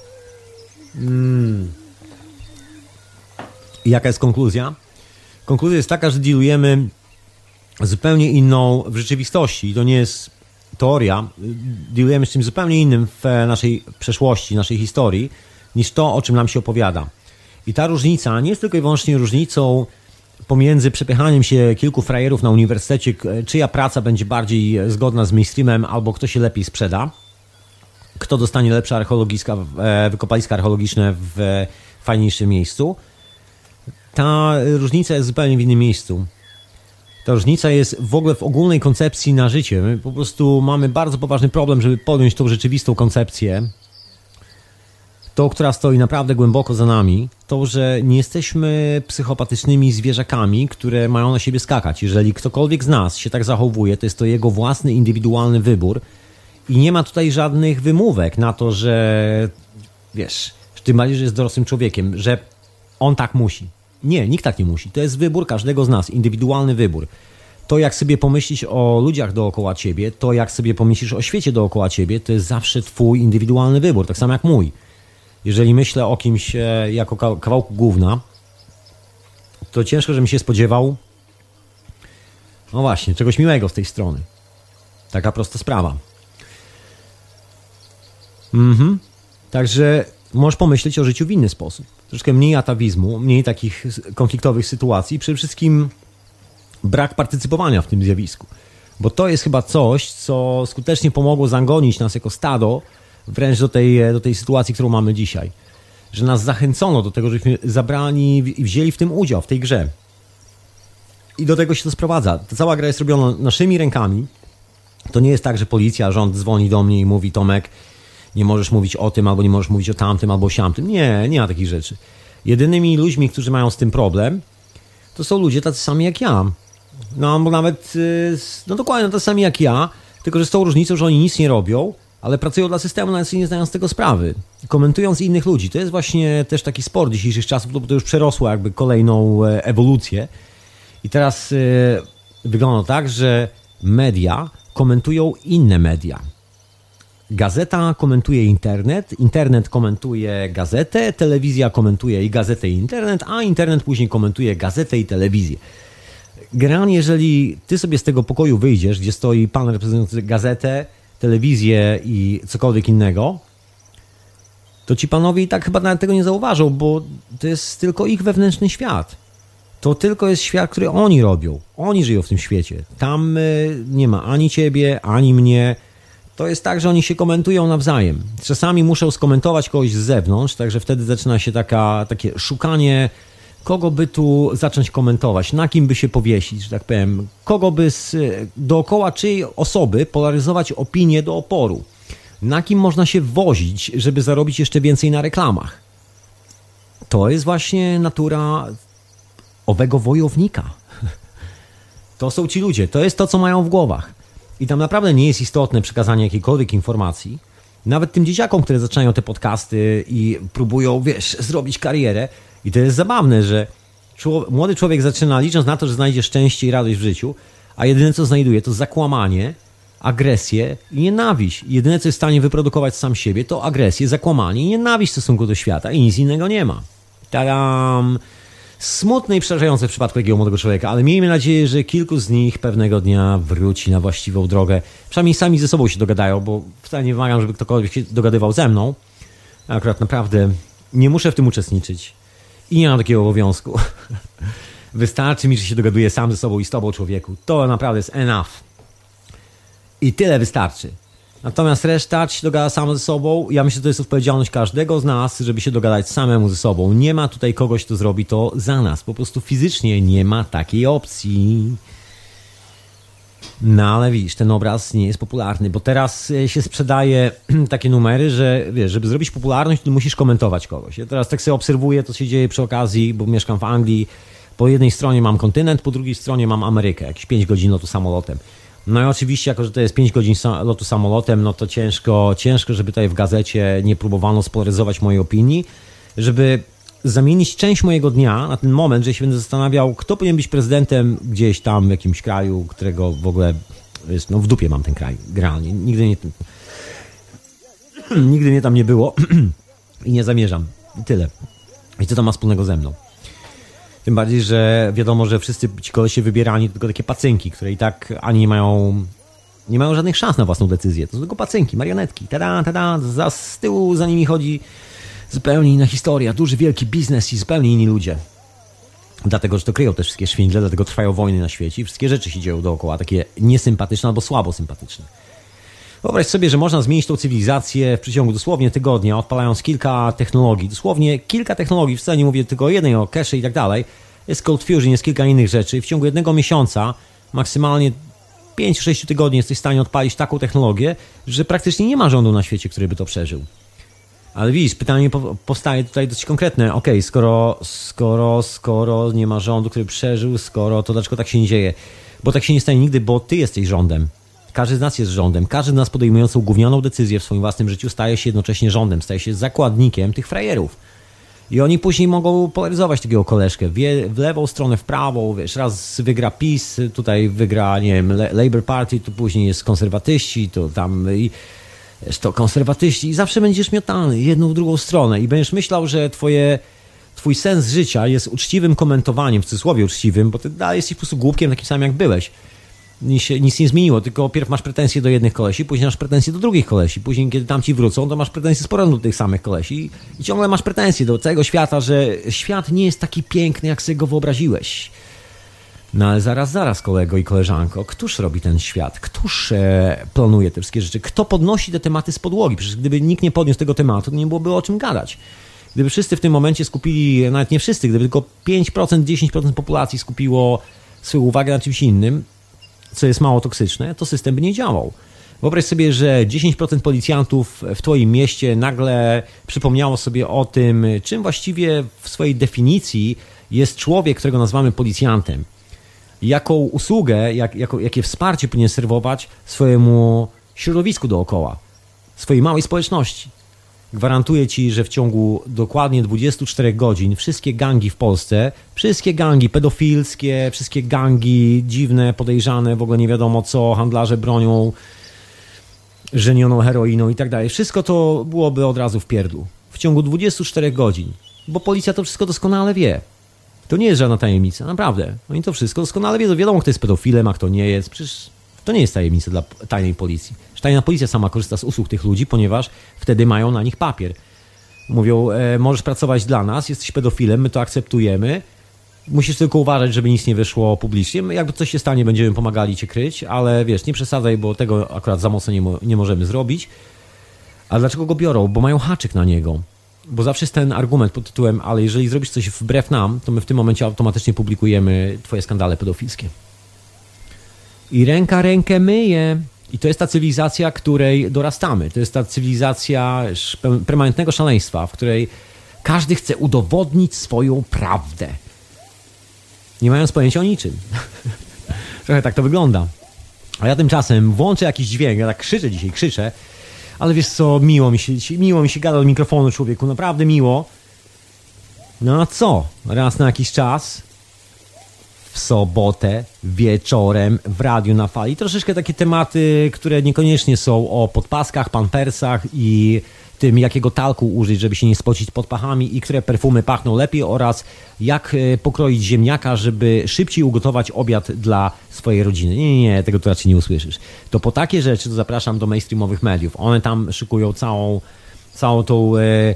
I jaka jest konkluzja? Konkluzja jest taka, że dealujemy zupełnie inną w rzeczywistości. To nie jest teoria. Dealujemy z czymś zupełnie innym w naszej przeszłości, naszej historii, niż to, o czym nam się opowiada. I ta różnica nie jest tylko i wyłącznie różnicą pomiędzy przepychaniem się kilku frajerów na uniwersytecie, czyja praca będzie bardziej zgodna z mainstreamem, albo kto się lepiej sprzeda, kto dostanie lepsze wykopaliska archeologiczne w fajniejszym miejscu. Ta różnica jest zupełnie w innym miejscu. Ta różnica jest w ogóle w ogólnej koncepcji na życie. My po prostu mamy bardzo poważny problem, żeby podjąć tą rzeczywistą koncepcję, tą, która stoi naprawdę głęboko za nami, to, że nie jesteśmy psychopatycznymi zwierzakami, które mają na siebie skakać. Jeżeli ktokolwiek z nas się tak zachowuje, to jest to jego własny, indywidualny wybór i nie ma tutaj żadnych wymówek na to, że wiesz, tym bardziej, że jest dorosłym człowiekiem, że on tak musi. Nie, nikt tak nie musi. To jest wybór każdego z nas, indywidualny wybór. To, jak sobie pomyślisz o ludziach dookoła ciebie, to, jak sobie pomyślisz o świecie dookoła ciebie, to jest zawsze twój indywidualny wybór, tak samo jak mój. Jeżeli myślę o kimś jako kawałku gówna, to ciężko, żebym się spodziewał, no właśnie, czegoś miłego z tej strony. Taka prosta sprawa. Także możesz pomyśleć o życiu w inny sposób. Troszkę mniej atawizmu, mniej takich konfliktowych sytuacji i przede wszystkim brak partycypowania w tym zjawisku. Bo to jest chyba coś, co skutecznie pomogło zagonić nas jako stado wręcz do tej sytuacji, którą mamy dzisiaj. Że nas zachęcono do tego, żebyśmy zabrali i wzięli w tym udział, w tej grze. I do tego się to sprowadza. Ta cała gra jest robiona naszymi rękami. To nie jest tak, że policja, rząd dzwoni do mnie i mówi: Tomek, nie możesz mówić o tym, albo nie możesz mówić o tamtym, albo o siamtym. Nie, nie ma takich rzeczy. Jedynymi ludźmi, którzy mają z tym problem, to są ludzie tacy sami jak ja. No, albo nawet, no dokładnie tacy sami jak ja, tylko że z tą różnicą, że oni nic nie robią, ale pracują dla systemu, nawet nie zdają z tego sprawy. Komentując innych ludzi. To jest właśnie też taki sport dzisiejszych czasów, bo to już przerosło jakby kolejną ewolucję. I teraz wygląda tak, że media komentują inne media. Gazeta komentuje internet, internet komentuje gazetę, telewizja komentuje i gazetę i internet, a internet później komentuje gazetę i telewizję. Generalnie, jeżeli ty sobie z tego pokoju wyjdziesz, gdzie stoi pan reprezentujący gazetę, telewizję i cokolwiek innego, to ci panowie i tak chyba nawet tego nie zauważą, bo to jest tylko ich wewnętrzny świat. To tylko jest świat, który oni robią. Oni żyją w tym świecie. Tam nie ma ani ciebie, ani mnie. to jest tak, że oni się komentują nawzajem. Czasami muszę skomentować kogoś z zewnątrz, także wtedy zaczyna się takie szukanie, kogo by tu zacząć komentować, na kim by się powiesić, że tak powiem, kogo by dookoła czyjej osoby polaryzować opinię do oporu, na kim można się wozić, żeby zarobić jeszcze więcej na reklamach. To jest właśnie natura owego wojownika. To są ci ludzie, to jest to, co mają w głowach. I tam naprawdę nie jest istotne przekazanie jakiejkolwiek informacji. Nawet tym dzieciakom, które zaczynają te podcasty i próbują, zrobić karierę. I to jest zabawne, że młody człowiek zaczyna licząc na to, że znajdzie szczęście i radość w życiu, a jedyne, co znajduje, to zakłamanie, agresję i nienawiść. Jedyne, co jest w stanie wyprodukować sam siebie, to agresję, zakłamanie i nienawiść w stosunku do świata i nic innego nie ma. Tadam! Smutne i przerażające w przypadku takiego młodego człowieka, ale miejmy nadzieję, że kilku z nich pewnego dnia wróci na właściwą drogę. Przynajmniej sami ze sobą się dogadają, bo wcale nie wymagam, żeby ktokolwiek się dogadywał ze mną. Akurat naprawdę nie muszę w tym uczestniczyć i nie mam takiego obowiązku. Wystarczy mi, że się dogaduję sam ze sobą i z tobą, człowieku. To naprawdę jest enough. I tyle wystarczy. Natomiast reszta, czy się dogada sam ze sobą, ja myślę, że to jest odpowiedzialność każdego z nas, żeby się dogadać samemu ze sobą. Nie ma tutaj kogoś, kto zrobi to za nas. Po prostu fizycznie nie ma takiej opcji. No ale widzisz, ten obraz nie jest popularny, bo teraz się sprzedaje takie numery, że wiesz, żeby zrobić popularność, to musisz komentować kogoś. Ja teraz tak sobie obserwuję, co się dzieje przy okazji, bo mieszkam w Anglii. Po jednej stronie mam kontynent, po drugiej stronie mam Amerykę. Jakieś 5 godzin lotu samolotem. No i oczywiście, jako że to jest 5 godzin lotu samolotem, no to ciężko, żeby tutaj w gazecie nie próbowano spolaryzować mojej opinii, żeby zamienić część mojego dnia na ten moment, że się będę zastanawiał, kto powinien być prezydentem gdzieś tam w jakimś kraju, którego w ogóle jest, no w dupie mam ten kraj, generalnie. Nigdy mnie tam nie było i nie zamierzam. I tyle. I co to ma wspólnego ze mną? Tym bardziej, że wiadomo, że wszyscy ci kolesie wybierani to tylko takie pacynki, które i tak ani nie mają żadnych szans na własną decyzję. To są tylko pacynki, marionetki. Z tyłu za nimi chodzi zupełnie inna historia, duży, wielki biznes i zupełnie inni ludzie. Dlatego, że to kryją te wszystkie szwindle, dlatego trwają wojny na świecie i wszystkie rzeczy się dzieją dookoła, takie niesympatyczne albo słabo sympatyczne. Wyobraź sobie, że można zmienić tą cywilizację w przeciągu dosłownie tygodnia, odpalając kilka technologii. Dosłownie kilka technologii, wcale nie mówię tylko o jednej, o cache i tak dalej. Jest Code Fusion, jest kilka innych rzeczy. W ciągu jednego miesiąca, maksymalnie 5-6 tygodni jesteś w stanie odpalić taką technologię, że praktycznie nie ma rządu na świecie, który by to przeżył. Ale widzisz, pytanie powstaje tutaj dość konkretne. Okej, skoro nie ma rządu, który przeżył, to dlaczego tak się nie dzieje? Bo tak się nie stanie nigdy, bo ty jesteś rządem. Każdy z nas jest rządem. Każdy z nas podejmującą gównianą decyzję w swoim własnym życiu staje się jednocześnie rządem. Staje się zakładnikiem tych frajerów. I oni później mogą polaryzować takiego koleżkę w lewą stronę, w prawą. Wiesz, raz wygra PiS, tutaj wygra, nie wiem, Labour Party, tu później jest konserwatyści, to tam to konserwatyści. I zawsze będziesz miotany jedną w drugą stronę. I będziesz myślał, że twój sens życia jest uczciwym komentowaniem, w cudzysłowie uczciwym, bo ty dalej jesteś po prostu głupkiem takim samym jak byłeś. Nic nie zmieniło, tylko pierw masz pretensje do jednych kolesi, później masz pretensje do drugich kolesi, później kiedy tam ci wrócą, to masz pretensje z powrotem do tych samych kolesi i ciągle masz pretensje do całego świata, że świat nie jest taki piękny, jak sobie go wyobraziłeś. No ale zaraz, kolego i koleżanko, któż robi ten świat? Któż planuje te wszystkie rzeczy? Kto podnosi te tematy z podłogi? Przecież gdyby nikt nie podniósł tego tematu, to nie byłoby o czym gadać. Gdyby wszyscy w tym momencie skupili, nawet nie wszyscy, gdyby tylko 5%, 10% populacji skupiło swoją uwagę na czymś innym, co jest mało toksyczne, to system by nie działał. Wyobraź sobie, że 10% policjantów w twoim mieście nagle przypomniało sobie o tym, czym właściwie w swojej definicji jest człowiek, którego nazywamy policjantem. Jaką usługę, jakie wsparcie powinien serwować swojemu środowisku dookoła, swojej małej społeczności. Gwarantuję ci, że w ciągu dokładnie 24 godzin wszystkie gangi w Polsce, wszystkie gangi pedofilskie, wszystkie gangi dziwne, podejrzane, w ogóle nie wiadomo co, handlarze bronią, żenioną heroiną i tak dalej, wszystko to byłoby od razu w pierdlu. W ciągu 24 godzin. Bo policja to wszystko doskonale wie. To nie jest żadna tajemnica, naprawdę. Oni to wszystko doskonale wiedzą. Wiadomo, kto jest pedofilem, a kto nie jest. Przecież to nie jest tajemnica dla tajnej policji. Tajna policja sama korzysta z usług tych ludzi, ponieważ wtedy mają na nich papier. Mówią, możesz pracować dla nas, jesteś pedofilem, my to akceptujemy, musisz tylko uważać, żeby nic nie wyszło publicznie. Jakby coś się stanie, będziemy pomagali cię kryć, ale wiesz, nie przesadzaj, bo tego akurat za mocno nie możemy zrobić. A dlaczego go biorą? Bo mają haczyk na niego. Bo zawsze jest ten argument pod tytułem, ale jeżeli zrobisz coś wbrew nam, to my w tym momencie automatycznie publikujemy twoje skandale pedofilskie. I ręka rękę myje. I to jest ta cywilizacja, której dorastamy. To jest ta cywilizacja permanentnego szaleństwa, w której każdy chce udowodnić swoją prawdę. Nie mając pojęcia o niczym. Trochę tak to wygląda. A ja tymczasem włączę jakiś dźwięk, ja tak krzyczę, ale wiesz co, miło mi się gada do mikrofonu, człowieku, naprawdę miło. No a co? Raz na jakiś czas w sobotę wieczorem w radiu na fali. Troszeczkę takie tematy, które niekoniecznie są o podpaskach, pampersach i tym, jakiego talku użyć, żeby się nie spocić pod pachami i które perfumy pachną lepiej oraz jak pokroić ziemniaka, żeby szybciej ugotować obiad dla swojej rodziny. Nie, tego tu raczej nie usłyszysz. To po takie rzeczy to zapraszam do mainstreamowych mediów. One tam szykują całą tą...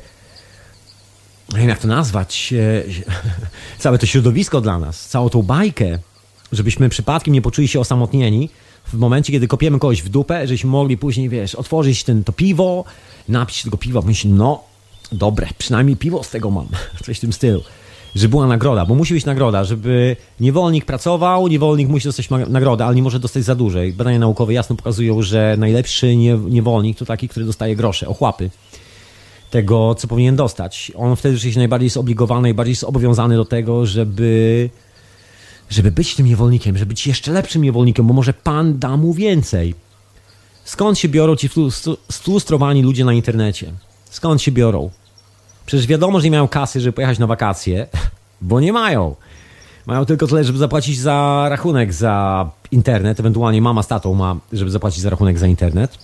nie wiem jak to nazwać, całe to środowisko dla nas, całą tą bajkę, żebyśmy przypadkiem nie poczuli się osamotnieni w momencie, kiedy kopiemy kogoś w dupę, żebyśmy mogli później, wiesz, otworzyć to piwo, napić się tego piwa, myśleć, no dobre, przynajmniej piwo z tego mam, coś w tym stylu, żeby była nagroda, bo musi być nagroda, żeby niewolnik pracował, niewolnik musi dostać nagrodę, ale nie może dostać za dużo. Badania naukowe jasno pokazują, że najlepszy niewolnik to taki, który dostaje grosze, ochłapy tego, co powinien dostać. On wtedy już najbardziej jest obligowany, najbardziej zobowiązany do tego, żeby być tym niewolnikiem, żeby być jeszcze lepszym niewolnikiem, bo może Pan da mu więcej. Skąd się biorą ci sfrustrowani ludzie na internecie? Skąd się biorą? Przecież wiadomo, że nie mają kasy, żeby pojechać na wakacje, bo nie mają. Mają tylko tyle, żeby zapłacić za rachunek za internet, ewentualnie mama z tatą ma, żeby zapłacić za rachunek za internet.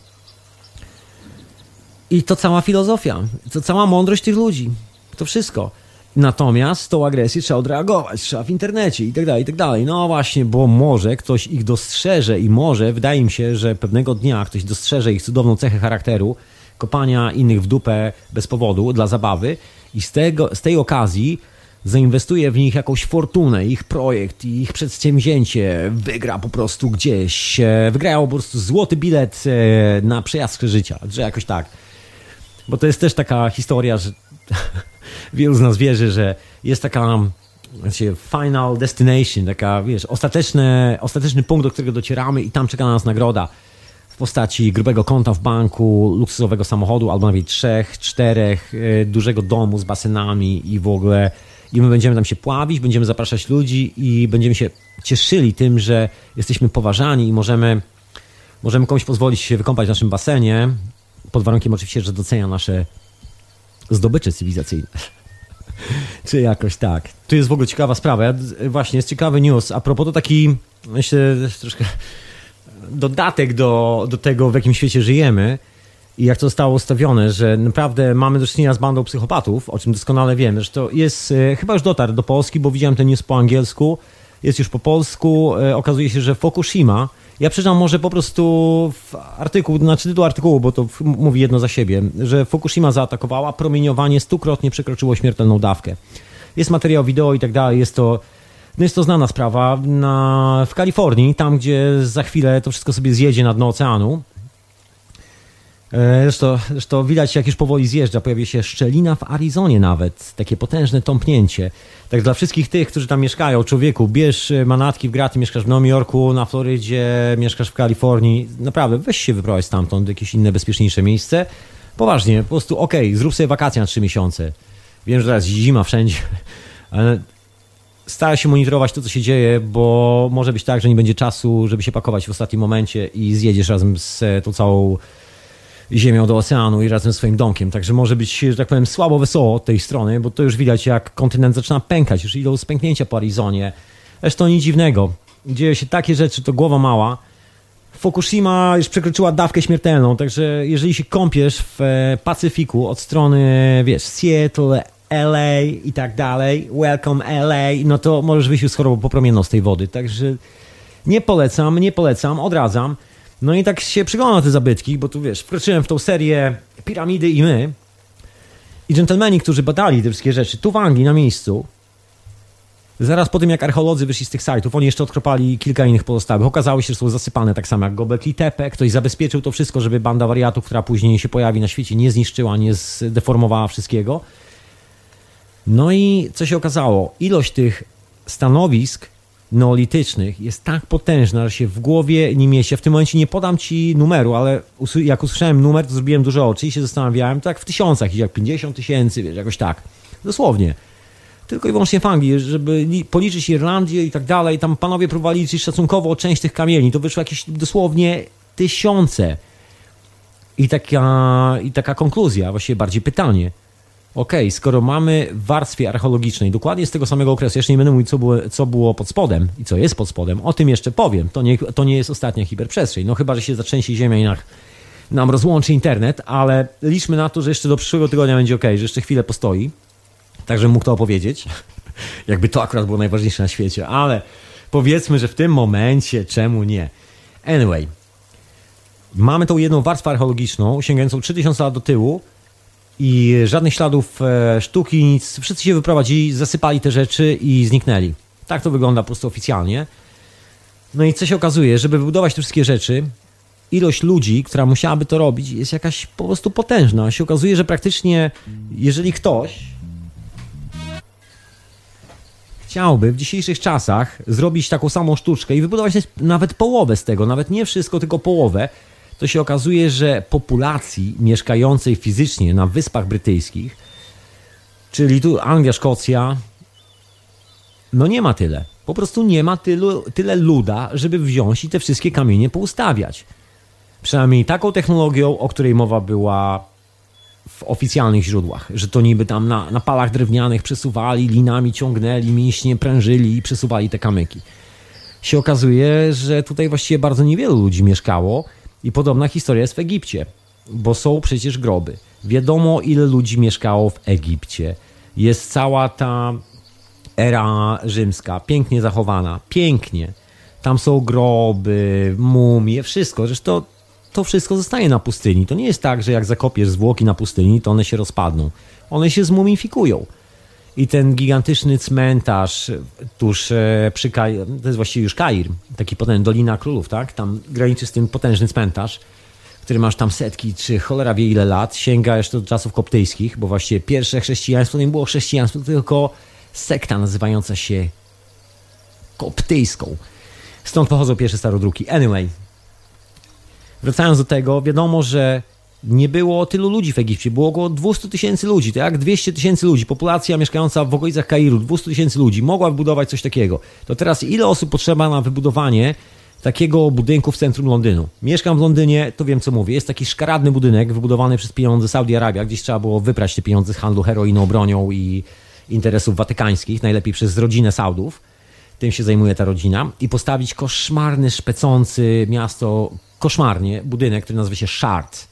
I to cała filozofia, to cała mądrość tych ludzi. To wszystko. Natomiast tą agresję trzeba odreagować, trzeba w internecie i tak dalej, i tak dalej. No właśnie, bo może ktoś ich dostrzeże i może, wydaje mi się, że pewnego dnia ktoś dostrzeże ich cudowną cechę charakteru, kopania innych w dupę bez powodu, dla zabawy i z tej okazji zainwestuje w nich jakąś fortunę, ich projekt, ich przedsięwzięcie, wygra po prostu gdzieś, wygrają po prostu złoty bilet na przejazd życia, że jakoś tak. Bo to jest też taka historia, że wielu z nas wierzy, że jest taka final destination, taka, wiesz, ostateczny punkt, do którego docieramy i tam czeka na nas nagroda w postaci grubego konta w banku, luksusowego samochodu, albo nawet 3, 4, dużego domu z basenami i w ogóle i my będziemy tam się pławić, będziemy zapraszać ludzi i będziemy się cieszyli tym, że jesteśmy poważani i możemy komuś pozwolić się wykąpać w naszym basenie, pod warunkiem oczywiście, że docenia nasze zdobycze cywilizacyjne. Czy jakoś tak. Tu jest w ogóle ciekawa sprawa. Właśnie jest ciekawy news. A propos to taki, myślę, troszkę dodatek do tego, w jakim świecie żyjemy i jak to zostało ustawione, że naprawdę mamy do czynienia z bandą psychopatów, o czym doskonale wiemy. Że to jest, chyba już dotarł do Polski, bo widziałem ten news po angielsku, jest już po polsku. Okazuje się, że Fukushima, ja przeczytam może po prostu tytuł artykułu, bo to mówi jedno za siebie, że Fukushima zaatakowała, promieniowanie 100-krotnie przekroczyło śmiertelną dawkę. Jest materiał wideo i tak dalej, jest to znana sprawa w Kalifornii, tam gdzie za chwilę to wszystko sobie zjedzie na dno oceanu. Zresztą widać, jak już powoli zjeżdża, pojawi się szczelina w Arizonie nawet, takie potężne tąpnięcie. Tak dla wszystkich tych, którzy tam mieszkają, człowieku, bierz manatki w graty, mieszkasz w Nowym Jorku, na Florydzie, mieszkasz w Kalifornii, naprawdę weź się wyprowadź stamtąd, jakieś inne, bezpieczniejsze miejsce. Poważnie, po prostu zrób sobie wakacje na 3 miesiące. Wiem, że teraz zima wszędzie, ale staraj się monitorować to, co się dzieje, bo może być tak, że nie będzie czasu, żeby się pakować w ostatnim momencie i zjedziesz razem z tą całą ziemią do oceanu i razem z swoim domkiem. Także może być, że tak powiem, słabo wesoło od tej strony, bo to już widać, jak kontynent zaczyna pękać. Już idą spęknięcia po Arizonie. Zresztą nic dziwnego. Dzieją się takie rzeczy, to głowa mała. Fukushima już przekroczyła dawkę śmiertelną, także jeżeli się kąpiesz w Pacyfiku od strony, wiesz, Seattle, LA i tak dalej, welcome LA, no to możesz wyjść już z chorobą popromienną z tej wody. Także nie polecam, odradzam. No i tak się przyglądam na te zabytki, bo tu wiesz, wkroczyłem w tą serię Piramidy i my. I dżentelmeni, którzy badali te wszystkie rzeczy, tu w Anglii na miejscu, Zaraz po tym, jak archeolodzy wyszli z tych sajtów, oni jeszcze odkopali kilka innych pozostałych. Okazało się, że są zasypane tak samo jak Göbekli Tepe. Ktoś zabezpieczył to wszystko, żeby banda wariatów, która później się pojawi na świecie, nie zniszczyła, nie zdeformowała wszystkiego. No i co się okazało? Ilość tych stanowisk neolitycznych jest tak potężna, że się w głowie nie mieści. W tym momencie nie podam ci numeru, ale jak usłyszałem numer, to zrobiłem duże oczy i się zastanawiałem, tak w tysiącach, jak 50 000, wiesz, jakoś tak. Dosłownie. Tylko i wyłącznie w Anglii, żeby policzyć Irlandię i tak dalej. Tam panowie próbowali liczyć szacunkowo część tych kamieni. To wyszło jakieś dosłownie tysiące. I taka konkluzja, właściwie bardziej pytanie. Okej, skoro mamy w warstwie archeologicznej dokładnie z tego samego okresu, jeszcze nie będę mówić, co było pod spodem i co jest pod spodem, o tym jeszcze powiem. To nie jest ostatnia hiperprzestrzeń. No chyba, że się zatrzęsie ziemia i nam rozłączy internet, ale liczmy na to, że jeszcze do przyszłego tygodnia będzie okej, że jeszcze chwilę postoi. Tak, żebym mógł to opowiedzieć. Jakby to akurat było najważniejsze na świecie, ale powiedzmy, że w tym momencie czemu nie. Anyway, mamy tą jedną warstwę archeologiczną sięgającą 3000 lat do tyłu i żadnych śladów sztuki, nic. Wszyscy się wyprowadzili, zasypali te rzeczy i zniknęli. Tak to wygląda po prostu oficjalnie. No i co się okazuje, żeby wybudować te wszystkie rzeczy, ilość ludzi, która musiałaby to robić, jest jakaś po prostu potężna. Się okazuje, że praktycznie jeżeli ktoś chciałby w dzisiejszych czasach zrobić taką samą sztuczkę i wybudować nawet połowę z tego, nawet nie wszystko, tylko połowę, to się okazuje, że populacji mieszkającej fizycznie na Wyspach Brytyjskich, czyli tu Anglia, Szkocja, no nie ma tyle. Po prostu nie ma tyle luda, żeby wziąć i te wszystkie kamienie poustawiać. Przynajmniej taką technologią, o której mowa była w oficjalnych źródłach, że to niby tam na palach drewnianych przesuwali, linami ciągnęli, mięśnie prężyli i przesuwali te kamyki. Się okazuje, że tutaj właściwie bardzo niewielu ludzi mieszkało i podobna historia jest w Egipcie, bo są przecież groby. Wiadomo, ile ludzi mieszkało w Egipcie. Jest cała ta era rzymska, pięknie zachowana, pięknie. Tam są groby, mumie, wszystko. Zresztą to wszystko zostaje na pustyni. To nie jest tak, że jak zakopiesz zwłoki na pustyni, to one się rozpadną. One się zmumifikują. I ten gigantyczny cmentarz tuż przy Kair, to jest właściwie już Kair, taki potężny, Dolina Królów, tak? Tam graniczy z tym potężny cmentarz, który masz tam setki, czy cholera wie ile lat, sięga jeszcze do czasów koptyjskich, bo właściwie pierwsze chrześcijaństwo to nie było chrześcijaństwo, tylko sekta nazywająca się koptyjską. Stąd pochodzą pierwsze starodruki. Anyway, wracając do tego, wiadomo, że nie było tylu ludzi w Egipcie, było około 200 000 ludzi, tak? 200 000 ludzi, populacja mieszkająca w okolicach Kairu, 200 000 ludzi, mogła wybudować coś takiego. To teraz ile osób potrzeba na wybudowanie takiego budynku w centrum Londynu? Mieszkam w Londynie, to wiem co mówię. Jest taki szkaradny budynek wybudowany przez pieniądze Saudi Arabia, gdzieś trzeba było wyprać te pieniądze z handlu heroiną, bronią i interesów watykańskich, najlepiej przez rodzinę Saudów. Tym się zajmuje ta rodzina. I postawić koszmarny, szpecący miasto, koszmarnie, budynek, który nazywa się Shard.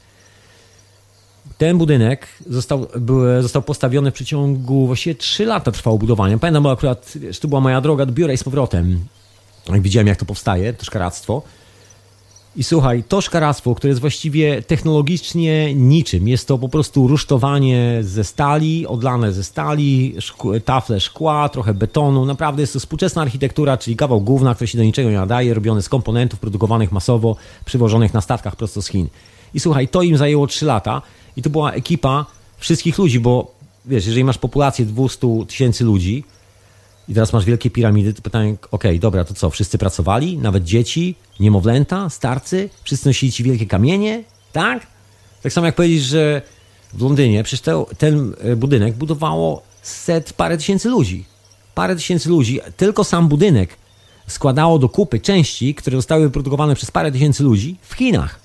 Ten budynek został postawiony w przeciągu właściwie 3 lata trwało budowanie. Pamiętam, bo akurat to była moja droga do biura i z powrotem. Jak widziałem, jak to powstaje, to szkaractwo. I słuchaj, to szkaractwo, które jest właściwie technologicznie niczym. Jest to po prostu rusztowanie ze stali, odlane ze stali, tafle szkła, trochę betonu. Naprawdę jest to współczesna architektura, czyli kawał gówna, który się do niczego nie nadaje, robiony z komponentów produkowanych masowo, przywożonych na statkach prosto z Chin. I słuchaj, to im zajęło 3 lata i to była ekipa wszystkich ludzi, bo wiesz, jeżeli masz populację 200 000 ludzi i teraz masz wielkie piramidy, to pytanie, okej, dobra, to co, wszyscy pracowali? Nawet dzieci, niemowlęta, starcy? Wszyscy nosili ci wielkie kamienie? Tak? Tak samo jak powiedzieć, że w Londynie przecież ten budynek budowało parę tysięcy ludzi. Parę tysięcy ludzi, tylko sam budynek składało do kupy części, które zostały wyprodukowane przez parę tysięcy ludzi w Chinach.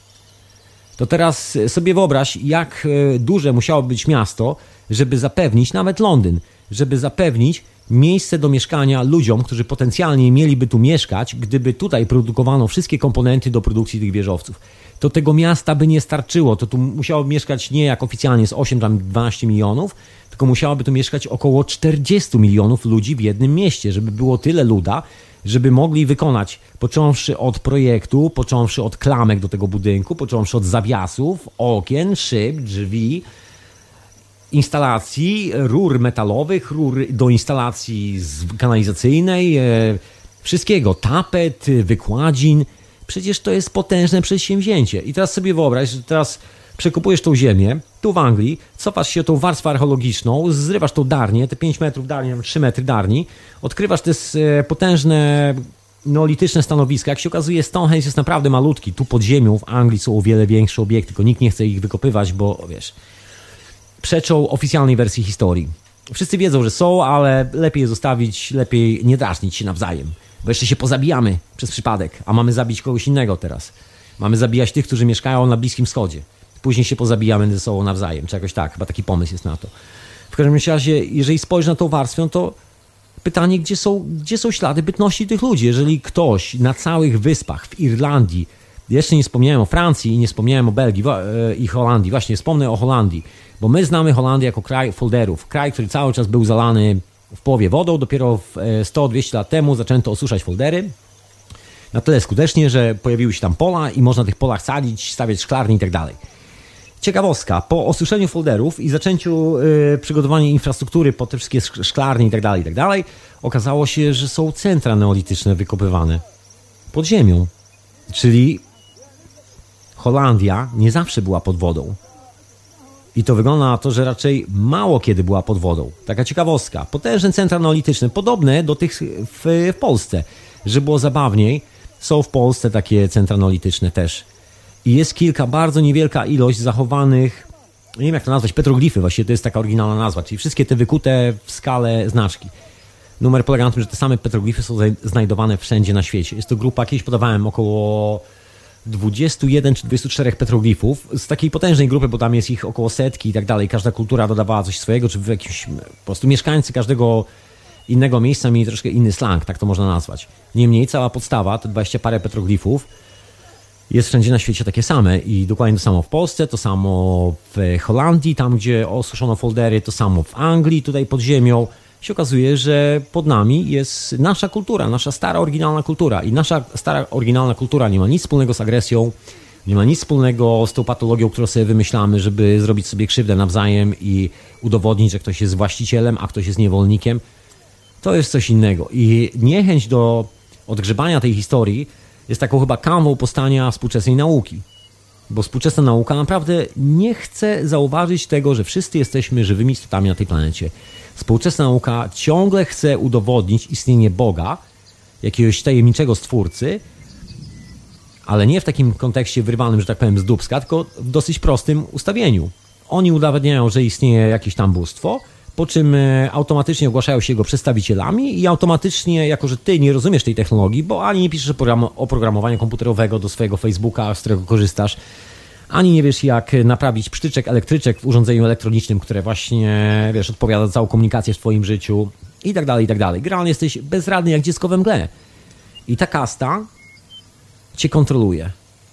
To teraz sobie wyobraź, jak duże musiało być miasto, żeby zapewnić, nawet Londyn, żeby zapewnić miejsce do mieszkania ludziom, którzy potencjalnie mieliby tu mieszkać, gdyby tutaj produkowano wszystkie komponenty do produkcji tych wieżowców. To tego miasta by nie starczyło, to tu musiałoby mieszkać nie jak oficjalnie jest 8-12 milionów, tylko musiałoby tu mieszkać około 40 milionów ludzi w jednym mieście, żeby było tyle luda, żeby mogli wykonać, począwszy od projektu, począwszy od klamek do tego budynku, począwszy od zawiasów, okien, szyb, drzwi, instalacji, rur metalowych, rur do instalacji kanalizacyjnej, wszystkiego, tapet, wykładzin. Przecież to jest potężne przedsięwzięcie. I teraz sobie wyobraź, że teraz przekopujesz tą ziemię, tu w Anglii, cofasz się tą warstwę archeologiczną, zrywasz tą darnię, te 5 metrów darni, 3 metry darni, odkrywasz te potężne neolityczne stanowiska. Jak się okazuje, Stonehenge jest naprawdę malutki. Tu pod ziemią w Anglii są o wiele większe obiekty, tylko nikt nie chce ich wykopywać, bo wiesz, przeczą oficjalnej wersji historii. Wszyscy wiedzą, że są, ale lepiej je zostawić, lepiej nie drażnić się nawzajem, bo jeszcze się pozabijamy przez przypadek, a mamy zabić kogoś innego teraz. Mamy zabijać tych, którzy mieszkają na Bliskim Wschodzie. Później się pozabijamy ze sobą nawzajem, czy jakoś tak, chyba taki pomysł jest na to. W każdym razie, jeżeli spojrzysz na tą warstwę, no to pytanie, gdzie są ślady bytności tych ludzi? Jeżeli ktoś na całych wyspach w Irlandii, jeszcze nie wspomniałem o Francji i nie wspomniałem o Belgii i Holandii, właśnie wspomnę o Holandii, bo my znamy Holandię jako kraj folderów, kraj, który cały czas był zalany w połowie wodą, dopiero 100-200 lat temu zaczęto osuszać foldery na tyle skutecznie, że pojawiły się tam pola i można na tych polach sadzić, stawiać szklarnie i tak dalej. Ciekawostka, po osuszeniu folderów i zaczęciu przygotowania infrastruktury po te wszystkie szklarnie i tak dalej, okazało się, że są centra neolityczne wykopywane pod ziemią. Czyli Holandia nie zawsze była pod wodą. I to wygląda na to, że raczej mało kiedy była pod wodą. Taka ciekawostka. Potężne centra neolityczne, podobne do tych w Polsce. Żeby było zabawniej, są w Polsce takie centra neolityczne też. I jest kilka, bardzo niewielka ilość zachowanych, nie wiem jak to nazwać, petroglify, właściwie to jest taka oryginalna nazwa, czyli wszystkie te wykute w skale znaczki. Numer polega na tym, że te same petroglify są znajdowane wszędzie na świecie. Jest to grupa, kiedyś podawałem około 21 czy 24 petroglifów z takiej potężnej grupy, bo tam jest ich około setki i tak dalej. Każda kultura dodawała coś swojego, czy w jakimś, po prostu mieszkańcy każdego innego miejsca mieli troszkę inny slang, tak to można nazwać. Niemniej cała podstawa, te 20 parę petroglifów, jest wszędzie na świecie takie same i dokładnie to samo w Polsce, to samo w Holandii, tam gdzie osuszono foldery, to samo w Anglii, tutaj pod ziemią. Się okazuje, że pod nami jest nasza kultura, nasza stara, oryginalna kultura i nasza stara, oryginalna kultura nie ma nic wspólnego z agresją, nie ma nic wspólnego z tą patologią, którą sobie wymyślamy, żeby zrobić sobie krzywdę nawzajem i udowodnić, że ktoś jest właścicielem, a ktoś jest niewolnikiem. To jest coś innego i niechęć do odgrzebania tej historii jest taką chyba kanwą powstania współczesnej nauki. Bo współczesna nauka naprawdę nie chce zauważyć tego, że wszyscy jesteśmy żywymi istotami na tej planecie. Współczesna nauka ciągle chce udowodnić istnienie Boga, jakiegoś tajemniczego stwórcy, ale nie w takim kontekście wyrwanym, że tak powiem, z dupska, tylko w dosyć prostym ustawieniu. Oni udowadniają, że istnieje jakieś tam bóstwo, po czym automatycznie ogłaszają się jego przedstawicielami i automatycznie, jako że ty nie rozumiesz tej technologii, bo ani nie piszesz oprogramowania komputerowego do swojego Facebooka, z którego korzystasz, ani nie wiesz, jak naprawić psztyczek, elektryczek w urządzeniu elektronicznym, które właśnie, wiesz, odpowiada za całą komunikację w twoim życiu i tak dalej, i tak dalej. Generalnie jesteś bezradny jak dziecko we mgle. I ta kasta cię kontroluje.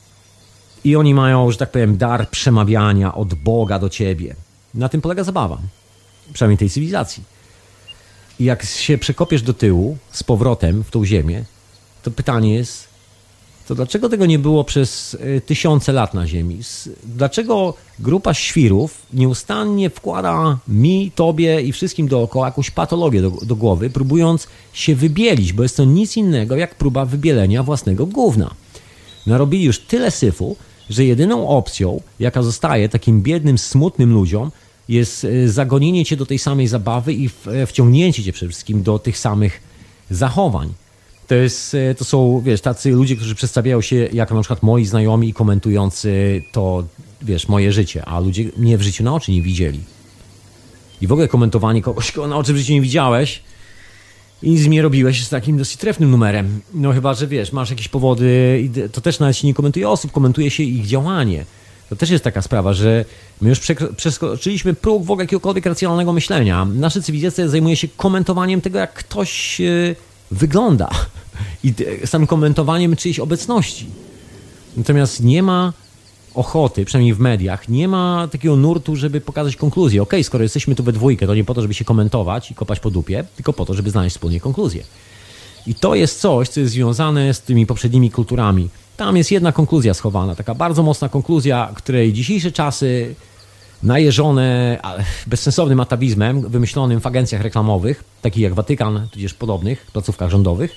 I oni mają, że tak powiem, dar przemawiania od Boga do ciebie. Na tym polega zabawa. Przynajmniej tej cywilizacji. I jak się przekopiesz do tyłu z powrotem w tą ziemię, to pytanie jest, to dlaczego tego nie było przez tysiące lat na ziemi? Dlaczego grupa świrów nieustannie wkłada mi, tobie i wszystkim dookoła jakąś patologię do głowy, próbując się wybielić, bo jest to nic innego jak próba wybielenia własnego gówna. Narobili już tyle syfu, że jedyną opcją, jaka zostaje takim biednym, smutnym ludziom, jest zagonienie cię do tej samej zabawy i wciągnięcie cię przede wszystkim do tych samych zachowań. To są, wiesz, tacy ludzie, którzy przedstawiają się jako na przykład moi znajomi i komentujący to, wiesz, moje życie, a ludzie mnie w życiu na oczy nie widzieli. I w ogóle komentowanie kogoś, kogo na oczy w życiu nie widziałeś i nic z mnie robiłeś, jest takim dosyć trefnym numerem. No chyba, że wiesz, masz jakieś powody, to też nawet się nie komentuje osób, komentuje się ich działanie. To też jest taka sprawa, że my już przekroczyliśmy próg w ogóle jakiegokolwiek racjonalnego myślenia. Nasza cywilizacja zajmuje się komentowaniem tego, jak ktoś wygląda i samym komentowaniem czyjejś obecności. Natomiast nie ma ochoty, przynajmniej w mediach, nie ma takiego nurtu, żeby pokazać konkluzję. Okej, skoro jesteśmy tu we dwójkę, to nie po to, żeby się komentować i kopać po dupie, tylko po to, żeby znaleźć wspólnie konkluzję. I to jest coś, co jest związane z tymi poprzednimi kulturami. Tam jest jedna konkluzja schowana, taka bardzo mocna konkluzja, której dzisiejsze czasy najeżone bezsensownym atawizmem wymyślonym w agencjach reklamowych, takich jak Watykan, tudzież podobnych placówkach rządowych,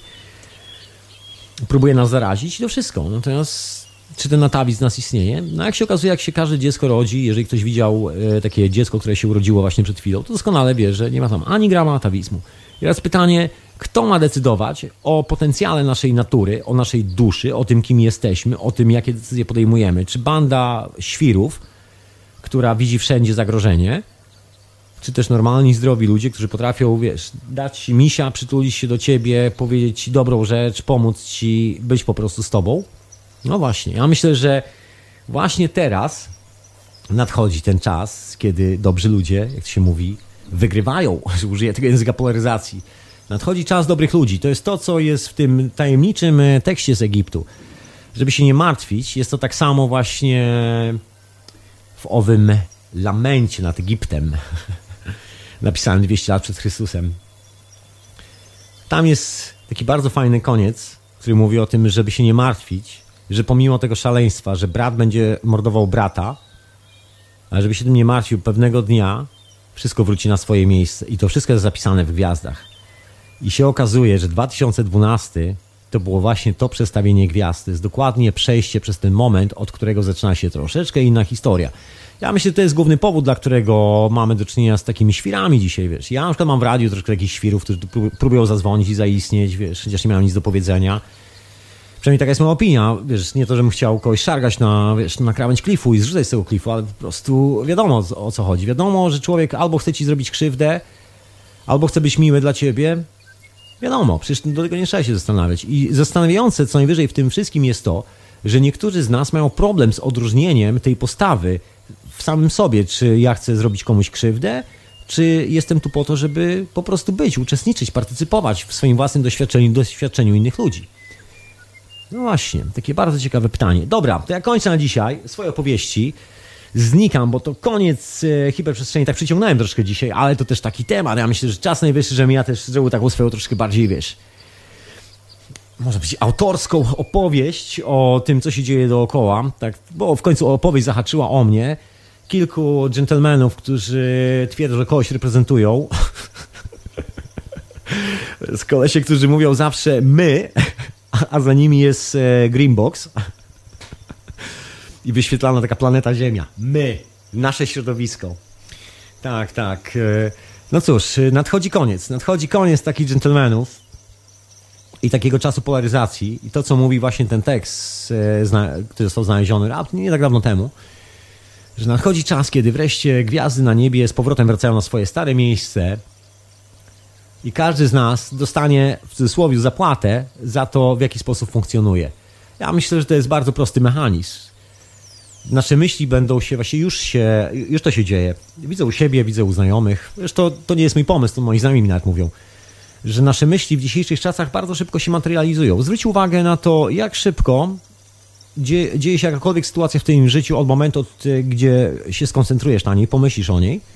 próbuje nas zarazić i to wszystko. Natomiast czy ten atawizm w nas istnieje? No jak się okazuje, jak się każde dziecko rodzi, jeżeli ktoś widział takie dziecko, które się urodziło właśnie przed chwilą, to doskonale wie, że nie ma tam ani grama atawizmu. I teraz pytanie, kto ma decydować o potencjale naszej natury, o naszej duszy, o tym, kim jesteśmy, o tym, jakie decyzje podejmujemy? Czy banda świrów, która widzi wszędzie zagrożenie, czy też normalni, zdrowi ludzie, którzy potrafią, dać ci misia, przytulić się do ciebie, powiedzieć ci dobrą rzecz, pomóc ci, być po prostu z tobą? No właśnie, ja myślę, że właśnie teraz nadchodzi ten czas, kiedy dobrzy ludzie, jak to się mówi, wygrywają, że użyję tego języka polaryzacji. Nadchodzi czas dobrych ludzi. To jest to, co jest w tym tajemniczym tekście z Egiptu. Żeby się nie martwić, jest to tak samo właśnie w owym lamencie nad Egiptem, napisałem 200 lat przed Chrystusem. Tam jest taki bardzo fajny koniec, który mówi o tym, żeby się nie martwić, że pomimo tego szaleństwa, że brat będzie mordował brata, ale żeby się tym nie martwił, pewnego dnia wszystko wróci na swoje miejsce i to wszystko jest zapisane w gwiazdach. I się okazuje, że 2012 to było właśnie to przestawienie gwiazd. To jest dokładnie przejście przez ten moment, od którego zaczyna się troszeczkę inna historia. Ja myślę, że to jest główny powód, dla którego mamy do czynienia z takimi świrami dzisiaj, wiesz. Ja na przykład mam w radiu troszkę jakichś świrów, którzy próbują zadzwonić i zaistnieć, wiesz, chociaż nie mają nic do powiedzenia. Przynajmniej taka jest moja opinia, wiesz, nie to, żebym chciał kogoś szargać na krawędź klifu i zrzucać z tego klifu, ale po prostu wiadomo, o co chodzi. Wiadomo, że człowiek albo chce ci zrobić krzywdę, albo chce być miły dla ciebie. Wiadomo, przecież do tego nie trzeba się zastanawiać. I zastanawiające co najwyżej w tym wszystkim jest to, że niektórzy z nas mają problem z odróżnieniem tej postawy w samym sobie, czy ja chcę zrobić komuś krzywdę, czy jestem tu po to, żeby po prostu być, uczestniczyć, partycypować w swoim własnym doświadczeniu innych ludzi. No właśnie, takie bardzo ciekawe pytanie. Dobra, to ja kończę na dzisiaj swoje opowieści. Znikam, bo to koniec hiperprzestrzeni. Tak przyciągnąłem troszkę dzisiaj, ale to też taki temat. Ja myślę, że czas najwyższy, żebym ja też zrobił taką swoją troszkę bardziej, wiesz, może być autorską opowieść o tym, co się dzieje dookoła. Tak, bo w końcu opowieść zahaczyła o mnie. Kilku dżentelmenów, którzy twierdzą, że kogoś reprezentują. Z kolesie, którzy mówią zawsze my, a za nimi jest Greenbox. I wyświetlana taka planeta Ziemia. My, nasze środowisko. Tak, tak. No cóż, nadchodzi koniec takich dżentelmenów i takiego czasu polaryzacji. I to, co mówi właśnie ten tekst, który został znaleziony nie tak dawno temu, że nadchodzi czas, kiedy wreszcie gwiazdy na niebie z powrotem wracają na swoje stare miejsce i każdy z nas dostanie w cudzysłowie zapłatę za to, w jaki sposób funkcjonuje. Ja myślę, że to jest bardzo prosty mechanizm. Nasze myśli będą się, właśnie już to się dzieje. Widzę u siebie, widzę u znajomych. Zresztą to nie jest mój pomysł, to moi znajomi mi nawet mówią, że nasze myśli w dzisiejszych czasach bardzo szybko się materializują. Zwróć uwagę na to, jak szybko dzieje się jakakolwiek sytuacja w twoim życiu od momentu, gdzie się skoncentrujesz na niej, pomyślisz o niej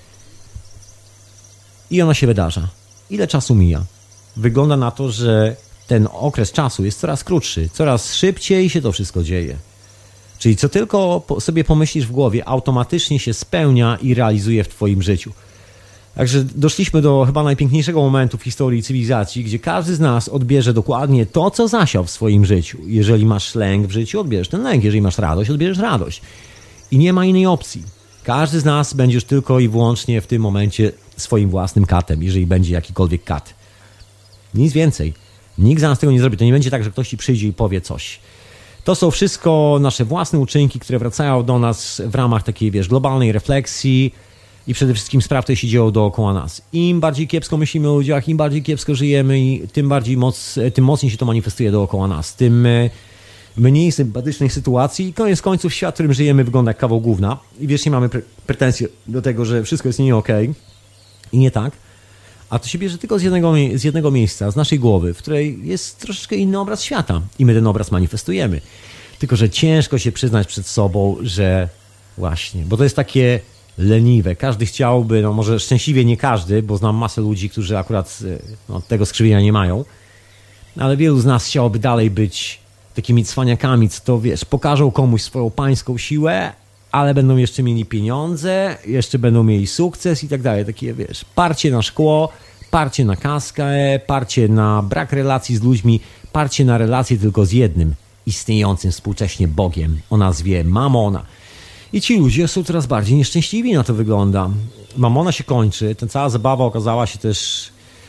i ona się wydarza. Ile czasu mija? Wygląda na to, że ten okres czasu jest coraz krótszy, coraz szybciej się to wszystko dzieje. Czyli co tylko sobie pomyślisz w głowie, automatycznie się spełnia i realizuje w twoim życiu. Także doszliśmy do chyba najpiękniejszego momentu w historii cywilizacji, gdzie każdy z nas odbierze dokładnie to, co zasiał w swoim życiu. Jeżeli masz lęk w życiu, odbierzesz ten lęk. Jeżeli masz radość, odbierzesz radość. I nie ma innej opcji. Każdy z nas będzie już tylko i wyłącznie w tym momencie swoim własnym katem, jeżeli będzie jakikolwiek kat. Nic więcej. Nikt za nas tego nie zrobi. To nie będzie tak, że ktoś ci przyjdzie i powie coś. To są wszystko nasze własne uczynki, które wracają do nas w ramach takiej, globalnej refleksji i przede wszystkim spraw, które się dzieją dookoła nas. Im bardziej kiepsko myślimy o ludziach, im bardziej kiepsko żyjemy, i tym mocniej się to manifestuje dookoła nas. Tym mniej sympatycznych sytuacji i koniec końców świat, w którym żyjemy, wygląda jak kawał gówna. I wiecznie mamy pretensje do tego, że wszystko jest nie okej i nie tak. A to się bierze tylko z jednego miejsca, z naszej głowy, w której jest troszeczkę inny obraz świata. I my ten obraz manifestujemy. Tylko że ciężko się przyznać przed sobą, że właśnie, bo to jest takie leniwe. Każdy chciałby, może szczęśliwie nie każdy, bo znam masę ludzi, którzy akurat tego skrzywienia nie mają, ale wielu z nas chciałoby dalej być takimi cwaniakami, co to pokażą komuś swoją pańską siłę ale będą jeszcze mieli pieniądze, jeszcze będą mieli sukces i tak dalej. Takie, wiesz, parcie na szkło, parcie na kaskę, parcie na brak relacji z ludźmi, parcie na relacje tylko z jednym istniejącym współcześnie Bogiem o nazwie Mamona. I ci ludzie są coraz bardziej nieszczęśliwi, na to wygląda. Mamona się kończy, ta cała zabawa okazała się też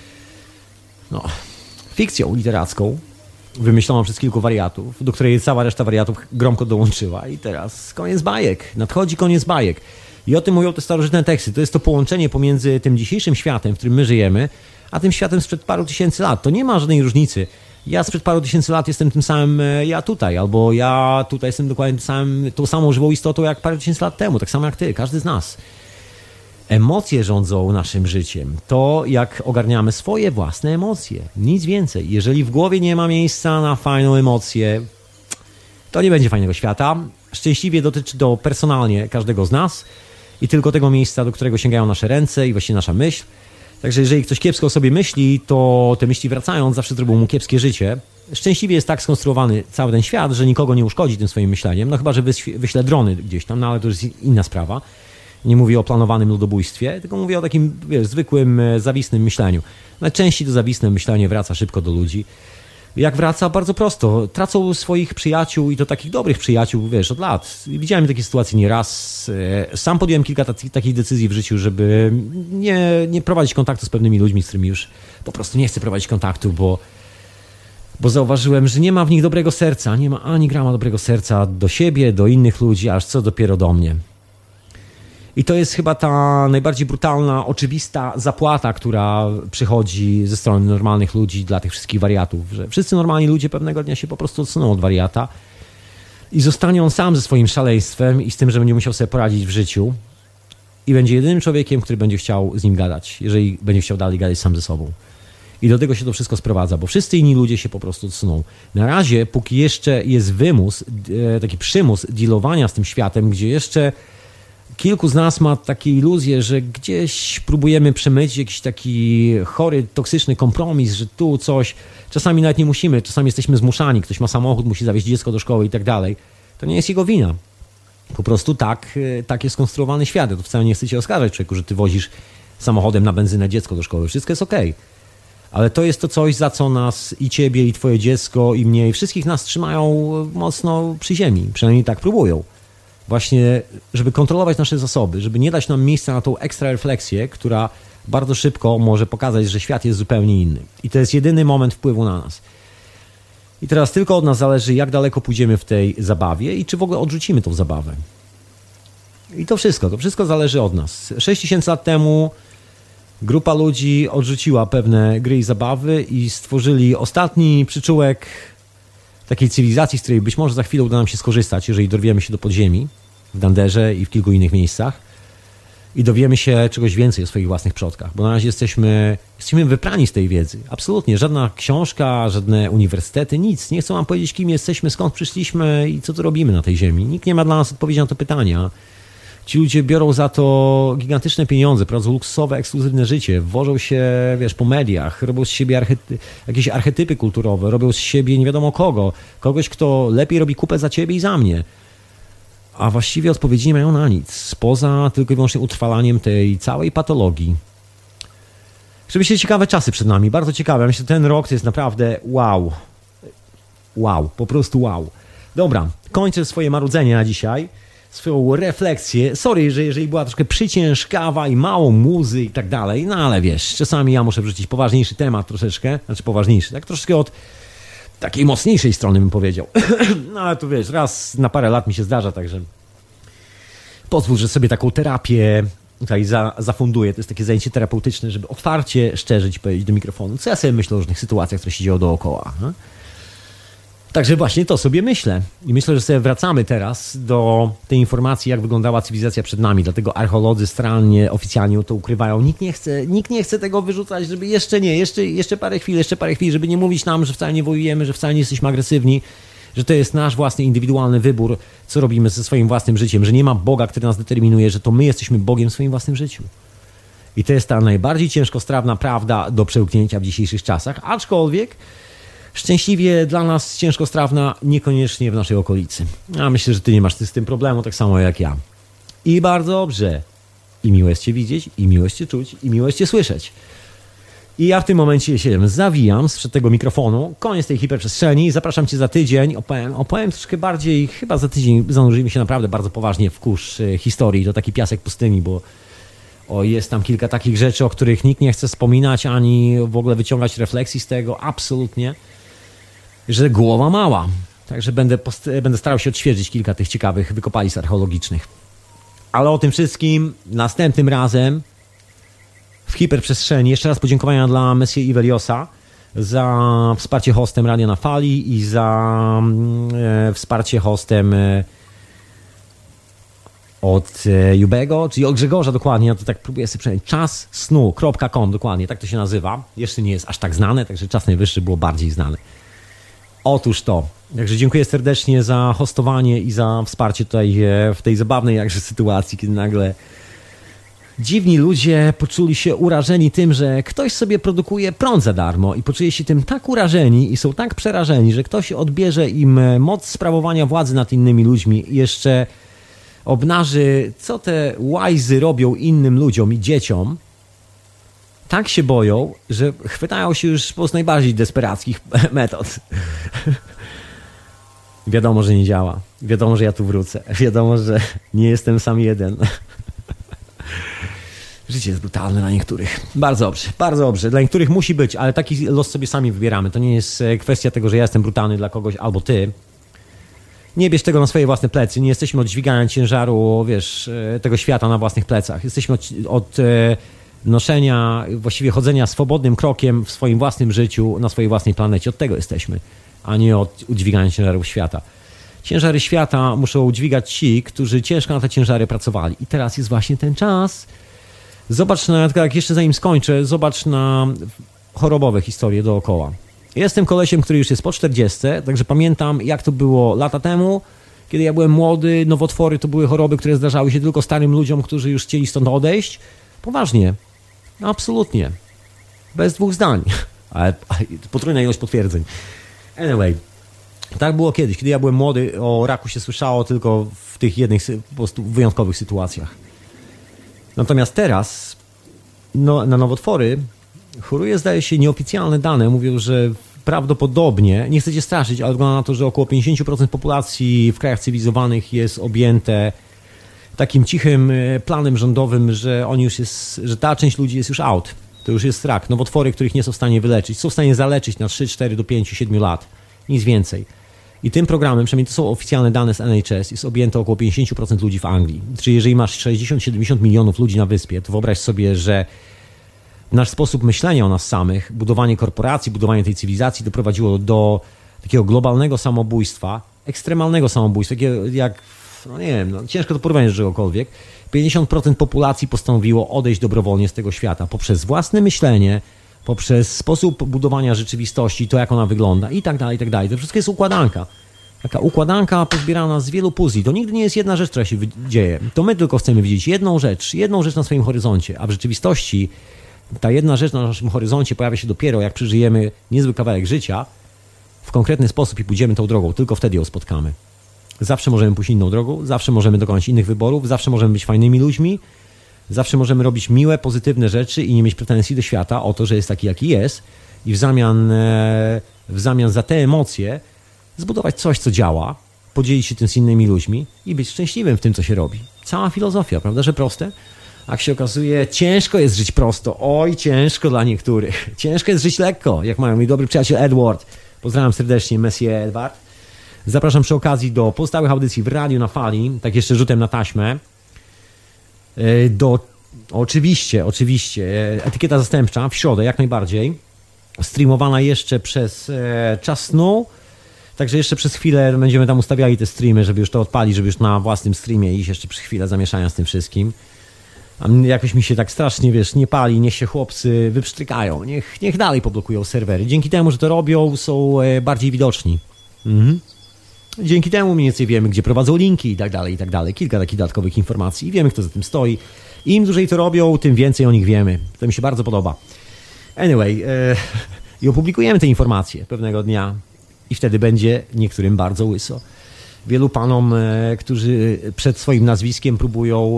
fikcją literacką, wymyśloną przez kilku wariatów, do której cała reszta wariatów gromko dołączyła i teraz koniec bajek, nadchodzi koniec bajek. I o tym mówią te starożytne teksty. To jest to połączenie pomiędzy tym dzisiejszym światem, w którym my żyjemy, a tym światem sprzed paru tysięcy lat. To nie ma żadnej różnicy. Ja sprzed paru tysięcy lat jestem tym samym ja tutaj, albo ja tutaj jestem dokładnie tą samą żywą istotą jak parę tysięcy lat temu, tak samo jak ty, każdy z nas. Emocje rządzą naszym życiem. To, jak ogarniamy swoje własne emocje. Nic więcej. Jeżeli w głowie nie ma miejsca na fajną emocję, to nie będzie fajnego świata. Szczęśliwie dotyczy to personalnie każdego z nas i tylko tego miejsca, do którego sięgają nasze ręce i właściwie nasza myśl. Także jeżeli ktoś kiepsko o sobie myśli, to te myśli wracając zawsze zrobią mu kiepskie życie. Szczęśliwie jest tak skonstruowany cały ten świat, że nikogo nie uszkodzi tym swoim myśleniem. No chyba, że wyśle drony gdzieś tam, ale to już jest inna sprawa. Nie mówię o planowanym ludobójstwie, tylko mówię o takim, wiesz, zwykłym, zawistnym myśleniu. Najczęściej to zawistne myślenie wraca szybko do ludzi. Jak wraca? Bardzo prosto. Tracą swoich przyjaciół i to takich dobrych przyjaciół, wiesz, od lat. Widziałem takie sytuacje nieraz. Sam podjąłem kilka takich decyzji w życiu, żeby nie prowadzić kontaktu z pewnymi ludźmi, z którymi już po prostu nie chcę prowadzić kontaktu, bo zauważyłem, że nie ma w nich dobrego serca. Nie ma ani grama dobrego serca do siebie, do innych ludzi, aż co dopiero do mnie. I to jest chyba ta najbardziej brutalna, oczywista zapłata, która przychodzi ze strony normalnych ludzi dla tych wszystkich wariatów, że wszyscy normalni ludzie pewnego dnia się po prostu odsuną od wariata i zostanie on sam ze swoim szaleństwem i z tym, że będzie musiał sobie poradzić w życiu i będzie jedynym człowiekiem, który będzie chciał z nim gadać, jeżeli będzie chciał dalej gadać sam ze sobą. I do tego się to wszystko sprowadza, bo wszyscy inni ludzie się po prostu odsuną. Na razie, póki jeszcze jest wymus, taki przymus dealowania z tym światem, gdzie jeszcze kilku z nas ma takie iluzje, że gdzieś próbujemy przemycić jakiś taki chory, toksyczny kompromis, że tu coś, czasami nawet nie musimy, czasami jesteśmy zmuszani, ktoś ma samochód, musi zawieźć dziecko do szkoły i tak dalej. To nie jest jego wina. Po prostu tak jest skonstruowany świat. To wcale nie chcę cię oskarżać, człowieku, że ty wozisz samochodem na benzynę dziecko do szkoły. Wszystko jest okej. Ale to jest to coś, za co nas i ciebie, i twoje dziecko, i mnie, i wszystkich nas trzymają mocno przy ziemi. Przynajmniej tak próbują. Właśnie, żeby kontrolować nasze zasoby, żeby nie dać nam miejsca na tą ekstra refleksję, która bardzo szybko może pokazać, że świat jest zupełnie inny. I to jest jedyny moment wpływu na nas. I teraz tylko od nas zależy, jak daleko pójdziemy w tej zabawie i czy w ogóle odrzucimy tą zabawę. I to wszystko zależy od nas. 6000 lat temu grupa ludzi odrzuciła pewne gry i zabawy i stworzyli ostatni przyczółek takiej cywilizacji, z której być może za chwilę uda nam się skorzystać, jeżeli dorwiemy się do podziemi w Danderze i w kilku innych miejscach i dowiemy się czegoś więcej o swoich własnych przodkach, bo na razie jesteśmy wyprani z tej wiedzy. Absolutnie, żadna książka, żadne uniwersytety, nic. Nie chcą nam powiedzieć, kim jesteśmy, skąd przyszliśmy i co tu robimy na tej ziemi. Nikt nie ma dla nas odpowiedzi na to pytania. Ci ludzie biorą za to gigantyczne pieniądze, prowadzą luksusowe, ekskluzywne życie, wożą się, wiesz, po mediach, robią z siebie jakieś archetypy kulturowe, robią z siebie nie wiadomo kogo, kogoś, kto lepiej robi kupę za ciebie i za mnie. A właściwie odpowiedzi nie mają na nic, poza tylko i wyłącznie utrwalaniem tej całej patologii. Oczywiście ciekawe czasy przed nami, bardzo ciekawe. Myślę, że ten rok to jest naprawdę wow. Wow, po prostu wow. Dobra, kończę swoje marudzenie na dzisiaj. Swoją refleksję. Sorry, że jeżeli była troszkę przyciężkawa i mało muzy i tak dalej, no ale wiesz, czasami ja muszę wrzucić poważniejszy temat troszeczkę, znaczy poważniejszy, tak troszeczkę od takiej mocniejszej strony bym powiedział. No ale tu wiesz, raz na parę lat mi się zdarza, także pozwól, że sobie taką terapię tutaj zafunduję. To jest takie zajęcie terapeutyczne, żeby otwarcie, szczerze ci powiedzieć do mikrofonu, co ja sobie myślę o różnych sytuacjach, które się dzieją dookoła. No? Także właśnie to sobie myślę. I myślę, że sobie wracamy teraz do tej informacji, jak wyglądała cywilizacja przed nami. Dlatego archeolodzy starannie, oficjalnie to ukrywają. Nikt nie chce tego wyrzucać, żeby jeszcze parę chwil, żeby nie mówić nam, że wcale nie wojujemy, że wcale nie jesteśmy agresywni, że to jest nasz własny, indywidualny wybór, co robimy ze swoim własnym życiem, że nie ma Boga, który nas determinuje, że to my jesteśmy Bogiem w swoim własnym życiu. I to jest ta najbardziej ciężkostrawna prawda do przełknięcia w dzisiejszych czasach, aczkolwiek szczęśliwie dla nas ciężkostrawna, niekoniecznie w naszej okolicy. A myślę, że ty nie masz z tym problemu, tak samo jak ja. I bardzo dobrze. I miło jest cię widzieć, i miło jest cię czuć, i miło jest cię słyszeć. I ja w tym momencie się zawijam sprzed tego mikrofonu. Koniec tej hiperprzestrzeni. Zapraszam cię za tydzień. Opowiem troszkę bardziej, chyba za tydzień zanurzymy się naprawdę bardzo poważnie w kurz historii. To taki piasek pustyni, bo jest tam kilka takich rzeczy, o których nikt nie chce wspominać, ani w ogóle wyciągać refleksji z tego. Absolutnie. Że głowa mała. Także będę starał się odświeżyć kilka tych ciekawych wykopalisk archeologicznych. Ale o tym wszystkim następnym razem w hiperprzestrzeni. Jeszcze raz podziękowania dla Messier i Veliosa za wsparcie hostem Radia na Fali i za wsparcie hostem od Jubego, czyli od Grzegorza dokładnie. Ja to tak próbuję sobie przejść. czassnu.com dokładnie, tak to się nazywa. Jeszcze nie jest aż tak znane, także Czas Najwyższy było bardziej znane. Otóż to. Także dziękuję serdecznie za hostowanie i za wsparcie tutaj w tej zabawnej jakże sytuacji, kiedy nagle dziwni ludzie poczuli się urażeni tym, że ktoś sobie produkuje prąd za darmo i poczuli się tym tak urażeni i są tak przerażeni, że ktoś odbierze im moc sprawowania władzy nad innymi ludźmi i jeszcze obnaży, co te łajzy robią innym ludziom i dzieciom. Tak się boją, że chwytają się już po najbardziej desperackich metod. Wiadomo, że nie działa. Wiadomo, że ja tu wrócę. Wiadomo, że nie jestem sam jeden. Życie jest brutalne dla niektórych. Bardzo dobrze, bardzo dobrze. Dla niektórych musi być, ale taki los sobie sami wybieramy. To nie jest kwestia tego, że ja jestem brutalny dla kogoś albo ty. Nie bierz tego na swoje własne plecy. Nie jesteśmy od dźwigania ciężaru, tego świata na własnych plecach. Jesteśmy od noszenia, właściwie chodzenia swobodnym krokiem w swoim własnym życiu, na swojej własnej planecie. Od tego jesteśmy, a nie od udźwigania ciężarów świata. Ciężary świata muszą udźwigać ci, którzy ciężko na te ciężary pracowali. I teraz jest właśnie ten czas. Zobacz jak jeszcze zanim skończę, zobacz na chorobowe historie dookoła. Jestem kolesiem, który już jest po 40, także pamiętam, jak to było lata temu, kiedy ja byłem młody. Nowotwory to były choroby, które zdarzały się tylko starym ludziom, którzy już chcieli stąd odejść. Poważnie. Absolutnie. Bez dwóch zdań. Ale potrójna ilość potwierdzeń. Anyway. Tak było kiedyś. Kiedy ja byłem młody, o raku się słyszało tylko w tych jednych po prostu wyjątkowych sytuacjach. Natomiast teraz na nowotwory choruje, zdaje się, nieoficjalne dane. Mówią, że prawdopodobnie, nie chcę cię straszyć, ale wygląda na to, że około 50% populacji w krajach cywilizowanych jest objęte takim cichym planem rządowym, że że ta część ludzi jest już out. To już jest rak. Nowotwory, których nie są w stanie wyleczyć. Są w stanie zaleczyć na 3, 4 do 5, 7 lat. Nic więcej. I tym programem, przynajmniej to są oficjalne dane z NHS, jest objęte około 50% ludzi w Anglii. Czyli jeżeli masz 60-70 milionów ludzi na wyspie, to wyobraź sobie, że nasz sposób myślenia o nas samych, budowanie korporacji, budowanie tej cywilizacji doprowadziło do takiego globalnego samobójstwa, ekstremalnego samobójstwa, takiego jak, nie wiem, ciężko to porównać do czegokolwiek. 50% populacji postanowiło odejść dobrowolnie z tego świata poprzez własne myślenie, poprzez sposób budowania rzeczywistości, to jak ona wygląda i tak dalej, i tak dalej. To wszystko jest układanka. Taka układanka pozbierana z wielu puzli. To nigdy nie jest jedna rzecz, która się dzieje. To my tylko chcemy widzieć jedną rzecz na swoim horyzoncie, a w rzeczywistości ta jedna rzecz na naszym horyzoncie pojawia się dopiero, jak przeżyjemy niezły kawałek życia w konkretny sposób i pójdziemy tą drogą. Tylko wtedy ją spotkamy. Zawsze możemy pójść inną drogą, zawsze możemy dokonać innych wyborów, zawsze możemy być fajnymi ludźmi, zawsze możemy robić miłe, pozytywne rzeczy i nie mieć pretensji do świata o to, że jest taki, jaki jest i w zamian za te emocje zbudować coś, co działa, podzielić się tym z innymi ludźmi i być szczęśliwym w tym, co się robi. Cała filozofia, prawda, że proste? Jak się okazuje, ciężko jest żyć prosto. Oj, ciężko dla niektórych. Ciężko jest żyć lekko, jak mają mój dobry przyjaciel Edward. Pozdrawiam serdecznie, Messier Edward. Zapraszam przy okazji do pozostałych audycji w Radiu na Fali, tak jeszcze rzutem na taśmę. Oczywiście, etykieta zastępcza w środę, jak najbardziej. Streamowana jeszcze przez Czas Snu. Także jeszcze przez chwilę będziemy tam ustawiali te streamy, żeby już to odpalić, żeby już na własnym streamie iść jeszcze przez chwilę zamieszania z tym wszystkim. A jakoś mi się tak strasznie, nie pali, niech się chłopcy wypsztrykają, niech dalej poblokują serwery. Dzięki temu, że to robią, są bardziej widoczni. Dzięki temu mniej więcej wiemy, gdzie prowadzą linki i tak dalej, i tak dalej. Kilka takich dodatkowych informacji i wiemy, kto za tym stoi. I im dłużej to robią, tym więcej o nich wiemy. To mi się bardzo podoba. Anyway, i opublikujemy te informacje pewnego dnia i wtedy będzie niektórym bardzo łyso. wielu panom, którzy przed swoim nazwiskiem próbują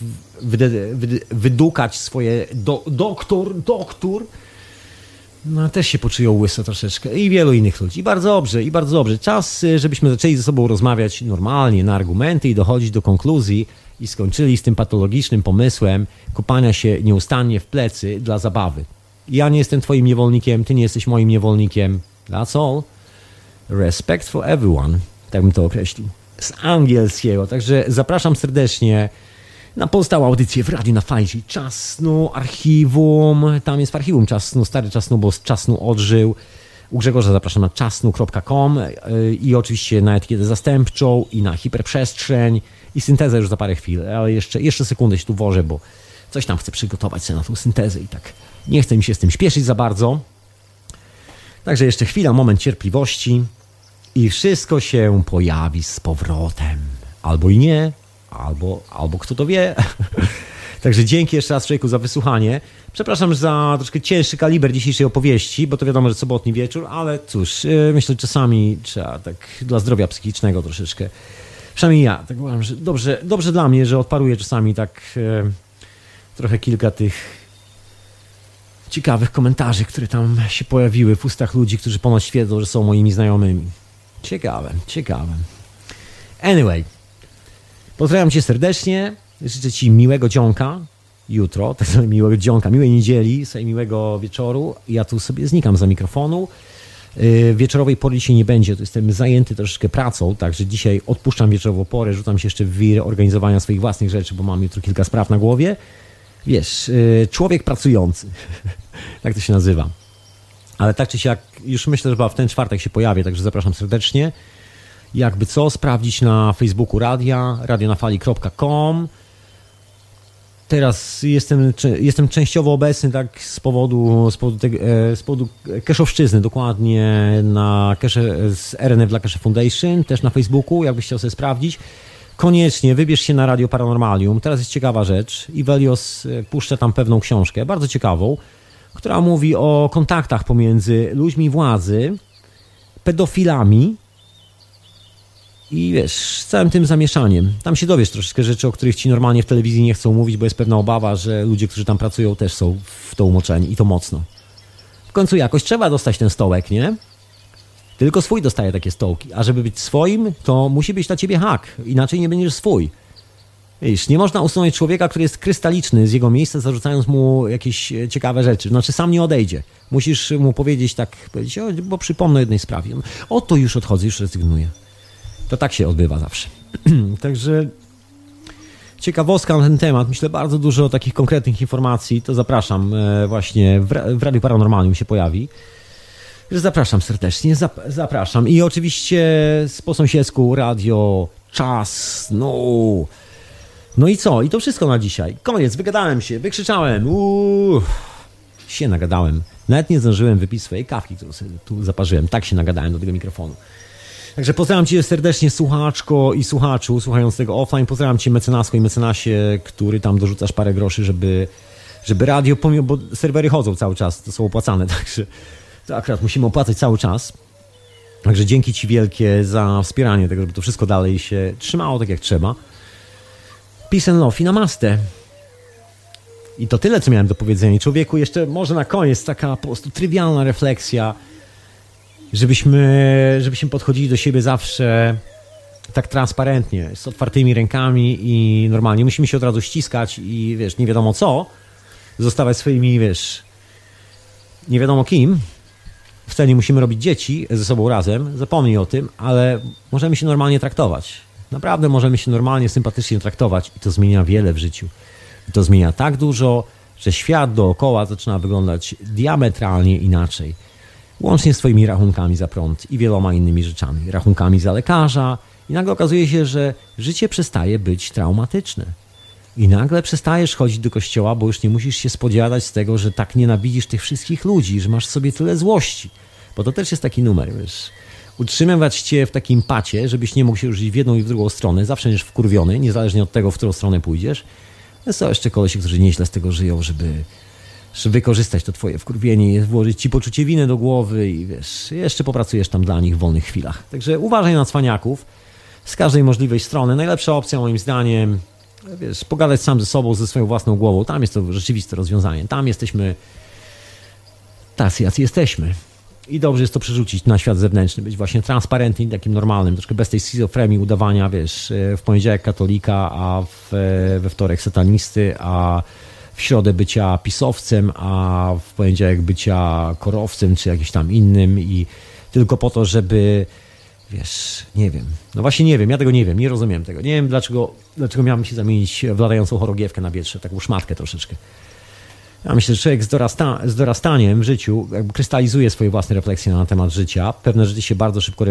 wydukać swoje doktor, no też się poczują łyso troszeczkę i wielu innych ludzi. I bardzo dobrze. Czas, żebyśmy zaczęli ze sobą rozmawiać normalnie na argumenty i dochodzić do konkluzji i skończyli z tym patologicznym pomysłem kopania się nieustannie w plecy dla zabawy. Ja nie jestem twoim niewolnikiem, ty nie jesteś moim niewolnikiem. That's all. Respect for everyone. Tak bym to określił. Z angielskiego. Także zapraszam serdecznie na pozostałą audycję w Radiu na Fali, czyli Czas Snu, archiwum. Tam jest w archiwum Czas Snu, stary Czas Snu, bo z Czas Snu odżył. U Grzegorza zapraszam na czasnu.com i oczywiście na etykietę zastępczą i na hiperprzestrzeń i syntezę już za parę chwil. Ale jeszcze sekundę się tu wożę, bo coś tam chcę przygotować sobie na tą syntezę i tak nie chcę mi się z tym śpieszyć za bardzo. Także jeszcze chwila, moment cierpliwości i wszystko się pojawi z powrotem. Albo i nie, albo kto to wie. Także dzięki jeszcze raz człowieku za wysłuchanie. Przepraszam za troszkę cięższy kaliber dzisiejszej opowieści, bo to wiadomo, że sobotni wieczór, ale cóż, myślę, że czasami trzeba tak dla zdrowia psychicznego troszeczkę. Przynajmniej ja tak uważam, że dobrze dla mnie, że odparuję czasami tak trochę kilka tych ciekawych komentarzy, które tam się pojawiły w ustach ludzi, którzy ponoć twierdzą, że są moimi znajomymi. Ciekawe. Anyway, pozdrawiam cię serdecznie, życzę ci miłego dzionka jutro, tak sobie miłego dzionka, miłej niedzieli, sobie miłego wieczoru. Ja tu sobie znikam za mikrofonu. Wieczorowej pory dzisiaj nie będzie, to jestem zajęty troszeczkę pracą, także dzisiaj odpuszczam wieczorową porę, rzucam się jeszcze w wir organizowania swoich własnych rzeczy, bo mam jutro kilka spraw na głowie. Wiesz, człowiek pracujący, tak to się nazywa. Ale tak czy siak, już myślę, że chyba w ten czwartek się pojawię, także zapraszam serdecznie. Jakby co, sprawdzić na Facebooku radia, radionafali.com. Teraz jestem częściowo obecny tak z powodu Keszowszczyzny, dokładnie na Kesze, z RNF dla Keshe Foundation, też na Facebooku, jakbyś chciał sobie sprawdzić. Koniecznie wybierz się na Radio Paranormalium. Teraz jest ciekawa rzecz. Ivelios puszcza tam pewną książkę, bardzo ciekawą, która mówi o kontaktach pomiędzy ludźmi władzy, pedofilami i wiesz, z całym tym zamieszaniem. Tam się dowiesz troszeczkę rzeczy, o których ci normalnie w telewizji nie chcą mówić, bo jest pewna obawa, że ludzie, którzy tam pracują, też są w to umoczeni i to mocno. W końcu jakoś trzeba dostać ten stołek, nie? Tylko swój dostaje takie stołki, a żeby być swoim, to musi być na ciebie hak, inaczej nie będziesz swój. Wiesz, nie można usunąć człowieka, który jest krystaliczny z jego miejsca, zarzucając mu jakieś ciekawe rzeczy. Znaczy sam nie odejdzie. Musisz mu powiedzieć, bo przypomnę o jednej sprawie. O, to już odchodzę, już rezygnuję. To tak się odbywa zawsze. Także ciekawostka na ten temat. Myślę, bardzo dużo takich konkretnych informacji. To zapraszam właśnie w Radiu Paranormalium się pojawi. Zapraszam serdecznie, zapraszam. I oczywiście po sąsiedzku radio, czas, no i co? I to wszystko na dzisiaj. Koniec, wygadałem się, wykrzyczałem. Się nagadałem. Nawet nie zdążyłem wypić swojej kawki, którą sobie tu zaparzyłem. Tak się nagadałem do tego mikrofonu. Także pozdrawiam cię serdecznie, słuchaczko i słuchaczu słuchając tego offline. Pozdrawiam cię mecenasko i mecenasie, który tam dorzucasz parę groszy, żeby radio, bo serwery chodzą cały czas, to są opłacane, także to akurat musimy opłacać cały czas. Także dzięki ci wielkie za wspieranie tego, żeby to wszystko dalej się trzymało tak jak trzeba. Peace and love i namaste. I to tyle, co miałem do powiedzenia. Człowieku, jeszcze może na koniec taka po prostu trywialna refleksja, żebyśmy podchodzili do siebie zawsze tak transparentnie, z otwartymi rękami i normalnie. Musimy się od razu ściskać i wiesz, nie wiadomo co, zostawać swoimi, wiesz, nie wiadomo kim. Wcale nie musimy robić dzieci ze sobą razem, zapomnij o tym, ale możemy się normalnie traktować. Naprawdę możemy się normalnie, sympatycznie traktować i to zmienia wiele w życiu. I to zmienia tak dużo, że świat dookoła zaczyna wyglądać diametralnie inaczej. Łącznie z twoimi rachunkami za prąd i wieloma innymi rzeczami. Rachunkami za lekarza i nagle okazuje się, że życie przestaje być traumatyczne. I nagle przestajesz chodzić do kościoła, bo już nie musisz się spodziewać z tego, że tak nienawidzisz tych wszystkich ludzi, że masz w sobie tyle złości. Bo to też jest taki numer, wiesz. Utrzymywać cię w takim pacie, żebyś nie mógł się ruszyć w jedną i w drugą stronę, zawsze będziesz wkurwiony, niezależnie od tego, w którą stronę pójdziesz. Są jeszcze kolesi, którzy nieźle z tego żyją, żeby wykorzystać to twoje wkurwienie, włożyć ci poczucie winy do głowy i wiesz, jeszcze popracujesz tam dla nich w wolnych chwilach. Także uważaj na cwaniaków. z każdej możliwej strony. Najlepsza opcja moim zdaniem, wiesz, pogadać sam ze sobą, ze swoją własną głową. Tam jest to rzeczywiste rozwiązanie. Tam jesteśmy tacy, jacy jesteśmy. I dobrze jest to przerzucić na świat zewnętrzny, być właśnie transparentny, takim normalnym, troszkę bez tej schizofrenii udawania, wiesz, w poniedziałek katolika, a we wtorek satanisty, a w środę bycia pisowcem, a w poniedziałek bycia korowcem, czy jakimś tam innym i tylko po to, żeby, wiesz, nie wiem, no właśnie nie wiem, ja tego nie wiem, nie rozumiem tego, nie wiem dlaczego miałbym się zamienić w latającą chorągiewkę na wietrze, taką szmatkę troszeczkę. Ja myślę, że człowiek z dorastaniem w życiu jakby krystalizuje swoje własne refleksje na temat życia. Pewne rzeczy się bardzo szybko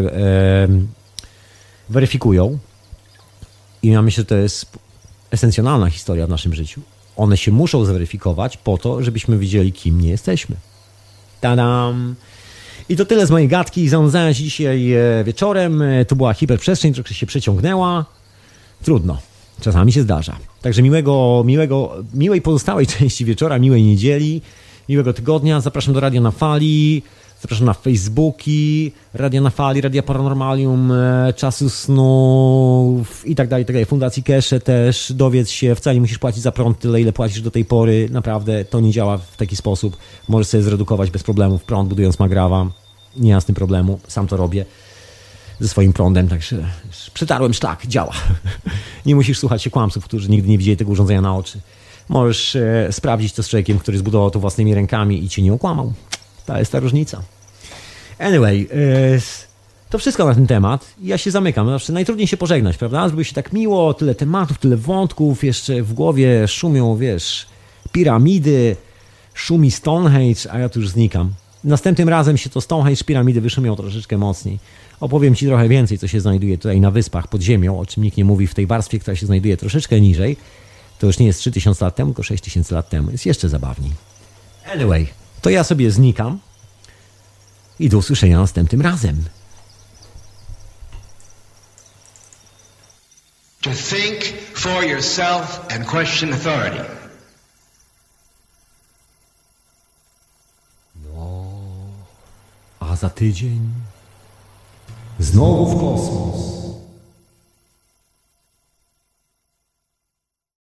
weryfikują. I ja myślę, że to jest esencjonalna historia w naszym życiu. One się muszą zweryfikować po to, żebyśmy wiedzieli, kim nie jesteśmy. Tadam! I to tyle z mojej gadki. Zanudzałem się dzisiaj wieczorem. Tu była hiperprzestrzeń, troszkę się przeciągnęła. Trudno. Czasami się zdarza. Także miłej pozostałej części wieczora, miłej niedzieli, miłego tygodnia. Zapraszam do Radia na Fali, zapraszam na Facebooki, Radia na Fali, Radia Paranormalium, Czasu Snów i tak dalej. Fundacji Kesze też. Dowiedz się, wcale nie musisz płacić za prąd tyle, ile płacisz do tej pory. Naprawdę to nie działa w taki sposób. Możesz sobie zredukować bez problemów prąd, budując Magrawa. Nie ma z tym problemu, sam to robię ze swoim prądem, także przetarłem szlak, działa. Nie musisz słuchać się kłamców, którzy nigdy nie widzieli tego urządzenia na oczy. Możesz sprawdzić to z człowiekiem, który zbudował to własnymi rękami i cię nie okłamał. Ta jest ta różnica. Anyway, to wszystko na ten temat. Ja się zamykam. Zawsze najtrudniej się pożegnać, prawda? Zrobi się tak miło, tyle tematów, tyle wątków, jeszcze w głowie szumią, wiesz, piramidy, szumi Stonehenge, a ja tu już znikam. Następnym razem się to Stonehenge, piramidy wyszumią troszeczkę mocniej. Opowiem Ci trochę więcej, co się znajduje tutaj na wyspach pod ziemią, o czym nikt nie mówi w tej warstwie, która się znajduje troszeczkę niżej. To już nie jest 3000 lat temu, tylko 6000 lat temu. Jest jeszcze zabawniej. Anyway, to ja sobie znikam i do usłyszenia następnym razem. To think for yourself and question authority. A za tydzień znowu w kosmos.